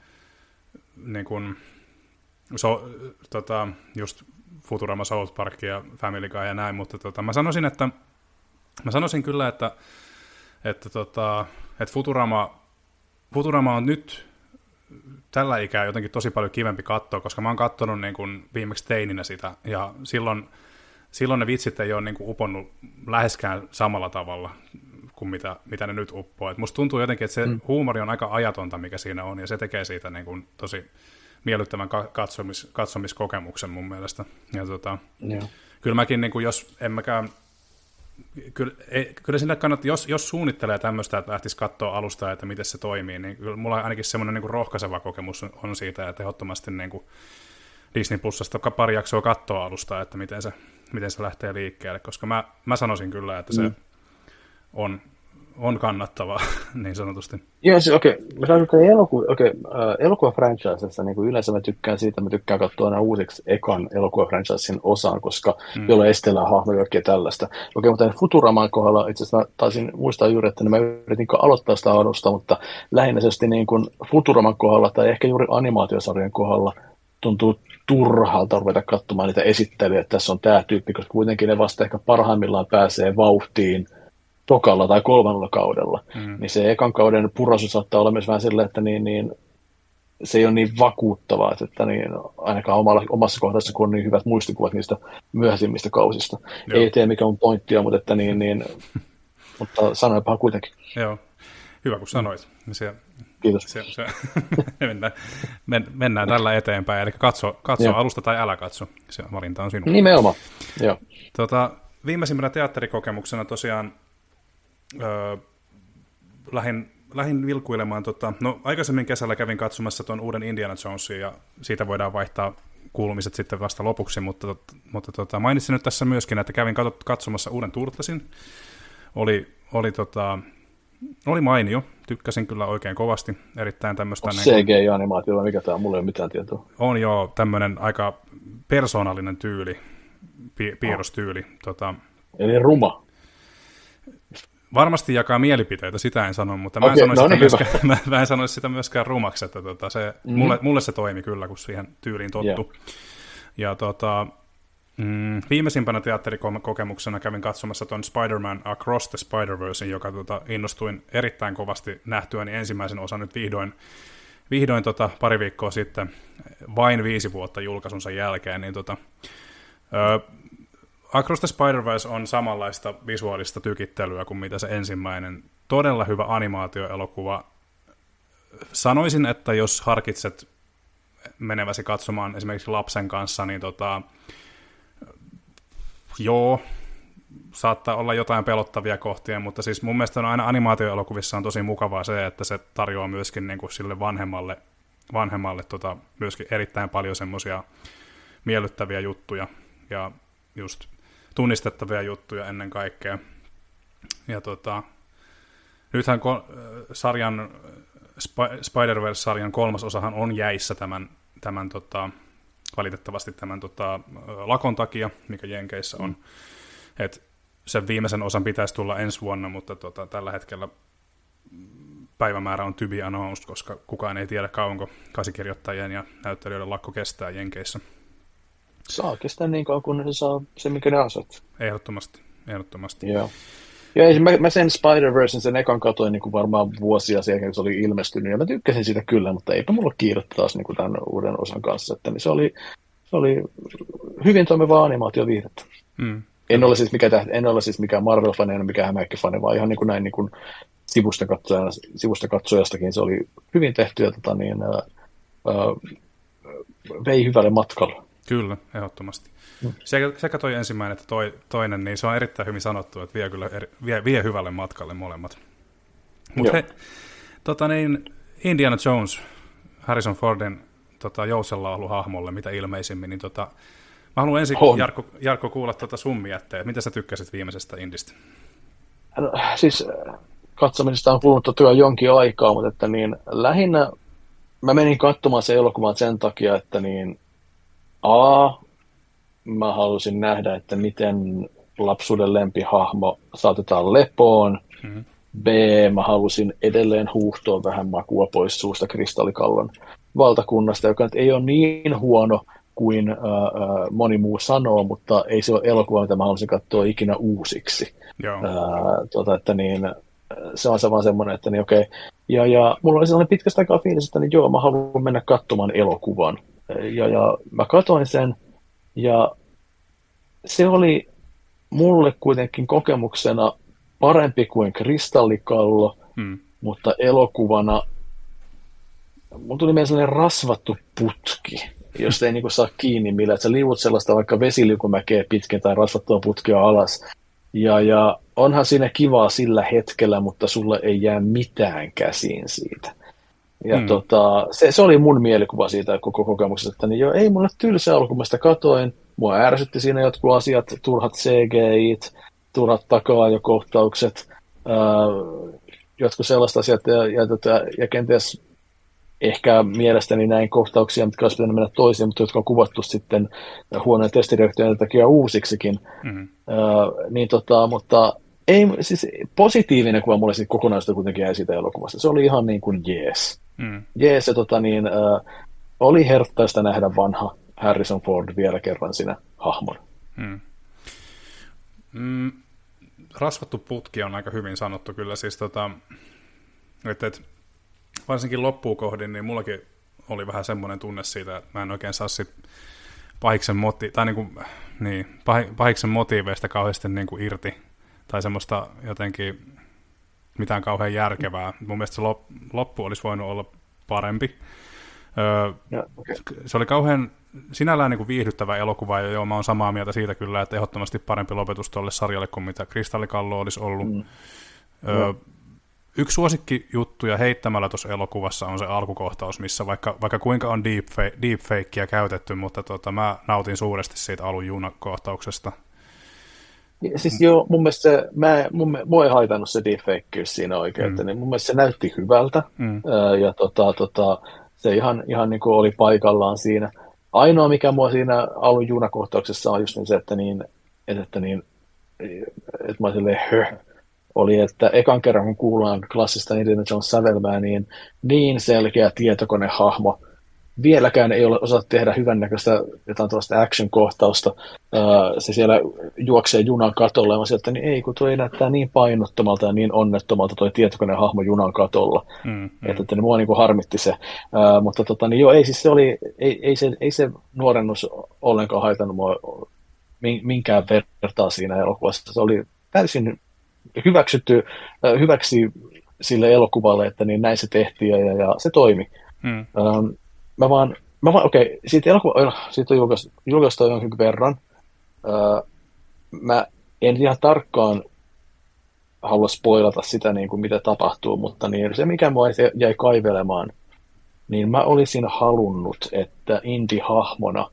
niin kuin So, tota, just Futurama, South Park ja Family Guy ja näin, mutta tota, mä sanoisin, että mä sanoisin kyllä, että, että, tota, että Futurama, Futurama on nyt tällä ikää jotenkin tosi paljon kivempi katsoa, koska mä oon katsonut niin kuin viimeksi teininä sitä, ja silloin, silloin ne vitsit ei ole niin kuin uponnut läheskään samalla tavalla kuin mitä, mitä ne nyt uppoo. Et musta tuntuu jotenkin, että se mm. huumori on aika ajatonta, mikä siinä on, ja se tekee siitä niin kuin tosi miellyttävän katsomis, katsomiskokemuksen mun mielestä. Ja tota, kyllä mäkin, niin kuin jos en mäkään, kyllä, ei, kyllä sinne kannattaa, jos, jos suunnittelee tämmöistä, että lähtisi katsoa alusta, että miten se toimii, niin kyllä mulla ainakin semmoinen niin kuin rohkaiseva kokemus on siitä, että ehdottomasti niin kuin Disney Plusasta pari jaksoa katsoa alusta, että miten se, miten se lähtee liikkeelle, koska mä, mä sanoisin kyllä, että se mm. on, on kannattavaa, niin sanotusti. Joo, siis okei. Okay. Mä sanon, että elokuva, okay, uh, elokuva-franchisessa, niin kuin yleensä mä tykkään siitä, mä tykkään katsoa aina uusiksi ekan elokuva-franchisein osaan, koska mm. jolla estellään hahmoja ja tällaista. Okei, okay, mutta Futuraman kohdalla itse asiassa mä taisin muistaa juuri, että mä yritin aloittaa sitä alusta, mutta lähinnäisesti niin kuin Futuraman kohdalla tai ehkä juuri animaatiosarjan kohdalla tuntuu turhalta ruveta katsomaan niitä esittelyjä, että tässä on tämä tyyppi, koska kuitenkin ne vasta ehkä parhaimmillaan pääsee vauhtiin tokalla tai kolmannella kaudella, mm. niin se ekan kauden purasu saattaa olla myös vähän silleen, että niin, niin, se ei ole niin vakuuttavaa, että, että niin, ainakaan omalla, omassa kohdassa, kun on niin hyvät muistikuvat niistä myöhäisimmistä kausista. Joo. Ei tiedä, mikä on pointtia, mutta, että niin, niin, mutta sanoinpahan kuitenkin. Joo, hyvä kun sanoit. Se, Kiitos. Se, se, mennään, men, mennään tällä eteenpäin, eli katso, katso alusta tai älä katso, se valinta on sinun. Nimenomaan, joo. Tota, viimeisimmänä teatterikokemuksena tosiaan Öö, lähdin, lähdin vilkuilemaan, tota, no aikaisemmin kesällä kävin katsomassa tuon uuden Indiana Jonesin, ja siitä voidaan vaihtaa kuulumiset sitten vasta lopuksi, mutta, mutta tota, mainitsin nyt tässä myöskin, että kävin katsomassa uuden Turtlesin. Oli, oli, tota, oli mainio, tykkäsin kyllä oikein kovasti, erittäin tämmöistä... On C G I-animaatio, mikä tämä on, mulla ei ole mitään tietoa. On jo tämmöinen aika persoonallinen tyyli, pi- piirrostyyli. Oh. Tota, Eli ruma. Varmasti jakaa mielipiteitä, sitä en sano, mutta mä en, okay, sanoisi, no sitä niin, myöskään, mä, mä en sanoisi sitä myöskään rumaksi, että tota, se, mm-hmm. mulle, mulle se toimi kyllä, kun siihen tyyliin tottu. Yeah. Ja tota, mm, viimeisimpänä teatterikokemuksena kävin katsomassa ton Spider-Man Across the Spider-Versen, joka tota, innostuin erittäin kovasti nähtyäni ensimmäisen osan nyt vihdoin, vihdoin tota, pari viikkoa sitten, vain viisi vuotta julkaisunsa jälkeen, niin tota, ö, Across the Spider-Verse on samanlaista visuaalista tykittelyä kuin mitä se ensimmäinen. Todella hyvä animaatioelokuva. Sanoisin, että jos harkitset meneväsi katsomaan esimerkiksi lapsen kanssa, niin tota, joo, saattaa olla jotain pelottavia kohtia, mutta siis mun mielestä on aina animaatioelokuvissa on tosi mukavaa se, että se tarjoaa myöskin niin kuin sille vanhemmalle, vanhemmalle tota, myöskin erittäin paljon semmoisia miellyttäviä juttuja ja just tunnistettavia juttuja ennen kaikkea. Ja tota, nythän ko- sarjan, Sp- Spider-Verse-sarjan kolmas osahan on jäissä tämän, tämän tota, valitettavasti tämän tota, lakon takia, mikä Jenkeissä on. Et sen viimeisen osan pitäisi tulla ensi vuonna, mutta tota, tällä hetkellä päivämäärä on to be announced, koska kukaan ei tiedä kauanko käsikirjoittajien ja näyttelijöiden lakko kestää Jenkeissä. Saa kestää niin kauan, kun se saa se, mikä ne asettaa. Ehdottomasti, ehdottomasti. Joo. Ja mä, mä sen Spider-Versen sen ekan katoin niin kuin varmaan vuosia sen jälkeen, kun se oli ilmestynyt, ja mä tykkäsin siitä kyllä, mutta eipä mulla kiirettä taas niin kuin tämän uuden osan kanssa. Että, niin se, oli, se oli hyvin toimivaa animaatioviihdettä. Mm. En ole siis mikä, en ole siis mikään Marvel-fani, en mikään Hämähäkki-fani, vaan ihan niin kuin näin niin kuin sivusta, katsojana, sivusta katsojastakin se oli hyvin tehty ja tota, niin, ää, ää, vei hyvälle matkalle. Kyllä, ehdottomasti. Mm. Sekä, sekä toi ensimmäinen että toi, toinen, niin se on erittäin hyvin sanottu, että vie, kyllä eri, vie, vie hyvälle matkalle molemmat. Mutta tota niin, Indiana Jones, Harrison Fordin tota, joussenlauluhahmolle, mitä ilmeisimmin, niin tota, mä haluan ensin, Jarkko, Jarkko, kuulla tota sun mietteet. Mitä sä tykkäsit viimeisestä Indistä? No, siis katsomisesta on kulunut totta jonkin aikaa, mutta että niin, lähinnä mä menin katsomaan se elokuvan sen takia, että niin, A, mä halusin nähdä, että miten lapsuuden lempihahmo saatetaan lepoon. Mm-hmm. B, mä halusin edelleen huuhtoa vähän makua pois suusta Kristallikallon valtakunnasta, joka nyt ei ole niin huono kuin ää, ää, moni muu sanoo, mutta ei se ole elokuva, mitä mä halusin katsoa ikinä uusiksi. Ää, tuota, että niin, se on vaan semmoinen, että niin okei. Ja, ja mulla oli sellainen pitkästä aikaa fiilis, että niin joo, mä haluan mennä katsomaan elokuvan. Ja, ja mä katsoin sen, ja se oli mulle kuitenkin kokemuksena parempi kuin Kristallikallo, hmm. mutta elokuvana mulla tuli meidän sellainen rasvattu putki, josta ei niinku saa kiinni millään, että sä liuut sellaista vaikka vesiliukumäkeä pitkin tai rasvattua putkea alas. Ja, ja onhan siinä kivaa sillä hetkellä, mutta sulle ei jää mitään käsiin siitä. Ja hmm. tota, se, se oli mun mielikuva siitä koko kokemuksesta, että niin jo, ei mulle tylsä ollut, kun mä sitä katoin. Mua ärsytti siinä jotkut asiat, turhat C G I-t, turhat takaajokohtaukset, ää, jotkut sellaiset asiat, ja, ja, tota, ja kenties ehkä mielestäni näin kohtauksia, mitkä olisi pitänyt mennä toisiin, mutta jotka on kuvattu sitten huoneen testidirektojen takia uusiksikin. Mm-hmm. Ää, niin tota, mutta ei, siis positiivinen kuva mulle sitten kokonaisuutta kuitenkin jäi siitä elokuvasta. Se oli ihan niin kuin jees. Mm. Jees, ja tota, niin, ää, oli herttaista nähdä vanha Harrison Ford vielä kerran siinä hahmon. Mm. Mm, rasvattu putki on aika hyvin sanottu kyllä. Siis, tota, että, että varsinkin loppuun kohdin, niin mullakin oli vähän semmoinen tunne siitä, että mä en oikein saa sit pahiksen, moti- tai niin kuin, niin, pahiksen motiiveista kauheasti niin kuin irti. Tai semmoista jotenkin mitään kauhean järkevää. Mun mielestä se loppu olisi voinut olla parempi. Öö, ja, okay. Se oli kauhean sinällään niin kuin viihdyttävä elokuva, ja joo, mä oon samaa mieltä siitä kyllä, että ehdottomasti parempi lopetus tuolle sarjalle kuin mitä Kristallikallo olisi ollut. Mm. Öö, yksi suosikkijuttuja heittämällä tuossa elokuvassa on se alkukohtaus, missä vaikka, vaikka kuinka on deepfake, deepfakea käytetty, mutta tota, mä nautin suuresti siitä alun junakohtauksesta. Ja siis joo, mun mielestä se, mä, mun, mua ei haitannut se deepfakeys siinä oikein, mm. niin mun mielestä se näytti hyvältä, mm. ja tota, tota, se ihan, ihan niin kuin oli paikallaan siinä. Ainoa, mikä mua siinä alun junakohtauksessa on just niin se, että niin, että, että niin, että mä silleen höh, oli, että ekan kerran kun kuullaan klassista Indiana Jones sävelmää, niin niin selkeä tietokonehahmo. Vieläkään ei ole osattu tehdä hyvännäköistä jotain tuollaista action-kohtausta. Se siellä juoksee junan katolla, ja mä sieltä, niin ei, kun toi näyttää niin painottomalta ja niin onnettomalta toi tietokonehahmo junan katolla. Mm, mm. Että, että niin mua niin kuin harmitti se. Uh, mutta tota, niin joo, ei, siis se oli, ei, ei, se, ei se nuorennus ollenkaan haitannut mua minkään vertaa siinä elokuvassa. Se oli täysin hyväksytty hyväksi sille elokuvalle, että niin näin se tehtiin ja, ja, ja se toimi. Hmm. Ähm, mä vaan, mä vaan okei, okay, siitä elokuva, siitä on julkaistu, julkaistu jonkin verran. Äh, mä en ihan tarkkaan halua spoilata sitä, niin kuin mitä tapahtuu, mutta niin se, mikä mua jäi kaivelemaan, niin mä olisin halunnut, että Indy-hahmona,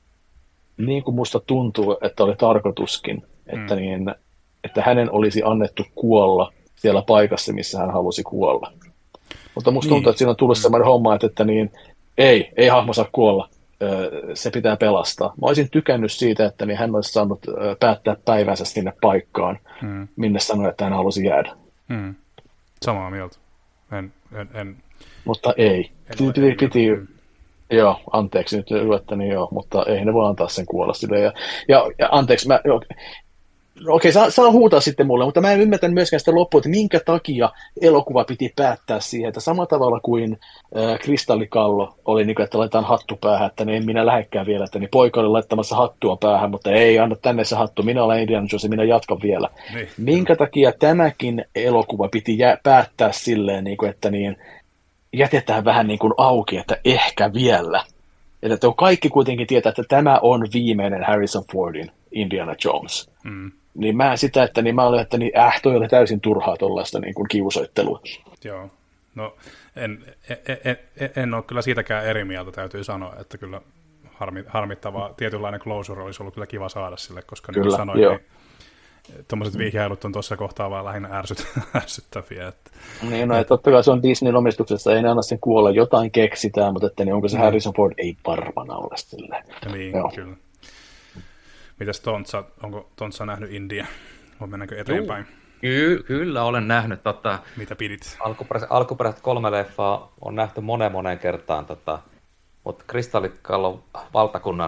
niin kuin musta tuntuu, että oli tarkoituskin, että, hmm. niin, että hänen olisi annettu kuolla siellä paikassa, missä hän halusi kuolla. Mutta musta niin. tuntuu, että siinä on tullut sellainen homma, että, että niin, ei, ei hahmo saa kuolla, se pitää pelastaa. Mä olisin tykännyt siitä, että niin hän olisi saanut päättää päivänsä sinne paikkaan, hmm. minne sanoi, että hän halusi jäädä. Hmm. Samaa mieltä. En, en, en... Mutta ei. En piti, piti, hmm. Joo, anteeksi nyt, että niin joo, mutta ei ne voi antaa sen kuolla sille. Ja, ja, ja anteeksi, mä... Joo, okei, saa, saa huutaa sitten mulle, mutta mä en ymmärtänyt myöskään sitä loppua, että minkä takia elokuva piti päättää siihen, että samalla tavalla kuin äh, Kristallikallo oli, niin kuin, että laitetaan hattu päähän, että niin en minä lähdekään vielä, että niin poika oli laittamassa hattua päähän, mutta ei, anna tänne se hattu, minä olen Indiana Jones ja minä jatkan vielä. Niin. Minkä takia tämäkin elokuva piti jä- päättää silleen, niin kuin, että niin jätetään vähän niin kuin auki, että ehkä vielä. Että kaikki kuitenkin tietää, että tämä on viimeinen Harrison Fordin Indiana Jones. Mm. Niin mä sitä, että niin mä olin, että niin, äh, toi oli täysin turhaa tuollaista niin kuin kiusoittelua. Joo, no en, en, en, en ole kyllä siitäkään eri mieltä, täytyy sanoa, että kyllä harmi, harmittavaa, tietynlainen closure olisi ollut kyllä kiva saada sille, koska kyllä, niin kuin sanoin, niin tuommoiset vihjailut on tuossa kohtaa vaan lähinnä ärsyt, ärsyttäviä. Että, niin, no, että totta kai se on Disneyn omistuksessa, ei ne anna sen kuolla, jotain keksitään, mutta että, niin onko se mm. Harrison Ford, ei varmana ole silleen. Niin, joo. Kyllä. Mitäs Tontsa, onko Tontsa nähnyt India? Vai mennäänkö eteenpäin? Ky- kyllä olen nähnyt. Tota, mitä pidit? Alkuperäiset, alkuperäiset kolme leffaa on nähty moneen moneen kertaan, tota, mutta Kristallikallon valtakunnan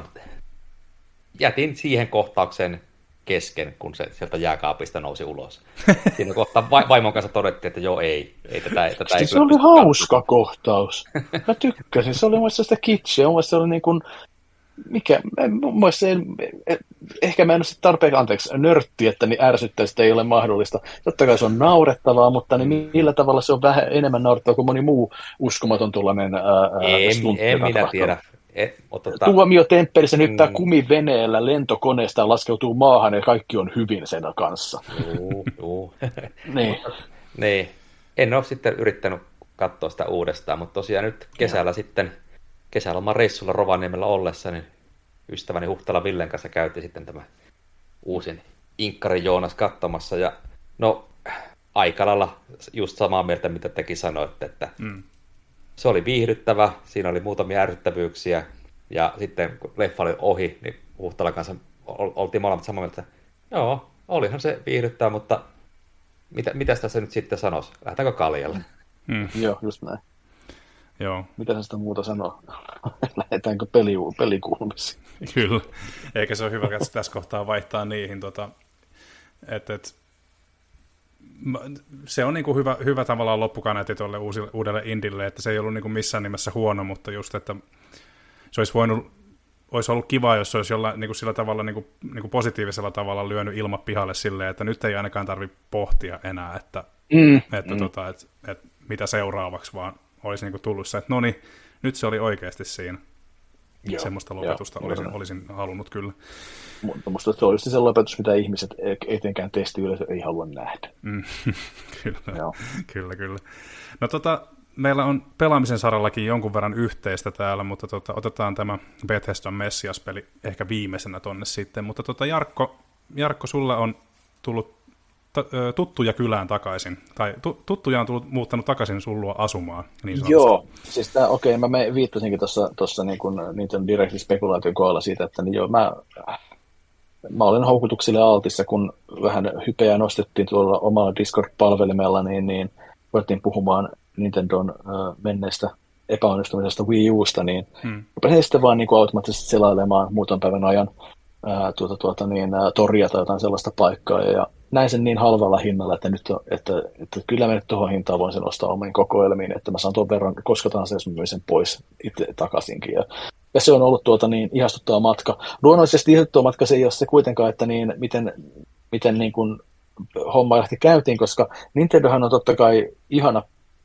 jätin siihen kohtaukseen kesken, kun se sieltä jääkaapista nousi ulos. Siinä kohtaa va- vaimon kanssa todettiin, että joo, ei. ei tätä, tätä ei se oli hauska katsoa. Kohtaus. Mä tykkäsin. Se oli mun mielestä sitä kitschiä. Mun mielestä se oli niin kuin, mikä, mun mielestä se, ehkä mä en ole tarpeeksi, anteeksi, nörtti, että niin ärsyttäisi, että ei ole mahdollista. Totta kai se on naurettavaa, mutta niin millä tavalla se on vähän enemmän naurettavaa kuin moni muu uskomaton tuollainen stuntti. En, en minä tiedä. Et, tota... Tuomio Temppelissä nyttää mm. kumiveneellä lentokoneesta ja laskeutuu maahan ja kaikki on hyvin sen kanssa. Juu, juu. niin. niin. En ole sitten yrittänyt katsoa sitä uudestaan, mutta tosiaan nyt kesällä ja. sitten, kesäloman reissulla Rovaniemellä ollessa, niin ystäväni Huhtala Villen kanssa käytiin sitten tämä uusin Inkkari Joonas katsomassa. Ja no, aika lailla just samaa mieltä, mitä tekin sanoitte, että mm. se oli viihdyttävä, siinä oli muutamia ärsyttävyyksiä, ja sitten kun leffa oli ohi, niin Huhtalan kanssa oltiin molemmat samaa mieltä, että joo, olihan se viihdyttävä, mutta mitä, mitäs tässä nyt sitten sanoisi? Lähdetäänkö kaljalle? Mm. Joo, just näin. Joo. Mitä se sitä muuta sanoo? Lähdetäänkö peli, pelikuulumisiin? Kyllä, eikä se ole hyvä katsoa tässä kohtaa vaihtaa niihin, tota, että et, se on niin kuin hyvä, hyvä tavallaan loppukaneetti tuolle uudelle indille, että se ei ollut niin kuin missään nimessä huono, mutta just, että se olisi voinut, olisi ollut kiva, jos se olisi jollain niin kuin sillä tavalla niin kuin, niin kuin positiivisella tavalla lyönyt ilmat pihalle silleen, että nyt ei ainakaan tarvitse pohtia enää, että, mm, että, mm. Tota, että, että mitä seuraavaksi, vaan olisi niin kuin tullut se, että no niin, nyt se oli oikeasti siinä. Joo, semmoista lopetusta joo, olisin, olisin halunnut kyllä. Mutta musta se on just se lopetus, mitä ihmiset etenkään testiyleisö ei halua nähdä. Mm, kyllä, kyllä, kyllä. No tota, meillä on pelaamisen sarallakin jonkun verran yhteistä täällä, mutta tota, otetaan tämä Bethesdan Messias-peli ehkä viimeisenä tonne sitten. Mutta tota, Jarkko, Jarkko, sulla on tullut t- tuttuja kylään takaisin, tai tu- tuttuja on tullut, muuttanut takaisin sun luo asumaan. Niin joo, siis tää, okei, okay, mä viittasinkin tuossa niin Nintendo Directin spekulaation kohdalla siitä, että niin joo, mä, mä olen houkutuksille altissa, kun vähän hypeä nostettiin tuolla omalla Discord-palvelimella, niin, niin voitiin puhumaan Nintendon äh, menneestä epäonnistumisesta Wii Usta, niin hmm. rupesin sitten vaan niin kuin automaattisesti selailemaan muutaman päivän ajan ää, tuota, tuota, niin, ää, toria tai jotain sellaista paikkaa, ja, ja näin sen niin halvalla hinnalla, että, nyt on, että, että kyllä mä nyt tuohon hintaan voin sen ostaa omiin kokoelmiin, että mä saan tuon verran, koska tahansa, jos mä myyn sen pois itse takaisinkin. Ja, ja se on ollut tuota, niin, ihastuttava matka. Luonnollisesti ihastuttava matka se ei ole se kuitenkaan, että niin, miten, miten niin kuin homma lähti käyntiin, koska Nintendohan on totta kai ihana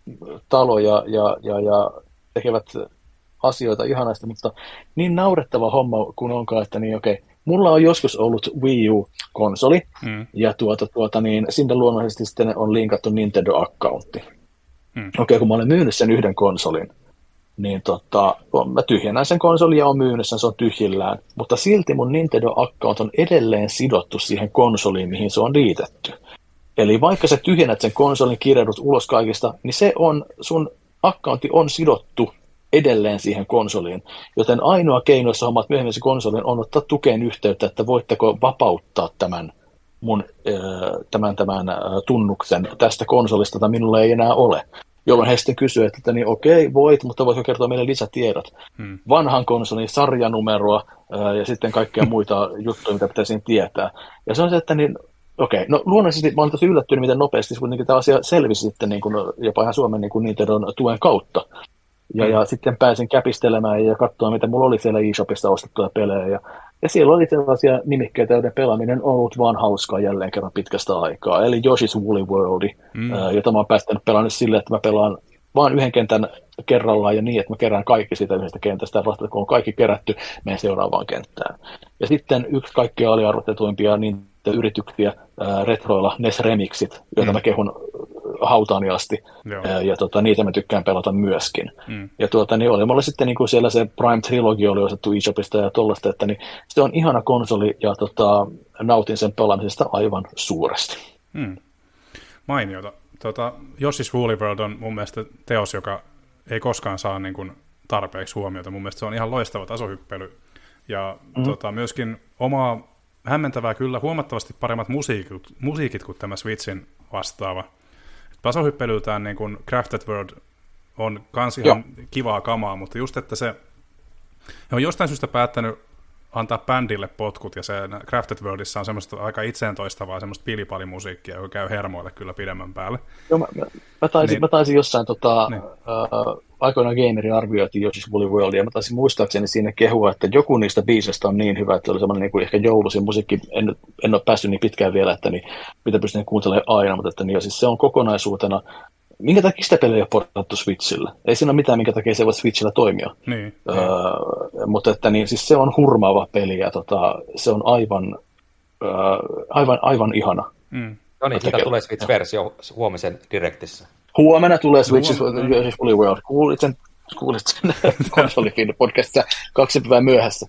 talo ja, ja, ja, ja tekevät asioita ihanasti, mutta niin naurettava homma kun onkaan, että niin okei, mulla on joskus ollut Wii U-konsoli, mm. ja tuota, tuota, niin sinne luonnollisesti sitten on linkattu Nintendo-accountti. Mm. Okei, kun mä olen myynyt sen yhden konsolin, niin tota, mä tyhjennän sen konsolin ja on myynyt sen, se on tyhjillään, mutta silti mun Nintendo-account on edelleen sidottu siihen konsoliin, mihin se on liitetty. Eli vaikka sä tyhjennät sen konsolin, kirjaudut ulos kaikista, niin se on, sun accountti on sidottu edelleen siihen konsoliin. Joten ainoa keino, jos hommat myöhemmin se konsolin, on ottaa tukeen yhteyttä, että voitteko vapauttaa tämän, mun, tämän, tämän tunnuksen tästä konsolista, jota minulla ei enää ole. Jolloin he sitten kysyy, että niin, okei, voit, mutta voitko kertoa meille lisätiedot? Hmm. Vanhan konsolin sarjanumeroa ja sitten kaikkia muita juttuja, mitä pitäisi tietää. Ja se on se, että niin, okei, no luonnollisesti mä olen tosi yllättynyt, miten nopeasti kuitenkin tämä asia selvisi sitten niin kuin, jopa ihan Suomen niin kuin Nintendon tuen kautta. Ja, mm. ja sitten pääsin käpistelemään ja katsoa, mitä mulla oli siellä eShopista ostettuja pelejä. Ja, ja siellä oli sellaisia nimikkeitä, joiden pelaaminen on ollut vaan hauskaa jälleen kerran pitkästä aikaa. Eli Yoshi's Woolly World, mm. ää, jota mä oon päästänyt pelannut silleen, että mä pelaan vaan yhden kentän kerrallaan ja niin, että mä kerään kaikki siitä yhdestä kentästä. Ja vasta kun on kaikki kerätty, menen seuraavaan kenttään. Ja sitten yksi kaikkein aliarvotetuimpia niin yrityksiä ää, retroilla N E S Remixit, joita mm. mä kehun hautaani asti, ja, ja tota, niitä mä tykkään pelata myöskin. Mm. Ja tuota, niin oli mulla sitten niin kuin siellä se Prime Trilogy oli ostettu eShopista ja tollaista, että niin, se on ihana konsoli, ja tota, nautin sen pelaamisesta aivan suuresti. Mm. Mainiota. Tota, Yoshi's Woolly World on mun mielestä teos, joka ei koskaan saa niin kuin tarpeeksi huomiota. Mun mielestä se on ihan loistava tasohyppely, ja mm. tota, myöskin omaa hämmentävää kyllä huomattavasti paremmat musiikit, musiikit kuin tämä Switchin vastaava. Tasohyppelyltään niin kuin Crafted World on kans ihan Joo. kivaa kamaa, mutta just, että se on jostain syystä päättänyt antaa bändille potkut, ja se Crafted Worldissa on semmoista aika itseen toistavaa, semmoista pilipalimusiikkia, joka käy hermoille kyllä pidemmän päälle. Joo, mä, mä, mä, taisin, niin, mä taisin jossain tota, niin. äh, aikoinaan Gamerin arvioitiin Yoshi's Woolly World, ja mä taisin muistaakseni siinä kehua, että joku niistä biiseistä on niin hyvä, että se oli semmoinen niin kuin ehkä joulusin musiikki, en, en ole päässyt niin pitkään vielä, että niin, mitä pystyn kuuntelemaan aina, mutta että, niin, ja siis se on kokonaisuutena. Minkä takia sitä peliä ei ole portattu Switchillä? Ei siinä ole mitään, minkä takia se voi Switchillä toimia. Niin, öö, niin. Mutta että, niin, siis se on hurmaava peli, ja tota, se on aivan, öö, aivan, aivan ihana. Mm. No niin, sitä tulee Switch-versio huomisen Directissä. Huomenna tulee Switch's Woolly World. Kuulit sen, kuulit sen konsolifin podcastissa kaksi päivää myöhässä.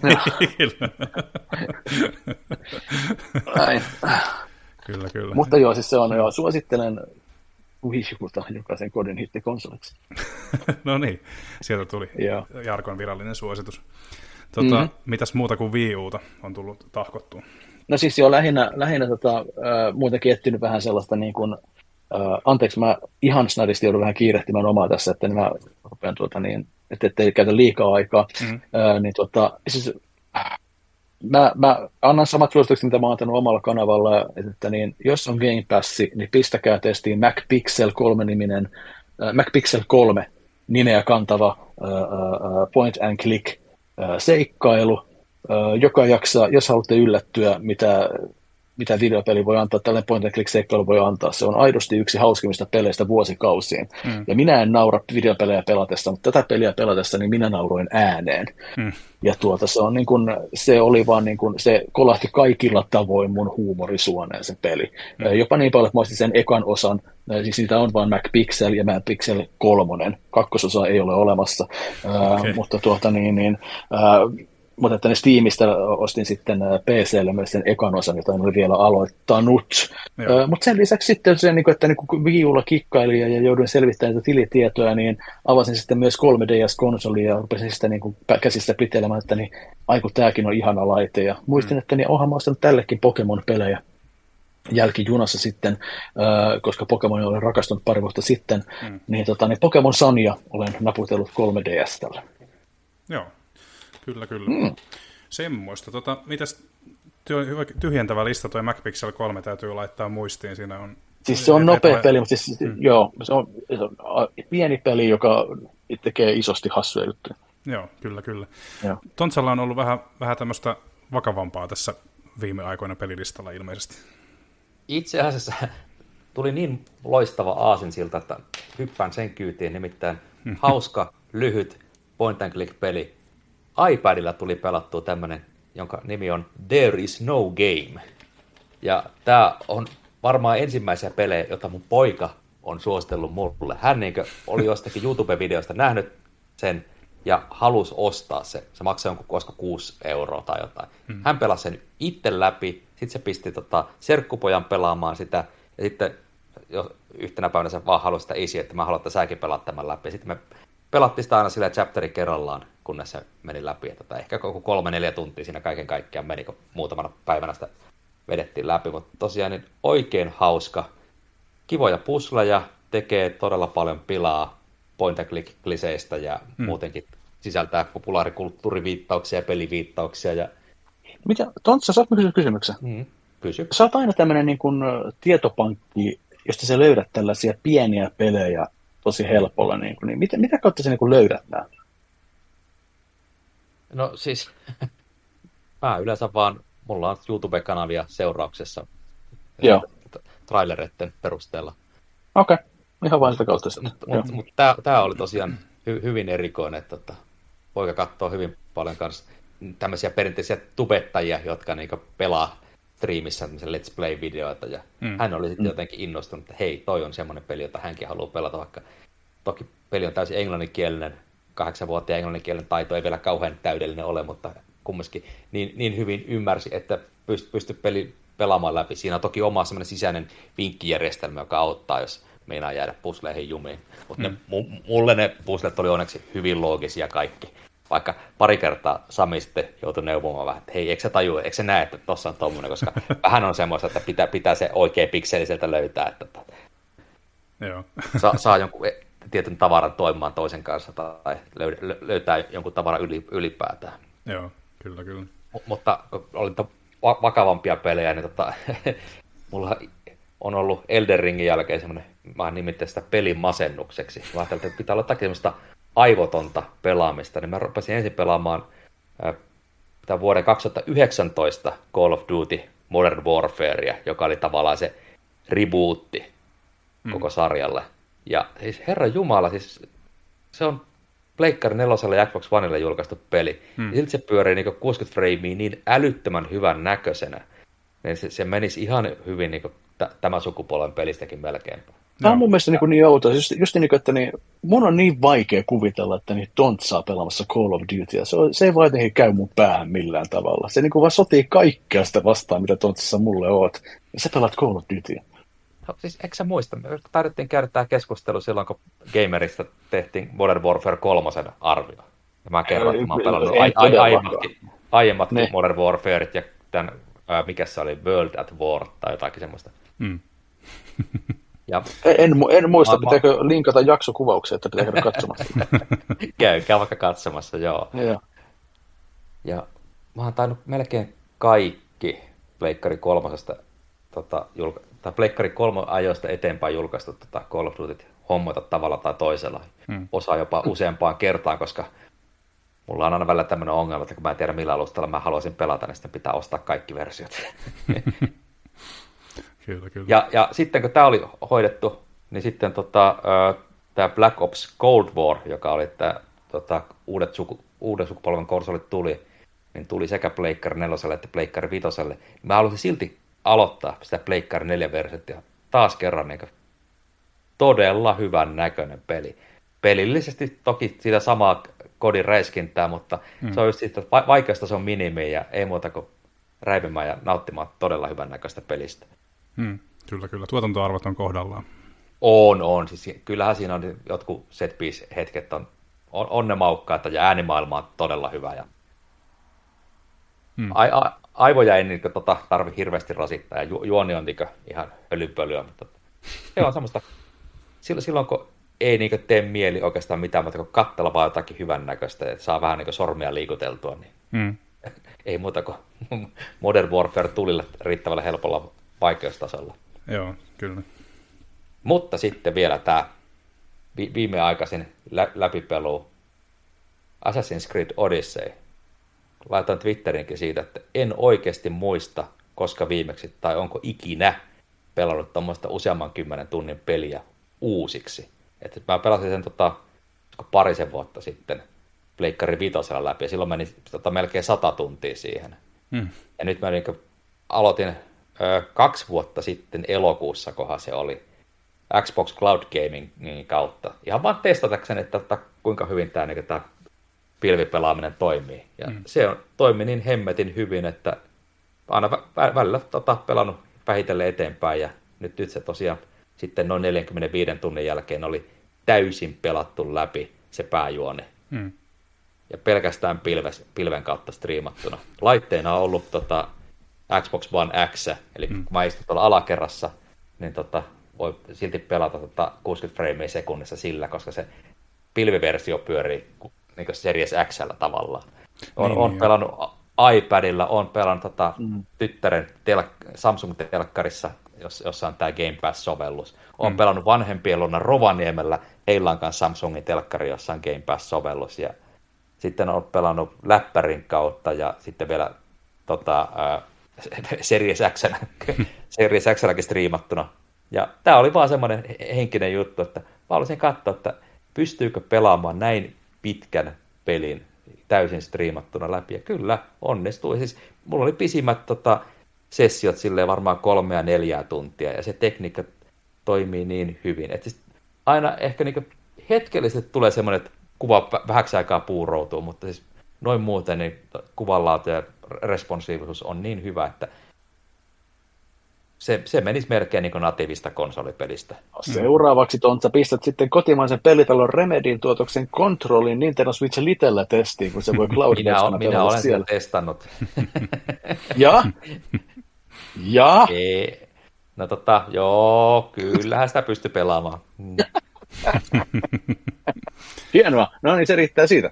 Näin. Kyllä, kyllä. Mutta joo, siis se on, joo, suosittelen Wii Uta jokaisen kodin hittikonsoliksi. No niin, sieltä tuli Joo. Jarkon virallinen suositus. Tota, mm-hmm. Mitäs muuta kuin Wii Uta on tullut tahkottua? No siis joo, lähinnä, lähinnä tota, äh, muutenkin etsinyt vähän sellaista niin kuin, äh, anteeksi, mä ihan snadisti joudun vähän kiirehtimään omaa tässä, että mä rupean tuota niin, että ettei käytä liikaa aikaa, mm-hmm. äh, niin tota, siis Mä, mä annan samat suositukset, mitä mä oon antanut omalla kanavalla, että niin, jos on Game Pass, niin pistäkää testiin MacPixel kolme-niminen, äh, MacPixel kolme nimeä kantava äh, äh, point and click äh, seikkailu, äh, joka jaksaa, jos haluatte yllättyä, mitä mitä videopeli voi antaa, tällainen point and click seikkailu voi antaa. Se on aidosti yksi hauskimmista peleistä vuosikausiin. Mm. Ja minä en naura videopelejä pelatessa, mutta tätä peliä pelatessa niin minä nauroin ääneen. Mm. Ja tuota, se, on niin kuin, se oli vaan niin kuin, se kolahti kaikilla tavoin mun huumorisuoneen se peli. Mm. Jopa niin paljon, että mä olisin sen ekan osan, siis niitä on vain MacPixel ja MacPixel kolmonen. Kakkososa ei ole olemassa, okay. uh, mutta tuota niin, niin uh, mutta että ne Steamista ostin sitten P C:lle myös sen ekan osan, jota en ole vielä aloittanut. Uh, mutta sen lisäksi sitten se, että niin Wii Ulla kikkaili ja jouduin selvittämään tätä tilitietoa, niin avasin sitten myös kolme D S-konsolia ja rupesin sitä niin kuin käsissä pitelemään, että niin, aiku tämäkin on ihana laite. Ja muistin, mm. että niin, onhan mä ostanut tällekin Pokemon-pelejä jälkijunassa sitten, äh, koska Pokemon olen rakastunut pari vuotta sitten, mm. niin, tota, niin Pokemon Sunya olen naputellut kolme D S tällä. Joo. Kyllä, kyllä. Mm. Semmoista. Tota, mitäs tyhjentävä lista tuo MacPixel kolme täytyy laittaa muistiin? Siinä on... Siis se on nopea ole... peli, mutta siis, mm. joo, se on, se on pieni peli, joka tekee isosti hassuja juttuja. Joo, kyllä, kyllä. Joo. Tontsalla on ollut vähän, vähän tämmöistä vakavampaa tässä viime aikoina pelilistalla ilmeisesti. Itse asiassa tuli niin loistava aasinsilta, että hyppään sen kyytiin, nimittäin hauska, lyhyt point and click peli. iPadilla tuli pelattua tämmönen, jonka nimi on There is no game. Ja tää on varmaan ensimmäisiä pelejä, jota mun poika on suositellut mulle. Hän niinkö oli jostakin YouTube-videosta nähnyt sen ja halusi ostaa sen. Se maksaa jonkun koska kuusi euroa tai jotain. Hmm. Hän pelasi sen itse läpi, sitten se pisti tota serkkupojan pelaamaan sitä, ja sitten jo yhtenä päivänä se vaan halusi sitä isi, että mä haluan, että säkin pelaat tämän läpi. Sitten me pelattiin sitä aina sillä chapterin kerrallaan, kunnes se meni läpi. Että ehkä koko kolme neljä tuntia siinä kaiken kaikkiaan meni, kun muutamana päivänä sitä vedettiin läpi. Mutta tosiaan niin oikein hauska. Kivoja pusleja, tekee todella paljon pilaa point and click kliseistä ja hmm. muutenkin sisältää populaarikulttuuriviittauksia ja peliviittauksia. Ja... Mitä? Tontsa, saat kysyä kysymyksen? Hmm. Kysy. Sä oot aina tämmöinen niin kuin tietopankki, josta sä löydät tällaisia pieniä pelejä tosi helpolla. Niin, kuin, niin mitä, mitä kautta sä niin kuin löydät nämä? No siis, mä yleensä vaan, mulla on YouTube-kanavia seurauksessa Joo. trailereiden perusteella. Okei, okay. Ihan vain sitä kautta sitä. Mutta mut, mut tää, tää oli tosiaan hy, hyvin erikoinen, että tota, poika katsoo hyvin paljon kanssa tämmöisiä perinteisiä tubettajia, jotka niinku pelaa striimissä let's play-videoita, ja mm. hän oli sitten mm. jotenkin innostunut, että hei, toi on semmoinen peli, jota hänkin haluaa pelata, vaikka toki peli on täysin englanninkielinen, kahdeksanvuotiaan englanninkielinen taito ei vielä kauhean täydellinen ole, mutta kumminkin niin, niin hyvin ymmärsi, että pystyi pysty peli pelaamaan läpi. Siinä on toki oma semmoinen sisäinen vinkkijärjestelmä, joka auttaa, jos meinaa jäädä pusleihin jumiin. Mutta mm. mulle ne puslet oli onneksi hyvin loogisia kaikki. Vaikka pari kertaa Sami sitten joutui neuvomaan vähän, että hei, eikö sä tajua, eikö sä näe, että tossa on tommoinen, koska vähän on semmoista, että pitää, pitää se oikea pikseli sieltä löytää, että Joo. saa, saa jonkun tietyn tavaran toimimaan toisen kanssa tai löytää jonkun tavaran yli, ylipäätään. Joo, kyllä, kyllä. M- mutta oli vakavampia pelejä, niin tota, mulla on ollut Elden Ringin jälkeen semmoinen, mä nimittäin sitä pelin masennukseksi. Mä ajattelin, että pitää olla jotakin semmoista aivotonta pelaamista, niin mä rupesin ensin pelaamaan äh, vuoden kaksituhattayhdeksäntoista Call of Duty Modern Warfarea, joka oli tavallaan se rebootti mm. koko sarjalle. Ja siis herra jumala, siis se on Pleikkari nelosella ja Xbox Onella julkaistu peli. Mm. Ja silti se pyörii niin kuusikymmentä freimiä niin älyttömän hyvän näköisenä. Niin se, se menisi ihan hyvin niin t- tämän sukupolven pelistäkin melkein. Tämä on mun mielestä niin, niin outoa. Just, just niin, että niin, mun on niin vaikea kuvitella, että niin tontsaa pelaamassa Call of Dutyä. Se, se ei vaan jotenkin käy mun päähän millään tavalla. Se niin kuin vaan sotii kaikkea sitä vastaan, mitä tontsassa mulle oot. Ja sä pelaat Call of Dutyä. No, siis eikö sä muista? Me tarvittiin käydä tämä keskustelu silloin, kun Gamerista tehtiin Modern Warfare kolmosen arvio. Ja mä kerron, että mä oon pelannut ai- ai- aiemmatkin, aiemmatkin Modern Warfareit ja tämän, ää, mikä se oli, World at War tai jotakin semmoista. Mm. Ja, en, en muista, mä, pitääkö mä... linkata jaksokuvauksia, että pitää käydä katsomassa. käy, käy vaikka katsomassa, joo. Ja, ja mä oon tainnut melkein kaikki Pleikkari kolmosesta, tota, julka... tai Pleikkari kolmon ajoista eteenpäin julkaistu tota Call of Duty hommata tavalla tai toisella. Hmm. Osa jopa useampaan kertaan, koska mulla on aina välillä tämmöinen ongelma, että kun mä en tiedä millä alustalla mä haluaisin pelata, niin sitten pitää ostaa kaikki versiot. Kyllä, kyllä. Ja, ja sitten kun tämä oli hoidettu, niin sitten tota, tämä Black Ops Cold War, joka oli tämä tota, uudet suku, uuden sukupolven konsolit tuli, niin tuli sekä Pleikkari neloselle että Pleikkari vitoselle. Mä halusin silti aloittaa sitä Pleikkari neljä versiota. Ja taas kerran niin todella hyvän näköinen peli. Pelillisesti toki sitä samaa kodin räiskintää, mutta hmm. se on just siitä, että vaikeasta se on minimi ja ei muuta kuin räipimään ja nauttimaan todella hyvän näköistä pelistä. Hmm. Kyllä, kyllä. Tuotantoarvot on kohdallaan. On, on. Siis kyllähän siinä on jotkut set piece hetket on, on, on ne maukkaita ja äänimaailma on todella hyvä. Ja hmm. a, a, aivoja ei niin, tota, tarvi hirveästi rasittaa ja ju, juoni on niin, ihan hölynpölyä, mutta se on semmoista, silloin, silloin kun ei niin, tee mieli oikeastaan mitään, mutta kun katsella vaan jotakin hyvän näköistä, että saa vähän niin, sormia liikuteltua, niin hmm. ei muuta kuin Modern Warfare tulille riittävällä helpolla vaikeustasolla. Joo, kyllä. Mutta sitten vielä tämä vi- viimeaikaisin lä- läpipelu Assassin's Creed Odyssey. Laitan Twitterinkin siitä, että en oikeasti muista, koska viimeksi tai onko ikinä pelannut tuommoista useamman kymmenen tunnin peliä uusiksi. Että mä pelasin sen tota, parisen vuotta sitten Pleikkari vitosella läpi ja silloin meni tota, melkein sata tuntia siihen. Hmm. Ja nyt mä niin aloitin ö, kaksi vuotta sitten elokuussa, kohan se oli, Xbox Cloud Gamingin kautta. Ihan vaan testatakseni, että, että kuinka hyvin tämä, niin, tämä pilvipelaaminen toimii. Ja hmm. se on, toimi niin hemmetin hyvin, että aina vä- välillä tota, pelannut vähitellen eteenpäin. Ja nyt, nyt se tosiaan sitten noin neljänkymmenenviiden tunnin jälkeen oli täysin pelattu läpi se pääjuoni. Hmm. Ja pelkästään pilves, pilven kautta striimattuna. Laitteena on ollut tota, Xbox One X, eli hmm. kun mä istun tuolla alakerrassa, niin tota, voi silti pelata tota kuusikymmentä freimiä sekunnissa sillä, koska se pilviversio pyörii niin Series X:llä tavallaan. On, niin, on niin, pelannut iPadilla, on pelannut tota, mm. tyttären tel- Samsung-telkkarissa, jossa on tämä Game Pass-sovellus. On mm. pelannut vanhempien luona Rovaniemellä, heillä on kanssa Samsungin telkkari, jossa on Game Pass-sovellus. Ja sitten on pelannut läppärin kautta ja sitten vielä tota, äh, Series X, Series X:lläkin striimattuna. Ja tämä oli vaan semmoinen henkinen juttu, että mä haluaisin katsoa, että pystyykö pelaamaan näin pitkän pelin täysin striimattuna läpi. Ja kyllä, onnistui. Siis mulla oli pisimmät tota, sessiot silleen varmaan kolme ja neljää tuntia, ja se tekniikka toimii niin hyvin. Että siis aina ehkä niinku hetkellisesti tulee semmoinen, että kuva vähäksi aikaa puuroutuu, mutta siis noin muuten niin kuvanlaatu ja responsiivisuus on niin hyvä, että Se, se menisi melkein niin kuin natiivista konsolipelistä. Seuraavaksi Tontsa pistät sitten kotimaisen pelipelon Remedyn tuotoksen Controlin Nintendo Switch Litellä testiin, kun se voi cloud Minä, on, minä olen siellä. Sen testannut. Ja? Ja? Ei. No tota, joo, kyllähän sitä pystyy pelaamaan. Hienoa. No niin, se riittää siitä.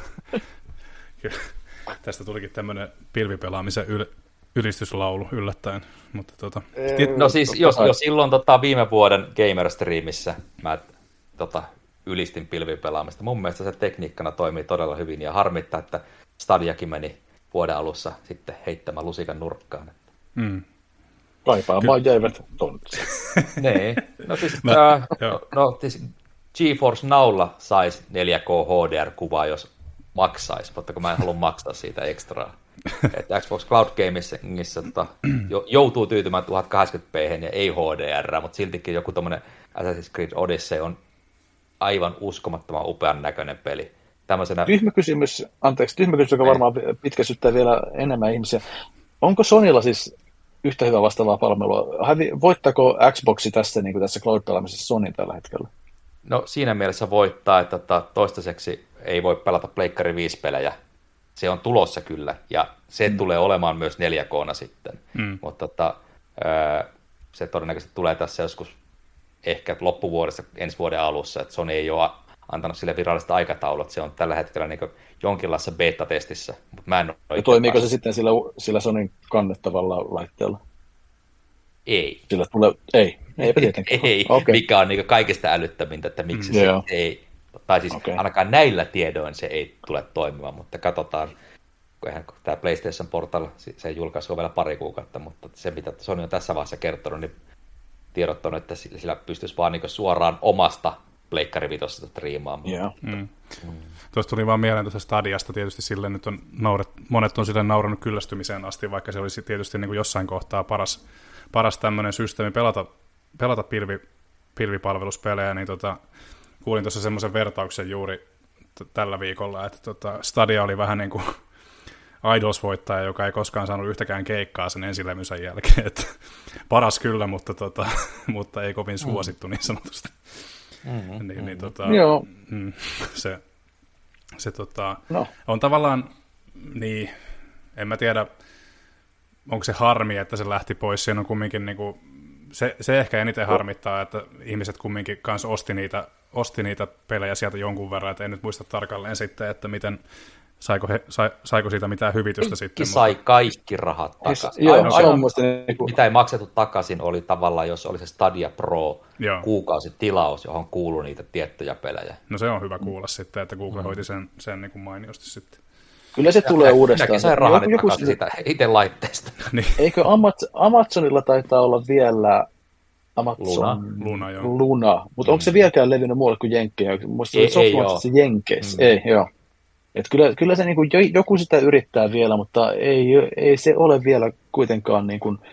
Tästä tulikin tämmöinen pilvipelaamisen yl- ylistyslaulu yllättäen. Mutta tota... No siis jos, jos silloin tota, viime vuoden Gamer-striimissä mä tota, ylistin pilvipelaamista. Mun mielestä se tekniikkana toimii todella hyvin ja harmittaa, että Stadiakin meni vuoden alussa sitten heittämään lusikan nurkkaan. Mm. Kaipaamaan Ky- jäivät Tontsi. Nee. No siis, Mä, äh, no, siis GeForce Nowlla saisi neljä K H D R-kuvaa, jos maksaisi, mutta kun mä en halua maksaa siitä ekstraa. Että Xbox Cloud Gamingissa tota, joutuu tyytymään tuhatkahdeksankymmentä p ja ei H D R, mutta siltikin joku tommonen Assassin's Creed Odyssey on aivan uskomattoman upean näköinen peli. Tämmöisenä... Tyhmä kysymys, anteeksi, tyhmä kysymys, joka varmaan pitkäsyttää vielä enemmän ihmisiä. Onko Sonylla siis yhtä hyvää vastaavaa palvelua? Voittaako Xboxi tässä, niin kuin tässä cloud-pelaamisessa Sonyn tällä hetkellä? No siinä mielessä voittaa, että toistaiseksi ei voi pelata Pleikkari viisi pelejä. Se on tulossa kyllä, ja se mm. tulee olemaan myös neljä K:na sitten. Mm. Mutta tota, se todennäköisesti tulee tässä joskus ehkä loppuvuodessa, ensi vuoden alussa, että Sony ei ole antanut sille virallista aikataulua, se on tällä hetkellä niin jonkinlaisessa beta-testissä. Mutta mä en ole ja toimiiko päässyt. Se sitten sillä, sillä Sonyn kannettavalla laitteella? Ei. Sillä tulee, ei, eipä tietenkään. Ei, okay. Mikä on niin kaikista älyttävintä, että miksi mm. se yeah. ei, tai siis okay. ainakaan näillä tiedoin se ei tule toimimaan, mutta katsotaan, eihän tämä PlayStation Portal, se julkaisi jo vielä pari kuukautta, mutta se mitä Sony on tässä vaiheessa kertonut, niin tiedottanut, että sillä pystyisi vaan niin suoraan omasta pleikkarivitosta striimaamaan. Yeah. Mm. Mm. Tuosta tuli vaan mieleen tuosta Stadiasta, tietysti sille nyt on nauret, monet on sille naurannut kyllästymiseen asti, vaikka se olisi tietysti niin kuin jossain kohtaa paras, paras tämmöinen systeemi pelata, pelata pilvi, pilvipalveluspelejä, niin tota, kuulin tuossa semmoisen vertauksen juuri t- tällä viikolla, että tota, Stadia oli vähän niin kuin Idols-voittaja, joka ei koskaan saanut yhtäkään keikkaa sen ensilevynsä jälkeen, että paras kyllä, mutta, tota, mutta ei kovin suosittu niin sanotusti. Mm-hmm. Niin, niin, tota, Joo. Mm, se se tota, no. on tavallaan, niin, en mä tiedä, onko se harmi, että se lähti pois. Siinä on kumminkin, niin kuin, se, se ehkä eniten harmittaa, että ihmiset kumminkin kanssa osti niitä, osti niitä pelejä sieltä jonkun verran, että en nyt muista tarkalleen sitten, että miten, saiko, he, sa, saiko siitä mitään hyvitystä Kaikki sitten. sai mutta... kaikki rahat takaisin. Joo, Ainoa, se on musta niin kuin... mitä ei maksettu takaisin oli tavallaan, jos oli se Stadia Pro Joo. kuukausitilaus, johon kuului niitä tiettyjä pelejä. No se on hyvä kuulla sitten, että Google mm. hoiti sen, sen niin kuin mainiosti sitten. Kyllä se ja tulee uudestaan. Minäkin sain rahani joku, takaisin siitä itse laitteesta. Niin. Eikö Amaz- Amazonilla taitaa olla vielä Amazon Luna, Luna, joo. Luna. Mutta mm. onko se vieläkään levinnyt muualle kuin Jenkkejä? Musta ei, se ei on se Jenkeissä. Mm. Ei, joo. Et kyllä, kyllä se niin kuin, joku sitä yrittää vielä, mutta ei, ei se ole vielä kuitenkaan niin kuin,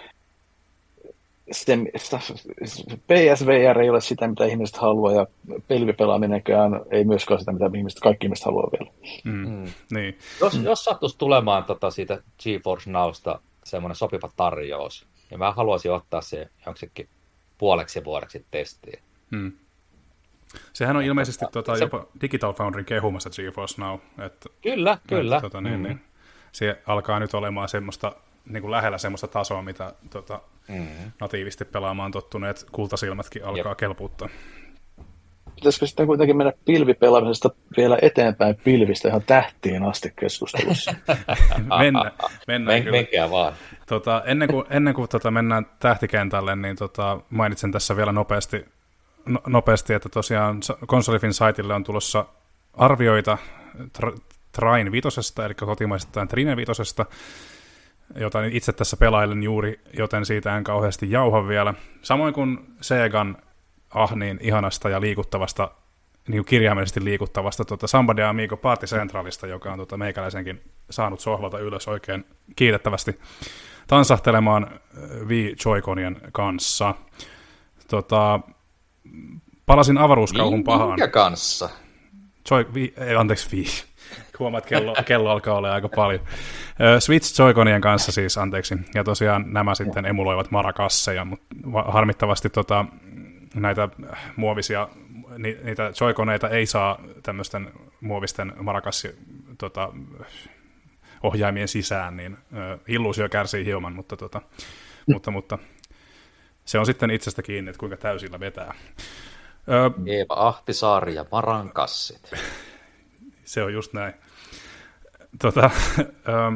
se, P S V R ei ole sitä, mitä ihmiset haluaa, ja pelivipelaaminenkään ei myöskään sitä, mitä ihmiset, kaikki ihmiset haluaa vielä. Mm. Mm. Niin. Jos, mm. jos sattuisi tulemaan tota, siitä GeForce Nowsta semmoinen sopiva tarjous, niin mä haluaisin ottaa se jonksikin puoleksi vuodeksi testiin. Mm. Sehän on ilmeisesti tota, se... jopa Digital Foundryn kehumassa GeForce Now. Että, kyllä, kyllä. Että, tota, niin, mm-hmm. niin, se alkaa nyt olemaan semmoista, niin kuin lähellä semmoista tasoa, mitä tota, mm-hmm. natiivisti pelaamaan tottuneet kultasilmätkin alkaa Jep. kelpuuttaa. Pitäisikö sitten kuitenkin mennä pilvipelaamisesta vielä eteenpäin pilvistä ihan tähtiin asti keskustelussa? Mennä, mennään Men, menkää vaan. Tota, ennen kuin, ennen kuin tota, mennään tähtikentälle, niin tota, mainitsen tässä vielä nopeasti, no, nopeasti, että tosiaan Konsolifin saitille on tulossa arvioita tra, Train vitosesta, eli kotimaisesta Trine vitosesta, jota itse tässä pelailen juuri, joten siitä en kauheasti jauha vielä. Samoin kuin Segan ah niin ihanasta ja liikuttavasta, niin kuin kirjaimellisesti liikuttavasta tuota Samba de Amigo Party Centralista, joka on tuota meikäläisenkin saanut sohvalta ylös oikein kiitettävästi tansahtelemaan Wii Joy-Conien kanssa. Tota, palasin avaruuskauhun pahaan. Minkä kanssa? Joy, Wii, ei, anteeksi, Wii. Huomaat, kello, kello alkaa olla aika paljon. Switch Joy-Conien kanssa siis, anteeksi. Ja tosiaan nämä sitten emuloivat Maracasseja, mutta harmittavasti tota, näitä muovisia, ni, niitä Joy-Coneita ei saa tämmöisten muovisten Maracassi tota, ohjaimien sisään, niin uh, illuusio kärsii hieman, mutta, tota, mm. mutta, mutta se on sitten itsestä kiinni, että kuinka täysillä vetää. Uh, Eeva Ahtisaari ja Maracassit. Se on just näin. Tota, uh,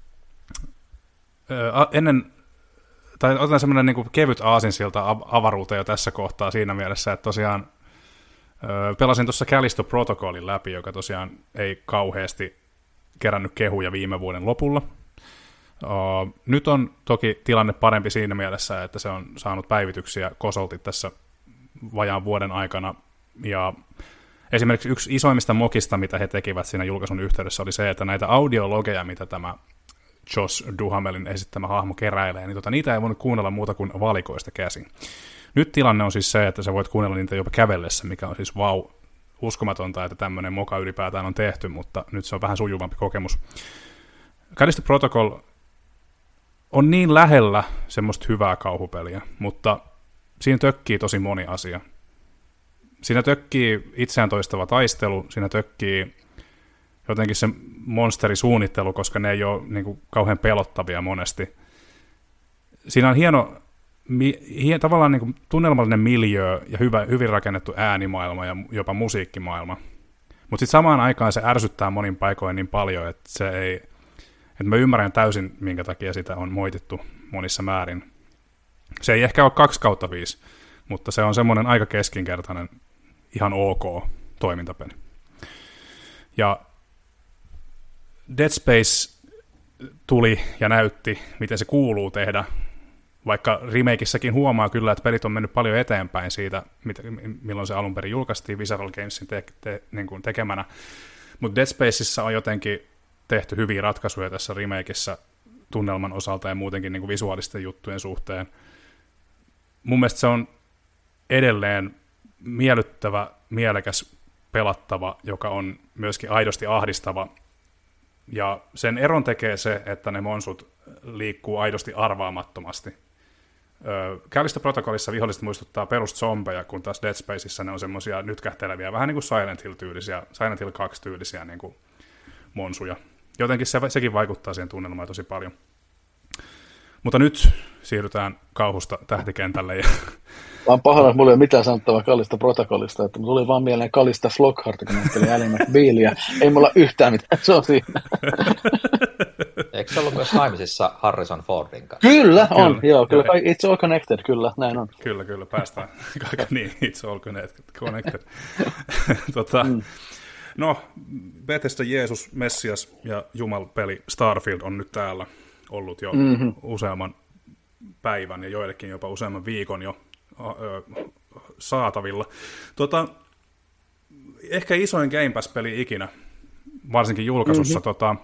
uh, ennen tai otan semmoinen niin kuin kevyt aasinsilta avaruuteen jo tässä kohtaa siinä mielessä, että tosiaan ö, pelasin tuossa Callisto Protocolin läpi, joka tosiaan ei kauheasti kerännyt kehuja viime vuoden lopulla. Ö, nyt on toki tilanne parempi siinä mielessä, että se on saanut päivityksiä kosolti tässä vajaan vuoden aikana, ja esimerkiksi yksi isoimmista mokista, mitä he tekivät siinä julkaisun yhteydessä, oli se, että näitä audiologeja, mitä tämä Josh Duhamelin esittämä hahmo keräilee, niin tota, niitä ei voinut kuunnella muuta kuin valikoista käsin. Nyt tilanne on siis se, että sä voit kuunnella niitä jopa kävellessä, mikä on siis vau, uskomatonta, että tämmöinen moka ylipäätään on tehty, mutta nyt se on vähän sujuvampi kokemus. Callisto Protocol on niin lähellä semmoista hyvää kauhupeliä, mutta siinä tökkii tosi moni asia. Siinä tökkii itseään toistava taistelu, siinä tökkii jotenkin se monsterisuunnittelu, koska ne ei ole niin kuin kauhean pelottavia monesti. Siinä on hieno, mi, hien, tavallaan niin kuin tunnelmallinen miljöö ja hyvä, hyvin rakennettu äänimaailma ja jopa musiikkimaailma. Mutta sitten samaan aikaan se ärsyttää monin paikoin niin paljon, että, se ei, että mä ymmärrän täysin, minkä takia sitä on moitittu monissa määrin. Se ei ehkä ole kaksi kautta viisi, mutta se on semmoinen aika keskinkertainen, ihan ok toimintapeli. Ja Dead Space tuli ja näytti, miten se kuuluu tehdä. Vaikka remakeissäkin huomaa kyllä, että pelit on mennyt paljon eteenpäin siitä, milloin se alun perin julkaistiin Visceral Gamesin te- te- niin kuin tekemänä. Mutta Dead Spaceissa on jotenkin tehty hyviä ratkaisuja tässä remakeissa tunnelman osalta ja muutenkin niin kuin visuaalisten juttujen suhteen. Mun mielestä se on edelleen miellyttävä, mielekäs, pelattava, joka on myöskin aidosti ahdistava. Ja sen eron tekee se, että ne monsut liikkuu aidosti arvaamattomasti. Callisto Protocolissa viholliset muistuttaa peruszombeja, kun taas Dead Spaceissa ne on semmoisia nytkähteleviä, vähän niin kuin Silent Hill-tyylisiä, Silent Hill kaksi-tyylisiä niin kuin monsuja. Jotenkin se, sekin vaikuttaa siihen tunnelmaan tosi paljon. Mutta nyt siirrytään kauhusta tähtikentälle. Ja Mä oon pahoilla, että mulla ei ole mitään sanottavaa Callisto Protocolista, että mulla tuli vaan mieleen Calista Flockhart, kun näytteli Ally McBealia. Ei mulla yhtään mitään, se on siinä. Eikö se ollut myös naimisissa Harrison Fordin kanssa? Kyllä, on, Kyllä. joo, kyllä, it's all connected, kyllä, näin on. Kyllä, kyllä, päästään. Niin, it's all connected. tota, mm. No, Bethesda Jeesus, Messias ja Jumal-peli Starfield on nyt täällä ollut jo mm-hmm. useamman päivän ja joillekin jopa useamman viikon jo ö, saatavilla. Tota, ehkä isoin Game Pass-peli ikinä, varsinkin julkaisussa. Mm-hmm. Tota,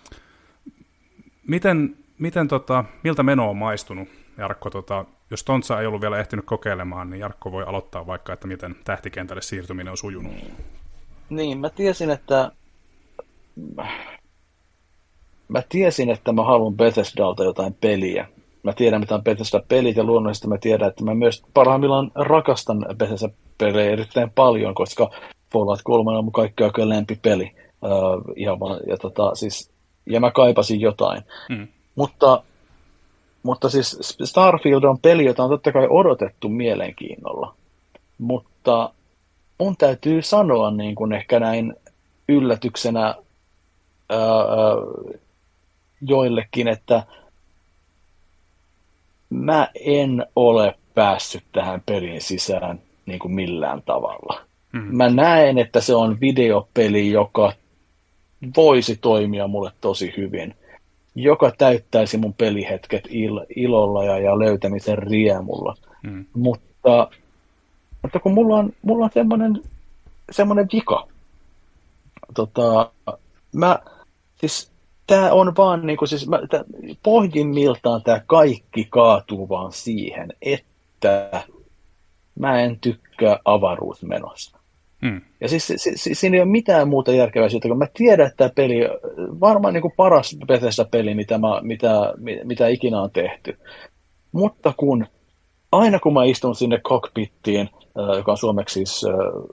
miten, miten, tota, miltä meno on maistunut, Jarkko? Tota, jos Tontsa ei ollut vielä ehtinyt kokeilemaan, niin Jarkko voi aloittaa vaikka, että miten tähtikentälle siirtyminen on sujunut. Niin, mä tiesin, että mä tiesin, että mä haluan Bethesdalta jotain peliä. Mä tiedän, mitä on Bethesda-pelit, ja luonnollisesti mä tiedän, että mä myös parhaimmillaan rakastan Bethesda-pelejä erittäin paljon, koska Fallout kolme on mun kaikki oikein lempipeli. Uh, ihan vaan, ja, tota, siis, ja mä kaipasin jotain. Mm. Mutta, mutta siis Starfield on peli, jota on totta kai odotettu mielenkiinnolla. Mutta mun täytyy sanoa niin kuin ehkä näin yllätyksenä ää, joillekin, että mä en ole päässyt tähän peliin sisään niin kuin millään tavalla. Mm-hmm. Mä näen, että se on videopeli, joka voisi toimia mulle tosi hyvin, joka täyttäisi mun pelihetket il- ilolla ja, ja löytämisen riemulla. Mm-hmm. Mutta Mutta kun mulla on, mulla on semmoinen, semmoinen vika. Tota, mä, siis tää on vaan niinku, siis mä, tää, pohjimmiltaan tää kaikki kaatuu vaan siihen, että mä en tykkää avaruusmenosta. Hmm. Ja siis si, si, siinä ei ole mitään muuta järkevää siitä, kun mä tiedän, että tämä peli varmaan niinku paras Bethesda-peli, mitä, mä, mitä, mitä ikinä on tehty. Mutta kun aina kun mä istun sinne cockpittiin, joka on suomeksi siis äh,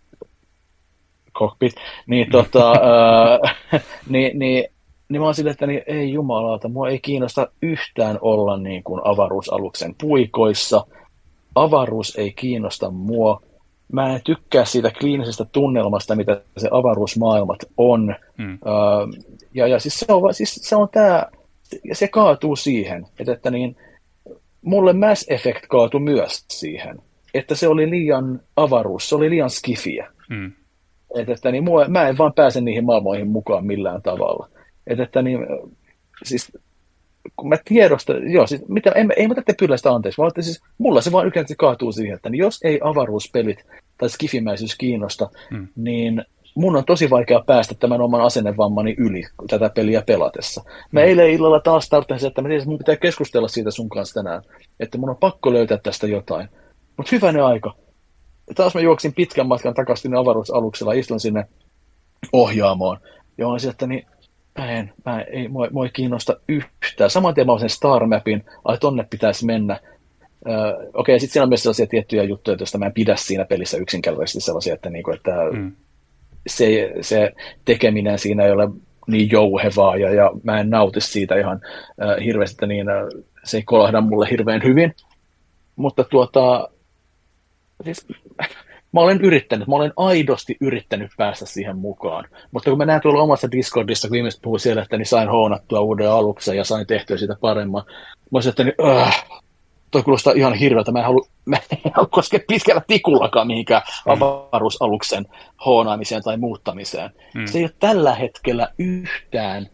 cockpit, niin, tota, äh, niin, niin, niin mä oon silleen, että niin, ei jumalauta, mua ei kiinnosta yhtään olla niin kuin avaruusaluksen puikoissa. Avaruus ei kiinnosta mua. Mä en tykkää siitä kliinisestä tunnelmasta, mitä se avaruusmaailmat on. Hmm. Äh, ja, ja siis se on, siis se on tää, se kaatuu siihen, että, että niin, mulle Mass Effect kaatui myös siihen, että se oli liian avaruus, se oli liian skifiä. Mm. Että, että niin, mua, mä en vaan pääse niihin maailmoihin mukaan millään tavalla. Että, että niin, siis, kun mä tiedostan, joo, siis, mitä, ei, ei mä tätä pyydä sitä anteeksi, vaan että siis, mulla se vaan yksinkertaisesti kaatuu siihen, että niin jos ei avaruuspelit tai skifimäisyys kiinnosta, mm. niin mun on tosi vaikea päästä tämän oman asennevammani yli tätä peliä pelatessa. Mä mm. eilen illalla taas tarvitsin, että mä tiedän, että mun pitää keskustella siitä sun kanssa tänään, että mun on pakko löytää tästä jotain. Mutta hyvänen aika. Taas mä juoksin pitkän matkan takaisin avaruusaluksella, istun sinne ohjaamoon, ja olen sieltä, että niin, mä en, mä ei, mua, mua ei kiinnosta yhtään. Saman tien mä olen sen Star Mapin, ai tonne pitäisi mennä. Öö, Okei, okay, sitten siinä on myös sellaisia tiettyjä juttuja, joista mä en pidä siinä pelissä yksinkertaisesti sellaisia, että, niinku, että mm. se, se tekeminen siinä ei ole niin jouhevaa, ja, ja mä en nauti siitä ihan äh, hirveästi, että niin, äh, se ei kolahda mulle hirveän hyvin. Mutta tuota, siis, mä olen yrittänyt, mä olen aidosti yrittänyt päästä siihen mukaan. Mutta kun mä näen tuolla omassa Discordissa, kun viimeistä puhuin siellä, että niin sain hoonattua uuden aluksen ja sain tehtyä siitä paremman. Mä olisin, että niin, äh, toi kuulostaa ihan hirveältä. Mä en halua, mä en halua koskea pitkällä tikullakaan mihinkään mm. avaruusaluksen hoonaamiseen tai muuttamiseen. Mm. Se ei ole tällä hetkellä yhtään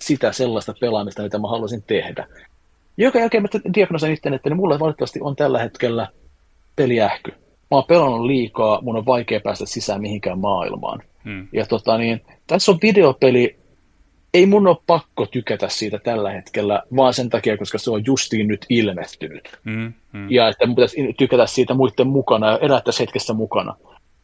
sitä sellaista pelaamista, mitä mä haluaisin tehdä. Joka jälkeen mä diagnosan itse, että mulla valitettavasti on tällä hetkellä peliähky. Mä oon pelannut liikaa, mun on vaikea päästä sisään mihinkään maailmaan. Hmm. Ja tota niin, tässä on videopeli, ei mun ole pakko tykätä siitä tällä hetkellä, vaan sen takia, koska se on justiin nyt ilmestynyt. Hmm. Hmm. Ja että mun pitäisi tykätä siitä muiden mukana ja elää tässä hetkessä mukana.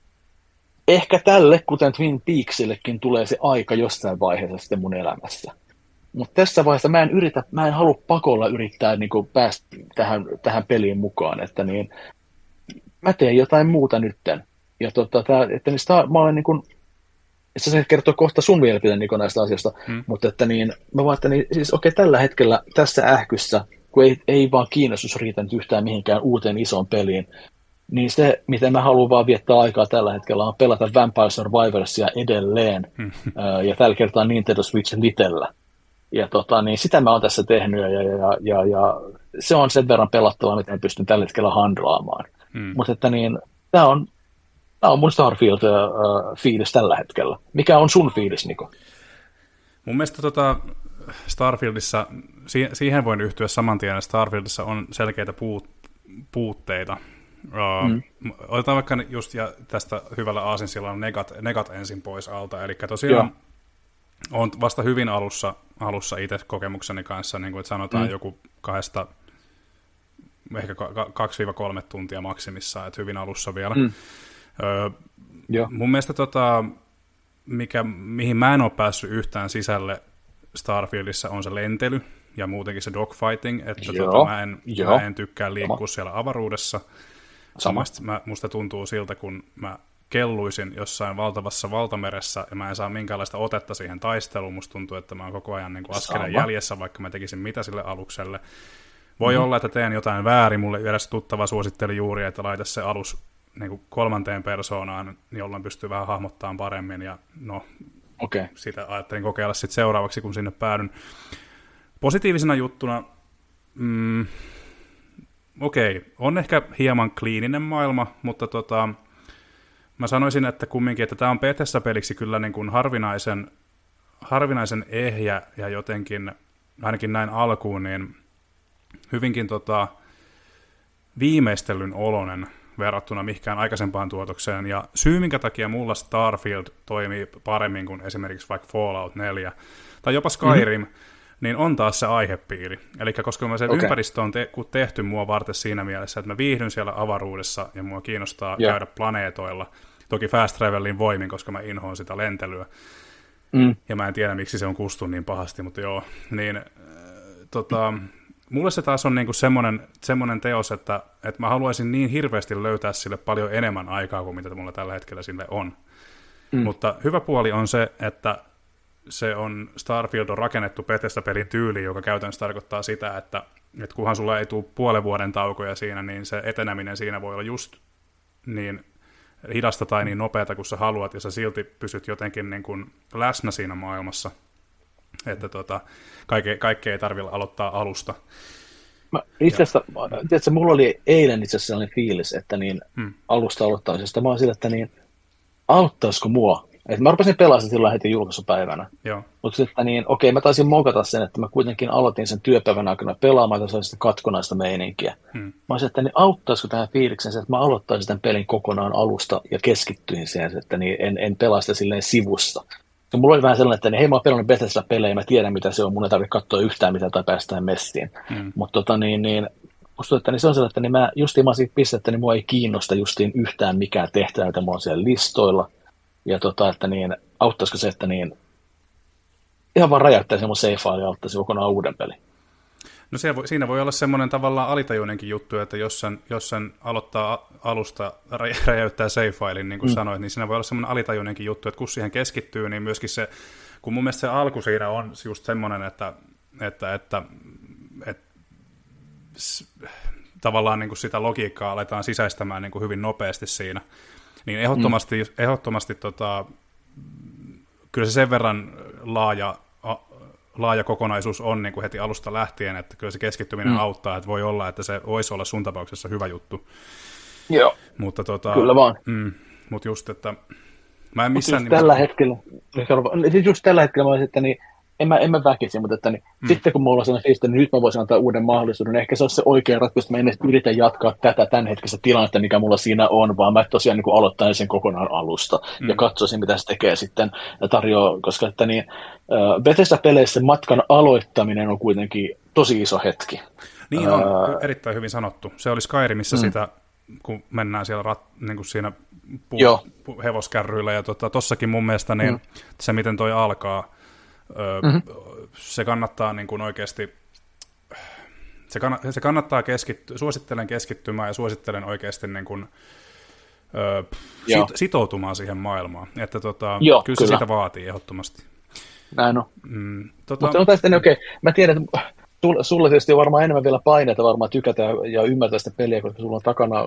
Ehkä tälle, kuten Twin Peaksillekin, tulee se aika jossain vaiheessa sitten mun elämässä. Mutta tässä vaiheessa mä en, yritä, mä en halua pakolla yrittää niin kuin päästä tähän, tähän peliin mukaan, että niin, mä teen jotain muuta nytten. Ja tota, tää, että niin sitä, mä olen niin kuin, että se kertoo kohta sun mielipiteen niin näistä asioista, hmm. mutta että niin, mä vaan, että niin, siis okei, tällä hetkellä tässä ähkyssä, kun ei, ei vaan kiinnostus riitä nyt yhtään mihinkään uuteen isoon peliin, niin se, miten mä haluan vaan viettää aikaa tällä hetkellä, on pelata Vampire Survivorsia edelleen, hmm. ja tällä kertaa Nintendo Switch Litellä. Ja tota, niin sitä mä oon tässä tehnyt, ja, ja, ja, ja se on sen verran pelattavaa, miten pystyn tällä hetkellä handlaamaan. Hmm. Mutta että niin, tää on, tää on mun Starfield-fiilis tällä hetkellä. Mikä on sun fiilis, Niko? Mun mielestä tota Starfieldissa, siihen voin yhtyä saman tien, että Starfieldissa on selkeitä puut, puutteita. Mm. Uh, otetaan vaikka just ja tästä hyvällä aasinsilalla negat, negat ensin pois alta, eli tosiaan olen vasta hyvin alussa, alussa itse kokemukseni kanssa, niin kuin että sanotaan mm. joku kahdesta, ehkä kaksi kolme tuntia maksimissaan, että hyvin alussa vielä. Mm. Öö, mun mielestä tota, mikä, mihin mä en ole päässyt yhtään sisälle Starfieldissa on se lentely ja muutenkin se dogfighting, että tota, mä, en, mä en tykkää liikkua Sama. siellä avaruudessa. Samasta mä, musta tuntuu siltä, kun mä kelluisin jossain valtavassa valtameressä ja mä en saa minkäänlaista otetta siihen taisteluun. Musta tuntuu, että mä oon koko ajan niin kuin askeleen jäljessä, vaikka mä tekisin mitä sille alukselle. Voi mm. olla, että teen jotain väärin. Mulle edes tuttava suositteli juuri, että laita se alus niin kuin kolmanteen persoonaan, jolloin pystyy vähän hahmottamaan paremmin. Ja no, okay. sitä ajattelin kokeilla sitten seuraavaksi, kun sinne päädyn. Positiivisena juttuna, mm, okei, okay, on ehkä hieman kliininen maailma, mutta tota, mä sanoisin, että kumminkin, että tämä on Bethesda-peliksi kyllä niin kuin harvinaisen, harvinaisen ehjä ja jotenkin, ainakin näin alkuun, niin hyvinkin tota, viimeistellyn oloinen verrattuna mihinkään aikaisempaan tuotokseen. Ja syy, minkä takia mulla Starfield toimii paremmin kuin esimerkiksi vaikka Fallout neljä tai jopa Skyrim, mm-hmm. niin on taas se aihepiiri. Eli koska se okay. ympäristö on te- tehty mua varten siinä mielessä, että mä viihdyn siellä avaruudessa ja mua kiinnostaa yeah. käydä planeetoilla. Toki fast travelin voimin, koska mä inhoon sitä lentelyä. Mm. Ja mä en tiedä, miksi se on kustunut niin pahasti, mutta joo. Niin, äh, tota, mulle se taas on niinku semmoinen, semmoinen teos, että, että mä haluaisin niin hirveästi löytää sille paljon enemmän aikaa kuin mitä mulla tällä hetkellä sille on. Mm. Mutta hyvä puoli on se, että se on Starfield on rakennettu Bethesda-pelin tyyliin, joka käytännössä tarkoittaa sitä, että, että kunhan sulla ei tule puolen vuoden taukoja siinä, niin se eteneminen siinä voi olla just niin hidasta tai niin nopeata kuin sä haluat, ja sä silti pysyt jotenkin niin kuin läsnä siinä maailmassa, että tota, kaikkea, kaikkea ei tarvitse aloittaa alusta. Mä itse asiassa, tiedätkö, mulla oli eilen itse asiassa sellainen fiilis, että niin hmm. alusta aloittamisesta, mä oon sillä, että niin, auttaisiko mua? Et mä rupesin pelaamaan silloin heti julkaisupäivänä. Mutta sitten niin, okei, mä taisin mokata sen, että mä kuitenkin aloitin sen työpäivän aikana pelaamaan, että se olisi katkonaista meininkiä. Hmm. Mä olisin, että niin auttaisiko tähän fiiliksen se, että mä aloittaisin tämän pelin kokonaan alusta ja keskittyin siihen, että niin en, en pelaa sitä silleen sivusta. Ja mulla oli vähän sellainen, että niin, hei, mä oon pelannut Bethesda-pelejä, mä tiedän mitä se on, mun ei tarvitse katsoa yhtään mitä tai päästään messiin. Hmm. Mutta tota niin, niin musta että niin se on sellainen, että niin mä justiin mä siitä pistettä, että niin mua ei kiinnosta justiin yhtään mikään tehtävä, mitä mulla on siellä listoilla. Ja tota, että niin, auttaisiko se, että niin, ihan vaan räjäyttäisi mun save-file ja ottaisi kokonaan uuden pelin. No siinä voi, siinä voi olla semmoinen tavallaan alitajuinenkin juttu, että jos sen, jos sen aloittaa alusta räjäyttää save-filein, niin kuin mm. sanoit, niin siinä voi olla semmoinen alitajuinenkin juttu, että kun siihen keskittyy, niin myöskin se, kun mun mielestä se alku siinä on just semmoinen, että, että, että, että s, tavallaan niin kuin sitä logiikkaa aletaan sisäistämään niin kuin hyvin nopeasti siinä. Niin ehdottomasti, mm. ehdottomasti tota, kyllä se sen verran laaja, a, laaja kokonaisuus on niin kuin heti alusta lähtien, että kyllä se keskittyminen mm. auttaa, että voi olla, että se voisi olla sun tapauksessa hyvä juttu. Joo, mutta, tota, kyllä vaan. Mm, mutta just, että mä en missään... Just tällä hetkellä, just tällä hetkellä mä olisin, että niin, en mä, en mä väkisin, mutta että, niin, mm. sitten kun mulla on sellainen fiilis, niin nyt mä voisin antaa uuden mahdollisuuden. Ehkä se on se oikea ratkaisu, että mä en edes yritä jatkaa tätä tämänhetkistä tilannetta, mikä mulla siinä on, vaan mä tosiaan niin aloittaisin sen kokonaan alusta mm. ja katsoisin, mitä se tekee sitten tarjoaa, koska että, niin, Bethesda-peleissä matkan aloittaminen on kuitenkin tosi iso hetki. Niin on, uh, erittäin hyvin sanottu. Se oli Skyrimissa mm. sitä, kun mennään siellä rat, niin kuin siinä pu- pu- hevoskärryillä, ja tota, tossakin mun mielestä niin mm. se, miten toi alkaa, öö, mm-hmm. se kannattaa niin kuin oikeasti, se, kann, se kannattaa keskittyä, suosittelen keskittymään ja suosittelen oikeasti niin kuin, öö, sit, sitoutumaan siihen maailmaan, että tota, Joo, kyllä, kyllä se sitä vaatii ehdottomasti. Näin on. Mm, tota... Mutta sanotaan sitten, okei, okay, mä tiedän, että sulla tietysti on varmaan enemmän vielä paineita varmaan tykätä ja ymmärtää sitä peliä, koska sulla on takana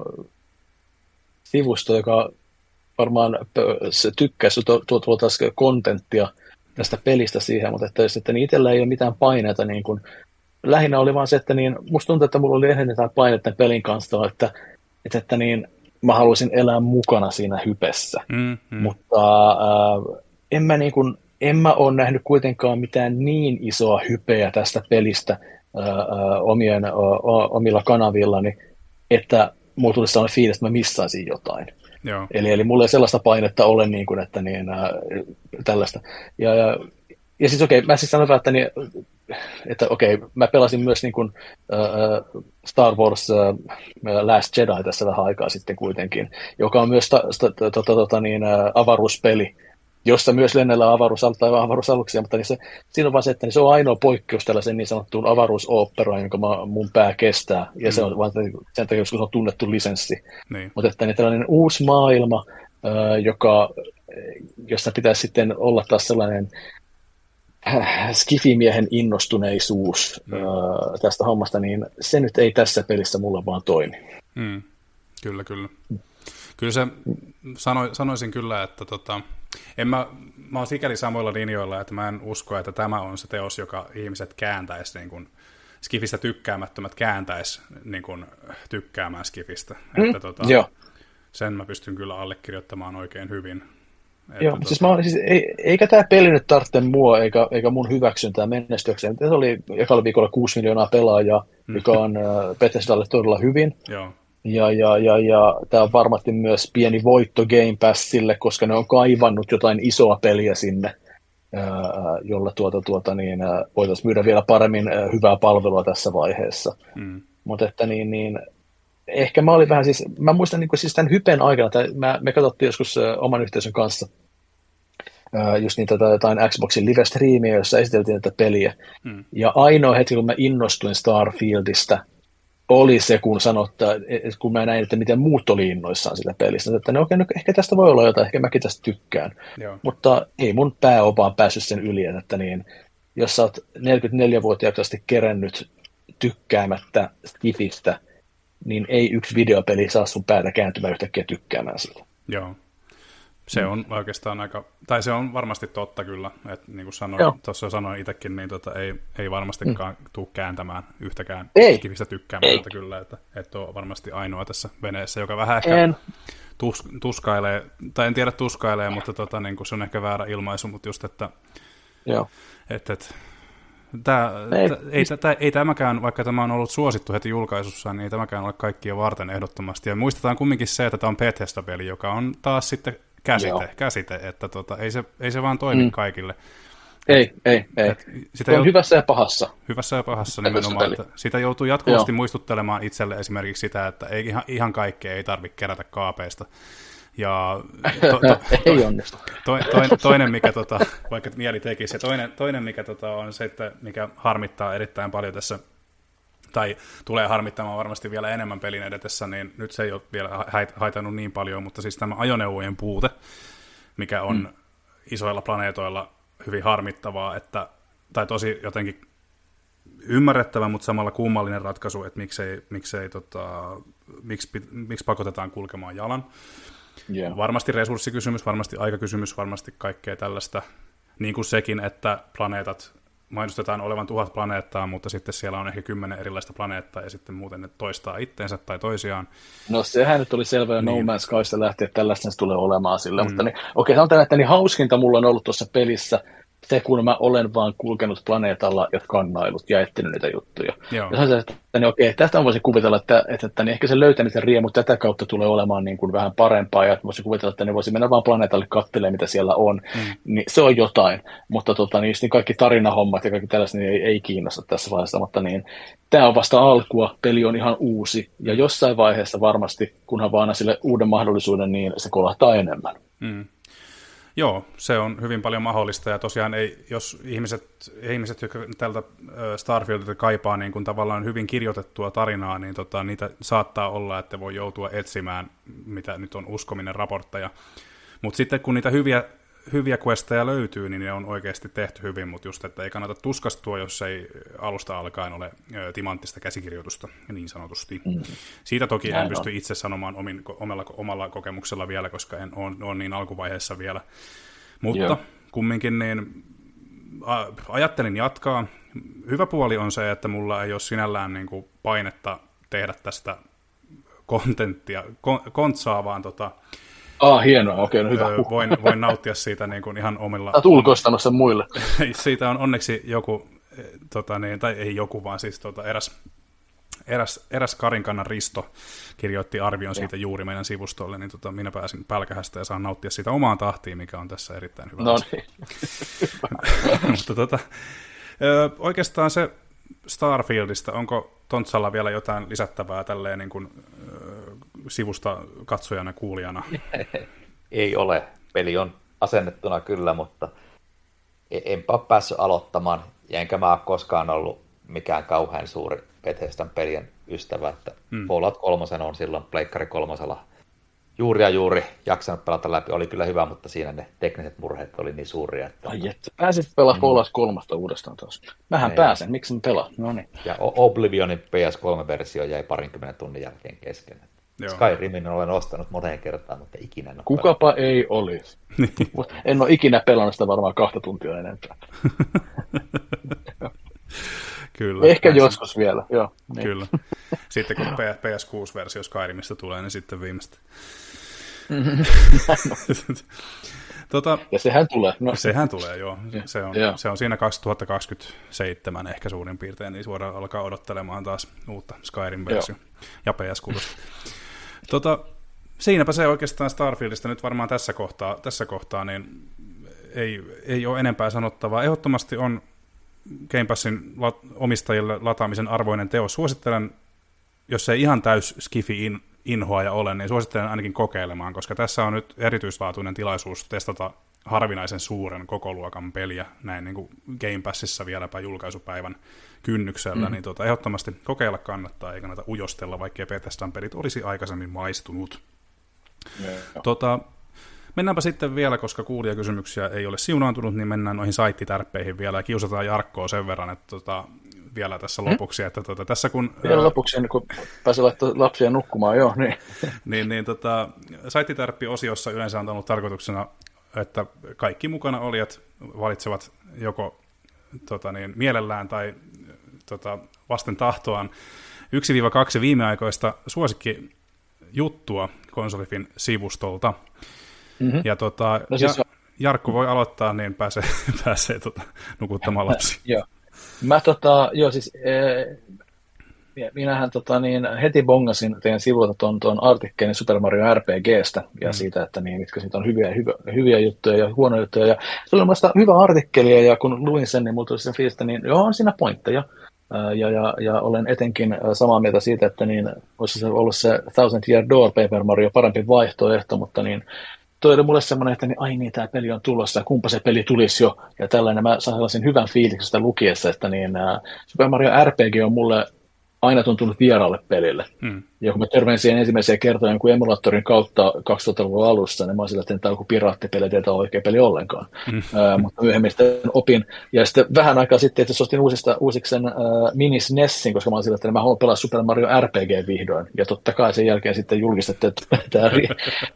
sivusto, joka varmaan se tykkää, se tuo, tuo, tuo taas kontenttia tästä pelistä siihen, mutta että, että niin itsellä ei ole mitään paineita. Niin kun, lähinnä oli vaan se, että niin, musta tuntuu, että mulla oli enemmän paineita tämän pelin kanssa, että, että, että niin, mä haluaisin elää mukana siinä hypessä. Mm, mm. Mutta äh, en mä niin kun, En mä ole nähnyt kuitenkaan mitään niin isoa hypeä tästä pelistä ää, omien, ä, omilla kanavillani, että mulla tulisi sellainen fiilis, että mä missaisin jotain. Joo. Eli, eli mulla ei sellaista painetta ole, niin kuin, että niin, ä, tällaista. Ja, ja, ja siis okei, okay, mä siis sanon, että, niin, että okei, okay, mä pelasin myös niin kuin, ä, Star Wars ä, Last Jedi tässä vähän aikaa sitten kuitenkin, joka on myös ta, ta, ta, ta, ta, ta, niin, ä, avaruuspeli, jossa myös lennellä avaruusalta tai avaruusaluksia, mutta niin se, siinä on vaan se, että niin se on ainoa poikkeus tällaisen niin sanottuun avaruusoopperaan, jonka mä, mun pää kestää, ja mm. se on vaan sen takia, koska se on tunnettu lisenssi. Niin. Mutta että niin tällainen uusi maailma, äh, joka, jossa pitäisi sitten olla taas sellainen äh, skifimiehen innostuneisuus mm. äh, tästä hommasta, niin se nyt ei tässä pelissä mulla vaan toimi. Mm. Kyllä, kyllä. Kyllä se, sano, sanoisin kyllä, että tota, en mä, mä oon sikäli samoilla linjoilla, että mä en usko, että tämä on se teos, joka ihmiset kääntäisi, niin kuin Skifistä tykkäämättömät kääntäisi niin kuin tykkäämään Skifistä. Mm, että, tota, sen mä pystyn kyllä allekirjoittamaan oikein hyvin. Että, Joo, tota... siis mä, siis, ei, eikä tämä peli nyt tarvitse mua eikä, eikä mun hyväksyntää menestykseen. Se oli ekalla viikolla kuusi miljoonaa pelaajaa, mm. joka on uh, Bethesdalle todella hyvin. Joo. Ja, ja, ja, ja tämä on varmasti myös pieni voitto Game Passille, koska ne on kaivannut jotain isoa peliä sinne, ää, jolla tuota, tuota, niin, voitaisiin myydä vielä paremmin ää, hyvää palvelua tässä vaiheessa. Mm. Mutta että niin, niin, ehkä mä olin vähän siis, mä muistan niin kuin, siis tämän hypen aikana, tai mä, me katsottiin joskus ää, oman yhteisön kanssa ää, just niitä jotain Xboxin live-striimiä, jossa esiteltiin tätä peliä. Mm. Ja ainoa hetki, kun mä innostuin Starfieldista, oli se, kun sanottaa, kun mä näin, että miten muut oli innoissaan sitä pelistä, että no, okay, no, ehkä tästä voi olla jotain, ehkä mäkin tästä tykkään. Joo. Mutta ei mun pää ole vaan päässyt sen yli, että niin, jos sä oot neljäkymmentäneljävuotiaaksi asti kerännyt tykkäämättä Skifistä, niin ei yksi videopeli saa sun päätä kääntymään yhtäkkiä tykkäämään siitä. Joo. Se on mm. oikeastaan aika, tai se on varmasti totta kyllä, että niin kuin sanoin, tuossa sanoin itsekin, niin tota, ei, ei varmastikaan mm. tule kääntämään yhtäkään Skifistä tykkäämättä kyllä, että et ole varmasti ainoa tässä veneessä, joka vähän ehkä tus, tuskailee, tai en tiedä tuskailee, mutta tota, niin kuin se on ehkä väärä ilmaisu, mutta just, että Joo. et, et, tää, ei, tää, ei, tää, ei tämäkään, vaikka tämä on ollut suosittu heti julkaisussa, niin ei tämäkään ole kaikkia varten ehdottomasti, ja muistetaan kumminkin se, että tämä on Bethesda-peli, joka on taas sitten käsite, käsite että tota, ei, se, ei se vaan toimi mm. kaikille. Ei, et, ei, ei. Et sitä on jout... hyvässä ja pahassa. Hyvässä ja pahassa nimenomaan. Että sitä joutuu jatkuvasti Joo. muistuttelemaan itselle esimerkiksi sitä, että ei, ihan, ihan kaikkea ei tarvitse kerätä kaapeista. Ja to, to, ei onnistu. To, to, toinen, mikä tota, vaikka mieli tekisi, ja toinen, toinen mikä tota, on se, että mikä harmittaa erittäin paljon tässä, tai tulee harmittamaan varmasti vielä enemmän pelin edetessä, niin nyt se ei ole vielä haitannut niin paljon, mutta siis tämä ajoneuvojen puute, mikä on mm. isoilla planeetoilla hyvin harmittavaa, että, tai tosi jotenkin ymmärrettävä, mutta samalla kummallinen ratkaisu, että miksei, miksei, tota, miksi, miksi pakotetaan kulkemaan jalan. Yeah. Varmasti resurssikysymys, varmasti aikakysymys, varmasti kaikkea tällaista, niin kuin sekin, että planeetat mainostetaan olevan tuhat planeettaa, mutta sitten siellä on ehkä kymmenen erilaista planeettaa, ja sitten muuten ne toistaa itteensä tai toisiaan. No sehän nyt oli selvä, ja niin. No Man's Skysta lähtee, että tällaista se tulee olemaan sillä, mm. mutta niin, okei, sanotaan, että niin hauskinta mulla on ollut tuossa pelissä, se, kun mä olen vaan kulkenut planeetalla ja skannailut ja etsinyt niitä juttuja. Joo. Ja se, että niin okei, tästä on voisin kuvitella, että, että, että niin ehkä se löytämisen riemu tätä kautta tulee olemaan niin kuin vähän parempaa, ja voisin kuvitella, että ne voisi mennä vaan planeetalle katselemaan, mitä siellä on. Mm. Niin se on jotain, mutta tota, niin, niin kaikki tarinahommat ja kaikki tällaiset niin ei, ei kiinnosta tässä vaiheessa, mutta niin, tämä on vasta alkua, peli on ihan uusi, ja jossain vaiheessa varmasti, kunhan vaan sille uuden mahdollisuuden, niin se kolahtaa enemmän. Mm. Joo, se on hyvin paljon mahdollista, ja tosiaan ei, jos ihmiset, ihmiset jotka tältä Starfieldilta kaipaa niin kuin tavallaan hyvin kirjoitettua tarinaa, niin tota, niitä saattaa olla, että voi joutua etsimään, mitä nyt on uskominen raportteja. Mutta sitten kun niitä hyviä, hyviä questeja löytyy, niin ne on oikeasti tehty hyvin, mutta just, että ei kannata tuskastua, jos ei alusta alkaen ole timanttista käsikirjoitusta, niin sanotusti. Mm. Siitä toki en pysty itse sanomaan omin, omalla, omalla kokemuksella vielä, koska en ole, ole niin alkuvaiheessa vielä. Mutta yeah. kumminkin niin a, ajattelin jatkaa. Hyvä puoli on se, että mulla ei ole sinällään niin kuin painetta tehdä tästä kontenttia, kon, kontsaa, vaan tota, Ah, hienoa, okei, no hyvä. Öö, voin, voin nauttia siitä niin kuin ihan omilla... Olet ulkoistanut sen muille. Siitä on onneksi joku, tota niin, tai ei joku, vaan siis tota, eräs, eräs, eräs Karinkannan Risto kirjoitti arvion ja. siitä juuri meidän sivustolle, niin tota, minä pääsin pälkähästä ja saan nauttia siitä omaan tahtiin, mikä on tässä erittäin hyvä. No niin. Mutta tota, öö, oikeastaan se Starfieldista, onko Tontsalla vielä jotain lisättävää tälleen niin kuin, öö, sivusta katsojana, kuulijana? Ei ole. Peli on asennettuna kyllä, mutta enpä ole päässyt aloittamaan. Ja enkä mä ole koskaan ollut mikään kauhean suuri Bethesdan pelien ystävä. Että mm. Fallout kolme on silloin Pleikkari kolmosella juuri ja juuri jaksanut pelata läpi. Oli kyllä hyvä, mutta siinä ne tekniset murheet oli niin suuria. Että... Ai että pääsit pelaa Fallout kolmosta uudestaan taas. Mähän Ei. pääsen, miksi mä pelaan? No niin. Ja Oblivionin P S kolme-versio jäi parinkymmenen tunnin jälkeen kesken. Skyrimin olen ostanut moneen kertaan, mutta ikinä en ole Kukapa pelannut. Ei olisi. En ole ikinä pelannut sitä varmaan kahta tuntia enempää. Kyllä. Ehkä pääsin. Joskus vielä, joo. Niin. Kyllä. Sitten kun P S kuusi-versio Skyrimistä tulee, niin sitten viimeistä. tota, ja sehän tulee. No. Sehän tulee, joo. Se on, se on siinä kaksituhattakaksikymmentäseitsemän ehkä suurin piirtein, niin voidaan alkaa odottelemaan taas uutta Skyrim-versio ja P S kuusi. Tota, siinäpä se oikeastaan Starfieldista nyt varmaan tässä kohtaa, tässä kohtaa niin ei, ei ole enempää sanottavaa. Ehdottomasti on Game Passin lat, omistajille lataamisen arvoinen teos. Suosittelen, jos ei ihan täys skifi-inhoaja ole, niin suosittelen ainakin kokeilemaan, koska tässä on nyt erityislaatuinen tilaisuus testata harvinaisen suuren kokoluokan peliä näin niin kuin Game Passissa vieläpä julkaisupäivän kynnyksellä, mm. niin tota, ehdottomasti kokeilla kannattaa, ei kannata ujostella, vaikkei Bethesdan pelit olisi aikaisemmin maistunut. Yeah. Tota, mennäänpä sitten vielä, koska kuulijakysymyksiä ei ole siunaantunut, niin mennään noihin saittitärppeihin vielä, ja kiusataan Jarkkoa sen verran, että tota, vielä tässä lopuksi, että tota, tässä kun... Vielä lopuksi, ennen kuin pääsee laittamaan lapsia nukkumaan, joo, niin. niin, niin tota, saittitärppi-osiossa yleensä on ollut tarkoituksena, että kaikki mukana olijat valitsevat joko tota niin, mielellään tai tota, vasten tahtoaan yksi kaksi viimeaikoista suosikkijuttua Konsolifin sivustolta. Mm-hmm. Ja, tota, no siis ja Jarkko voi aloittaa, niin pääsee, pääsee tota, nukuttamaan lapsi. Joo. Mä tota, joo siis... Ee... Minähän tota, niin, heti bongasin teidän sivuilta tuon, tuon artikkelin Super Mario R P G:stä ja mm. siitä, että niin, mitkä siitä on hyviä, hyviä, hyviä juttuja ja huonoja juttuja. Ja se oli mielestäni hyvä artikkeli ja kun luin sen, niin mulla tuli sen fiilistä, niin joo, on siinä pointteja. Ja, ja, ja olen etenkin samaa mieltä siitä, että niin, olisi se ollut se Thousand Year Door Paper Mario parempi vaihtoehto, mutta niin, toi oli mulle semmoinen, että niin, ai niin, tämä peli on tulossa ja kumpa se peli tulisi jo. Ja tällainen, mä sain sellaisen hyvän fiiliksen sitä lukiessa, että niin, Super Mario R P G on mulle aina tuntunut vieraalle pelille. Mm. Ja kun mä törmäin siihen ensimmäisiä kertoja jonkun emulaattorin kautta kaksituhattaluvun alussa, niin mä oon sillä, että tämä on joku piraattipeli, että tämä on oikea peli ollenkaan. Mm. Äh, mutta myöhemmin sitten opin. Ja sitten vähän aikaa sitten, että ostin uusista, uusiksi äh, Mini S N E Sin, koska mä oon sillä, että mä haluan pelaa Super Mario R P G vihdoin. Ja totta kai sen jälkeen sitten julkistettiin tämä ri-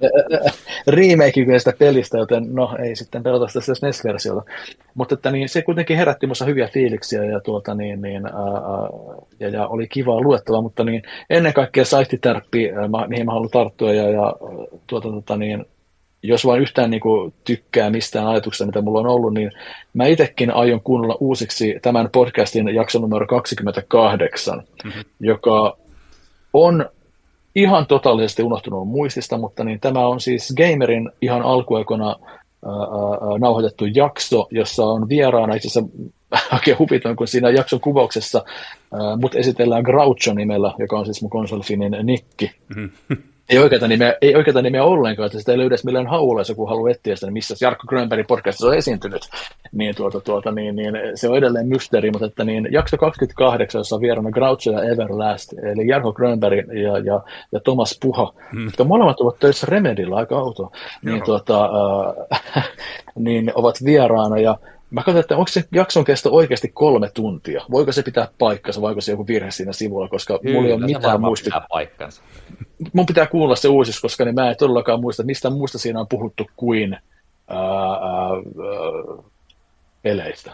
remake sitä pelistä, joten no ei sitten pelata sitä S N E S-versiota. Mutta että, niin, se kuitenkin herätti minussa hyviä fiiliksiä ja, tuota, niin, niin, äh, ja, ja oli kivaa luettavaa, mutta niin, ennen kaikkea saittitärppi, mihin mä haluan tarttua, ja, ja tuota, tuota, niin, jos vain yhtään niin kuin, tykkää mistään ajatuksesta, mitä mulla on ollut, niin mä itsekin aion kuunnella uusiksi tämän podcastin jakson numero kaksikymmentäkahdeksan, mm-hmm. joka on ihan totaalisesti unohtunut muistista, mutta niin tämä on siis Gamerin ihan alkuaikoina ää, nauhoitettu jakso, jossa on vieraana itse asiassa oikein huviton, kun siinä jakson kuvauksessa ää, mut esitellään Groucho nimellä, joka on siis mun konsolifinin nikki. Mm-hmm. Ei oikeata nimeä, ei oikeata nimeä ollenkaan, että sitä ei löydä millään haulla, jos joku haluaa etsiä sitä, niin missä Jarkko Grönbergin podcastissa on esiintynyt. Niin, tuota, tuota, niin, niin, se on edelleen mysteeri, mutta että, niin, jakso kaksikymmentäkahdeksan, jossa on vieraana Groucho ja Everlast, eli Jarkko Grönberg ja, ja, ja Thomas Puha, mm. jotka molemmat ovat töissä Remedyllä, aika outoa, niin, tuota, äh, niin ovat vieraana. Ja mä katson, että onko se jakson kesto oikeasti kolme tuntia? Voiko se pitää paikkansa, voiko se joku virhe siinä sivulla, koska Kyllä, mulla ei ole mitään muistia. Mun pitää kuulla se uusiksi, koska niin mä en todellakaan muista, mistä muusta siinä on puhuttu kuin ää, ää, peleistä.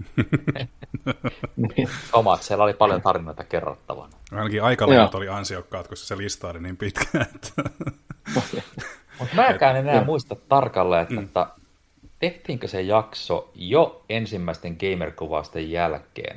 Omat, siellä oli paljon tarinoita kerrottavana. Ainakin aikalennot oli ansiokkaat, koska se lista oli niin pitkä. Että... Mutta mäkään enää Et, muista tarkalleen, että, mm. että tehtiinkö se jakso jo ensimmäisten gamer-kuvausten jälkeen?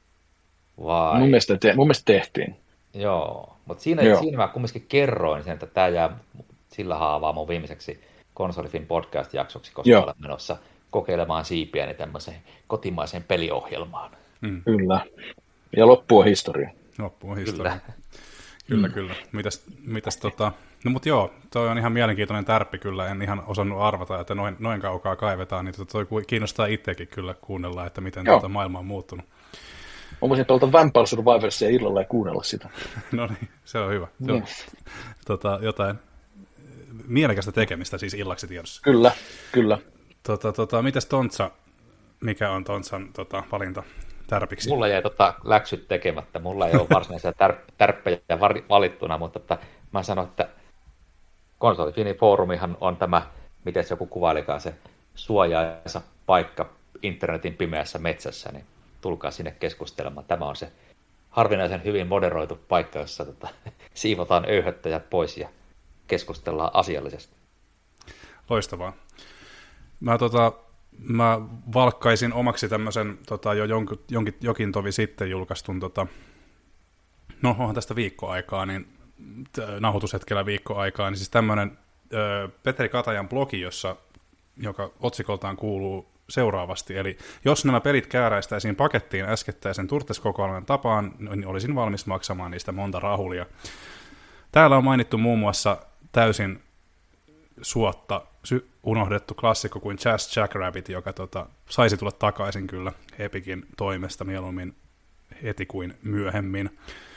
Vai? Mun mielestä, te, mun mielestä tehtiin. Joo, mutta siinä, siinä mä kumminkin kerroin sen, että tämä jää sillä haavaa mun viimeiseksi Konsolifin podcast-jaksoksi, koska Joo. olen menossa kokeilemaan siipiäni tämmöiseen kotimaiseen peliohjelmaan. Mm. Kyllä. Ja loppu on historia. Loppu on historia. Kyllä, kyllä. Mm. kyllä. Mitäs, mitäs tota... No mut joo, toi on ihan mielenkiintoinen tärppi kyllä, en ihan osannut arvata, että noin, noin kaukaa kaivetaan, niin toi kiinnostaa itsekin kyllä kuunnella, että miten tuota maailma on muuttunut. Mä voisin pelata Vampire Survivorsia illalla ja kuunnella sitä. No niin, se on hyvä. Se on, tota, jotain mielekästä tekemistä siis illaksi tiedossa. Kyllä, kyllä. Tota, tota, mitäs Tontsa, mikä on Tontsan tota, valinta tärpiksi? Mulla jäi tota, läksyt tekemättä, mulla ei ole varsinaisia tär- tärppejä valittuna, mutta tota, mä sanon, että Konsolifinin foorumihan on tämä, miten joku kuvailikaan se suojaansa paikka internetin pimeässä metsässä, niin tulkaa sinne keskustelemaan. Tämä on se harvinaisen hyvin moderoitu paikka, jossa tota, siivotaan öyhöttäjät pois ja keskustellaan asiallisesti. Loistavaa. Mä, tota, mä valkkaisin omaksi tämmöisen tota, jo jonkin, jonkin, jokin tovi sitten julkaistun, tota, no onhan tästä viikkoaikaa, niin nauhoitushetkellä viikkoaikaa, niin siis tämmöinen ö, Petri Katajan blogi, jossa, joka otsikoltaan kuuluu seuraavasti, eli jos nämä pelit kääräistäisiin pakettiin äskettäisen Turtes-kokoelman tapaan, niin olisin valmis maksamaan niistä monta rahulia. Täällä on mainittu muun muassa täysin suotta sy- unohdettu klassikko kuin Jazz Jackrabbit, joka tota, saisi tulla takaisin kyllä Epicin toimesta mieluummin heti kuin myöhemmin.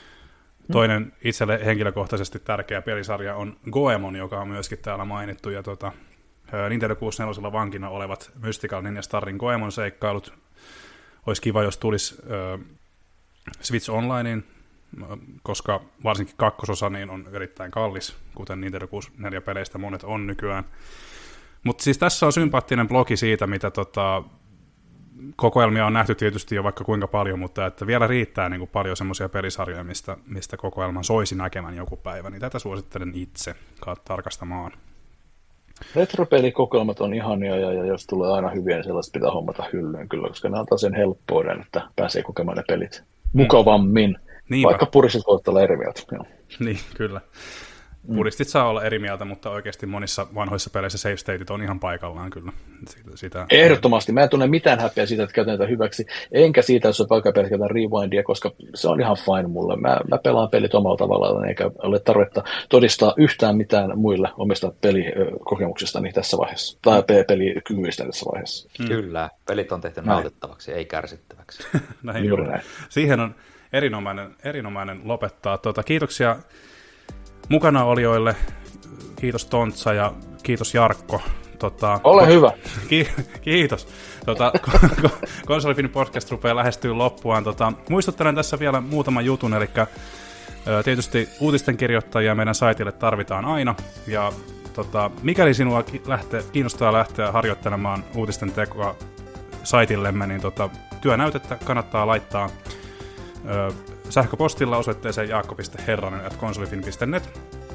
Toinen itselle henkilökohtaisesti tärkeä pelisarja on Goemon, joka on myöskin täällä mainittu, ja tota, Nintendo kuusikymmentäneljä vankina olevat Mystical Ninja Starin Goemon seikkailut. Olisi kiva, jos tulisi ö, Switch Onlineen, koska varsinkin kakkososa niin on erittäin kallis, kuten Nintendo kuusikymmentäneljä peleistä monet on nykyään. Mutta siis tässä on sympaattinen blogi siitä, mitä tota, kokoelmia on nähty tietysti jo vaikka kuinka paljon, mutta että vielä riittää niin kuin paljon semmoisia pelisarjoja, mistä, mistä kokoelman soisi näkemään joku päivä, niin tätä suosittelen itse tarkastamaan. Retropelikokoelmat on ihania, ja, ja jos tulee aina hyviä, niin sellaista pitää hommata hyllyyn kyllä, koska ne antaa sen helppouden, että pääsee kokemaan ne pelit mukavammin, mm. vaikka puristit voivat olla eri mieltä. Joo. Niin, kyllä. Puristit saa olla eri mieltä, mutta oikeasti monissa vanhoissa peleissä save stateit on ihan paikallaan kyllä. Sitä, sitä... Ehdottomasti. Mä en tunne mitään häpeä siitä, että käytän tätä hyväksi. Enkä siitä, jos on paikka pelkästään rewindia, koska se on ihan fine mulle. Mä, mä pelaan pelit omalla tavallaan, eikä ole tarvetta todistaa yhtään mitään muille omista pelikokemuksistani tässä vaiheessa. Tai pelikyvyistä tässä vaiheessa. Hmm. Kyllä. Pelit on tehty nautittavaksi, ei kärsittäväksi. Näin juuri näin. Siihen on erinomainen, erinomainen lopettaa. Tuota, kiitoksia mukana olijoille, kiitos Tontsa ja kiitos Jarkko. Tota, Ole hyvä. Ki- kiitos. Tota, Konsolifin podcast rupeaa lähestyä loppuaan. Tota, muistuttelen tässä vielä muutaman jutun, eli tietysti uutisten kirjoittajia meidän saitille tarvitaan aina, ja tota, mikäli sinua lähtee, kiinnostaa lähteä harjoittelemaan uutisten tekoa saitillemme, niin tota, työnäytettä kannattaa laittaa ö, sähköpostilla osoitteeseen jaakko piste herranen ät konsolifin piste net.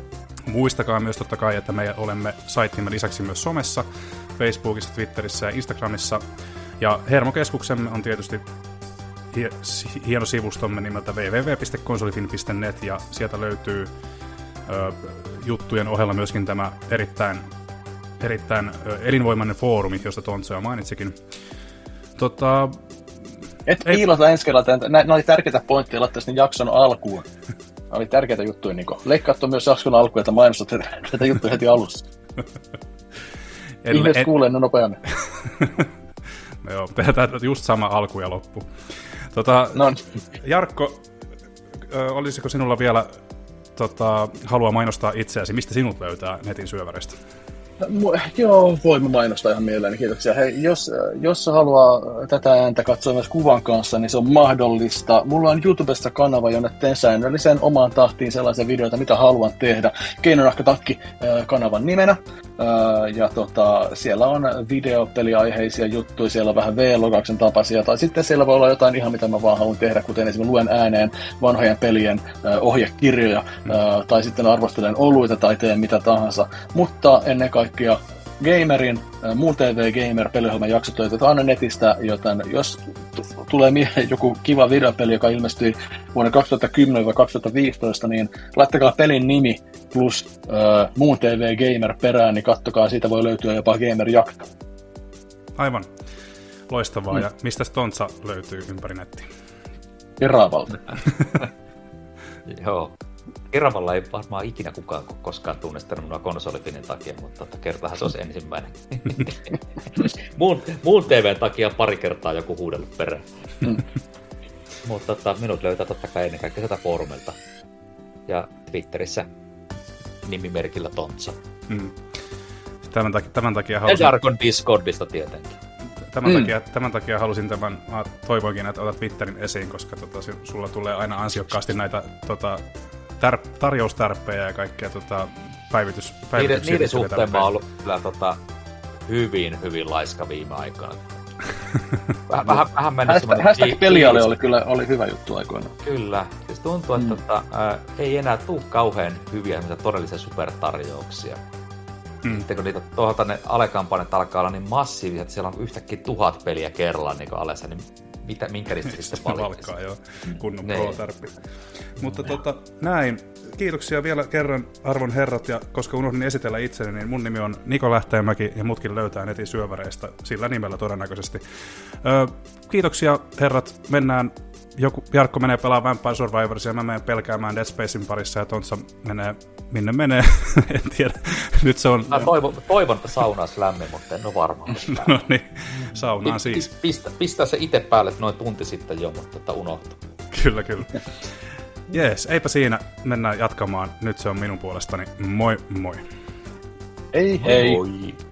muistakaa myös totta kai, että me olemme saittimme lisäksi myös somessa, Facebookissa, Twitterissä ja Instagramissa. Ja Hermokeskuksemme on tietysti hieno sivustomme nimeltä double-u double-u double-u piste konsolifin piste net, ja sieltä löytyy ö, juttujen ohella myöskin tämä erittäin, erittäin ö, elinvoimainen foorumi, josta Tontsa jo mainitsikin. Tota, Et piilota ensi kerralla. Nämä oli tärkeitä pointteja laittaa sinne jakson alkuun. Nämä oli tärkeitä juttuja, Niko. Leikkaat myös jakson alkuun, että mainostat tätä juttuja heti alussa. Ihmiset en... kuulee ne nopeammin. No joo, tehdään just sama alku ja loppu. Tota, no. Jarkko, ö, olisiko sinulla vielä tota, halua mainostaa itseäsi? Mistä sinut löytää netin syöväreistä? Joo, voimme mainostaa ihan mielelläni, kiitoksia. Hei, jos, jos haluaa tätä ääntä katsoa myös kuvan kanssa, niin se on mahdollista. Mulla on YouTubesta kanava, jonne teen säännöllisen omaan tahtiin sellaisia videoita, mitä haluan tehdä. Keinonahka Takki kanavan nimenä. Ja tota, siellä on videopeliaiheisia juttuja, siellä on vähän V-logauksen tapaisia, tai sitten siellä voi olla jotain ihan mitä mä vaan haluan tehdä, kuten esimerkiksi luen ääneen vanhojen pelien ohjekirjoja, mm. tai sitten arvostelen oluita tai teen mitä tahansa. Mutta ennen kaikkea Gamerin, muun T V Gamer peliohjelman jaksot löytyy aina netistä, joten jos t- tulee mieleen joku kiva videopeli, joka ilmestyi vuonna kaksituhattakymmenen kaksituhattaviisitoista, niin laittakaa pelin nimi plus äh, muun T V Gamer perään, niin kattokaa, siitä voi löytyä jopa Gamer-jakso. Aivan. Loistavaa. Mm. Ja mistä Tontsa löytyy ympäri nettiä? Keravalta. Joo. Keravalla ei varmaan ikinä kukaan koskaan tunnistanut minua konsolifinin takia, mutta tota, kertahan se olisi ensimmäinen. muun, muun T V:n takia pari kertaa joku huudellut perään. Mm. Mutta tota, minut löytää totta kai ennen kaikkea sieltä foorumilta. Ja Twitterissä nimimerkillä Tontsa. Mm. Tämän, takia, tämän takia halusin... Ja Jarkon Discordista tietenkin. Tämän, mm. takia, tämän takia halusin tämän, toivoinkin, että otat Twitterin esiin, koska tota, sulla tulee aina ansiokkaasti näitä tota, tär, tarjoustärppejä ja kaikkea tota, päivitys, päivityksiä. Niiden, niiden suhteen mä oon ollut kyllä tota, hyvin, hyvin laiska viime aikoina. Vähän, vähän, vähän mennyt semmoinen... Hashtag peliale oli kyllä oli hyvä juttu aikoina. Kyllä. Siis tuntuu, että mm. tota, ää, ei enää tule kauhean hyviä todellisia supertarjouksia. Mm. Sitten kun niitä tuolta ne alekampanjat alkaa olla niin massiivisia, että siellä on yhtäkkiä tuhat peliä kerrallaan niin alessa, niin mitä, minkä niistä sitten valittaisi? Valkkaa, joo. Kunnon pro-tarppi. Mutta tota, näin. Kiitoksia vielä kerran, arvon herrat, ja koska unohdin esitellä itseni, niin mun nimi on Niko Lähteenmäki, ja mutkin löytää netin syöväreistä sillä nimellä todennäköisesti. Öö, kiitoksia, herrat. Mennään. Joku, Jarkko menee pelaamaan Vampire Survivorsia, mä menen pelkäämään Dead Spacein parissa, ja Tontsa menee, minne menee, en tiedä. Nyt se on... Mä toivon, toivon että sauna olisi lämmin, mutta en ole varma. No niin, saunaan siis. Pistä, pistää se itse päälle noin tunti sitten jo, mutta että unohtuu. Kyllä, kyllä. Jees, eipä siinä, mennään jatkamaan. Nyt se on minun puolestani. Moi moi. Hei hei. Moi.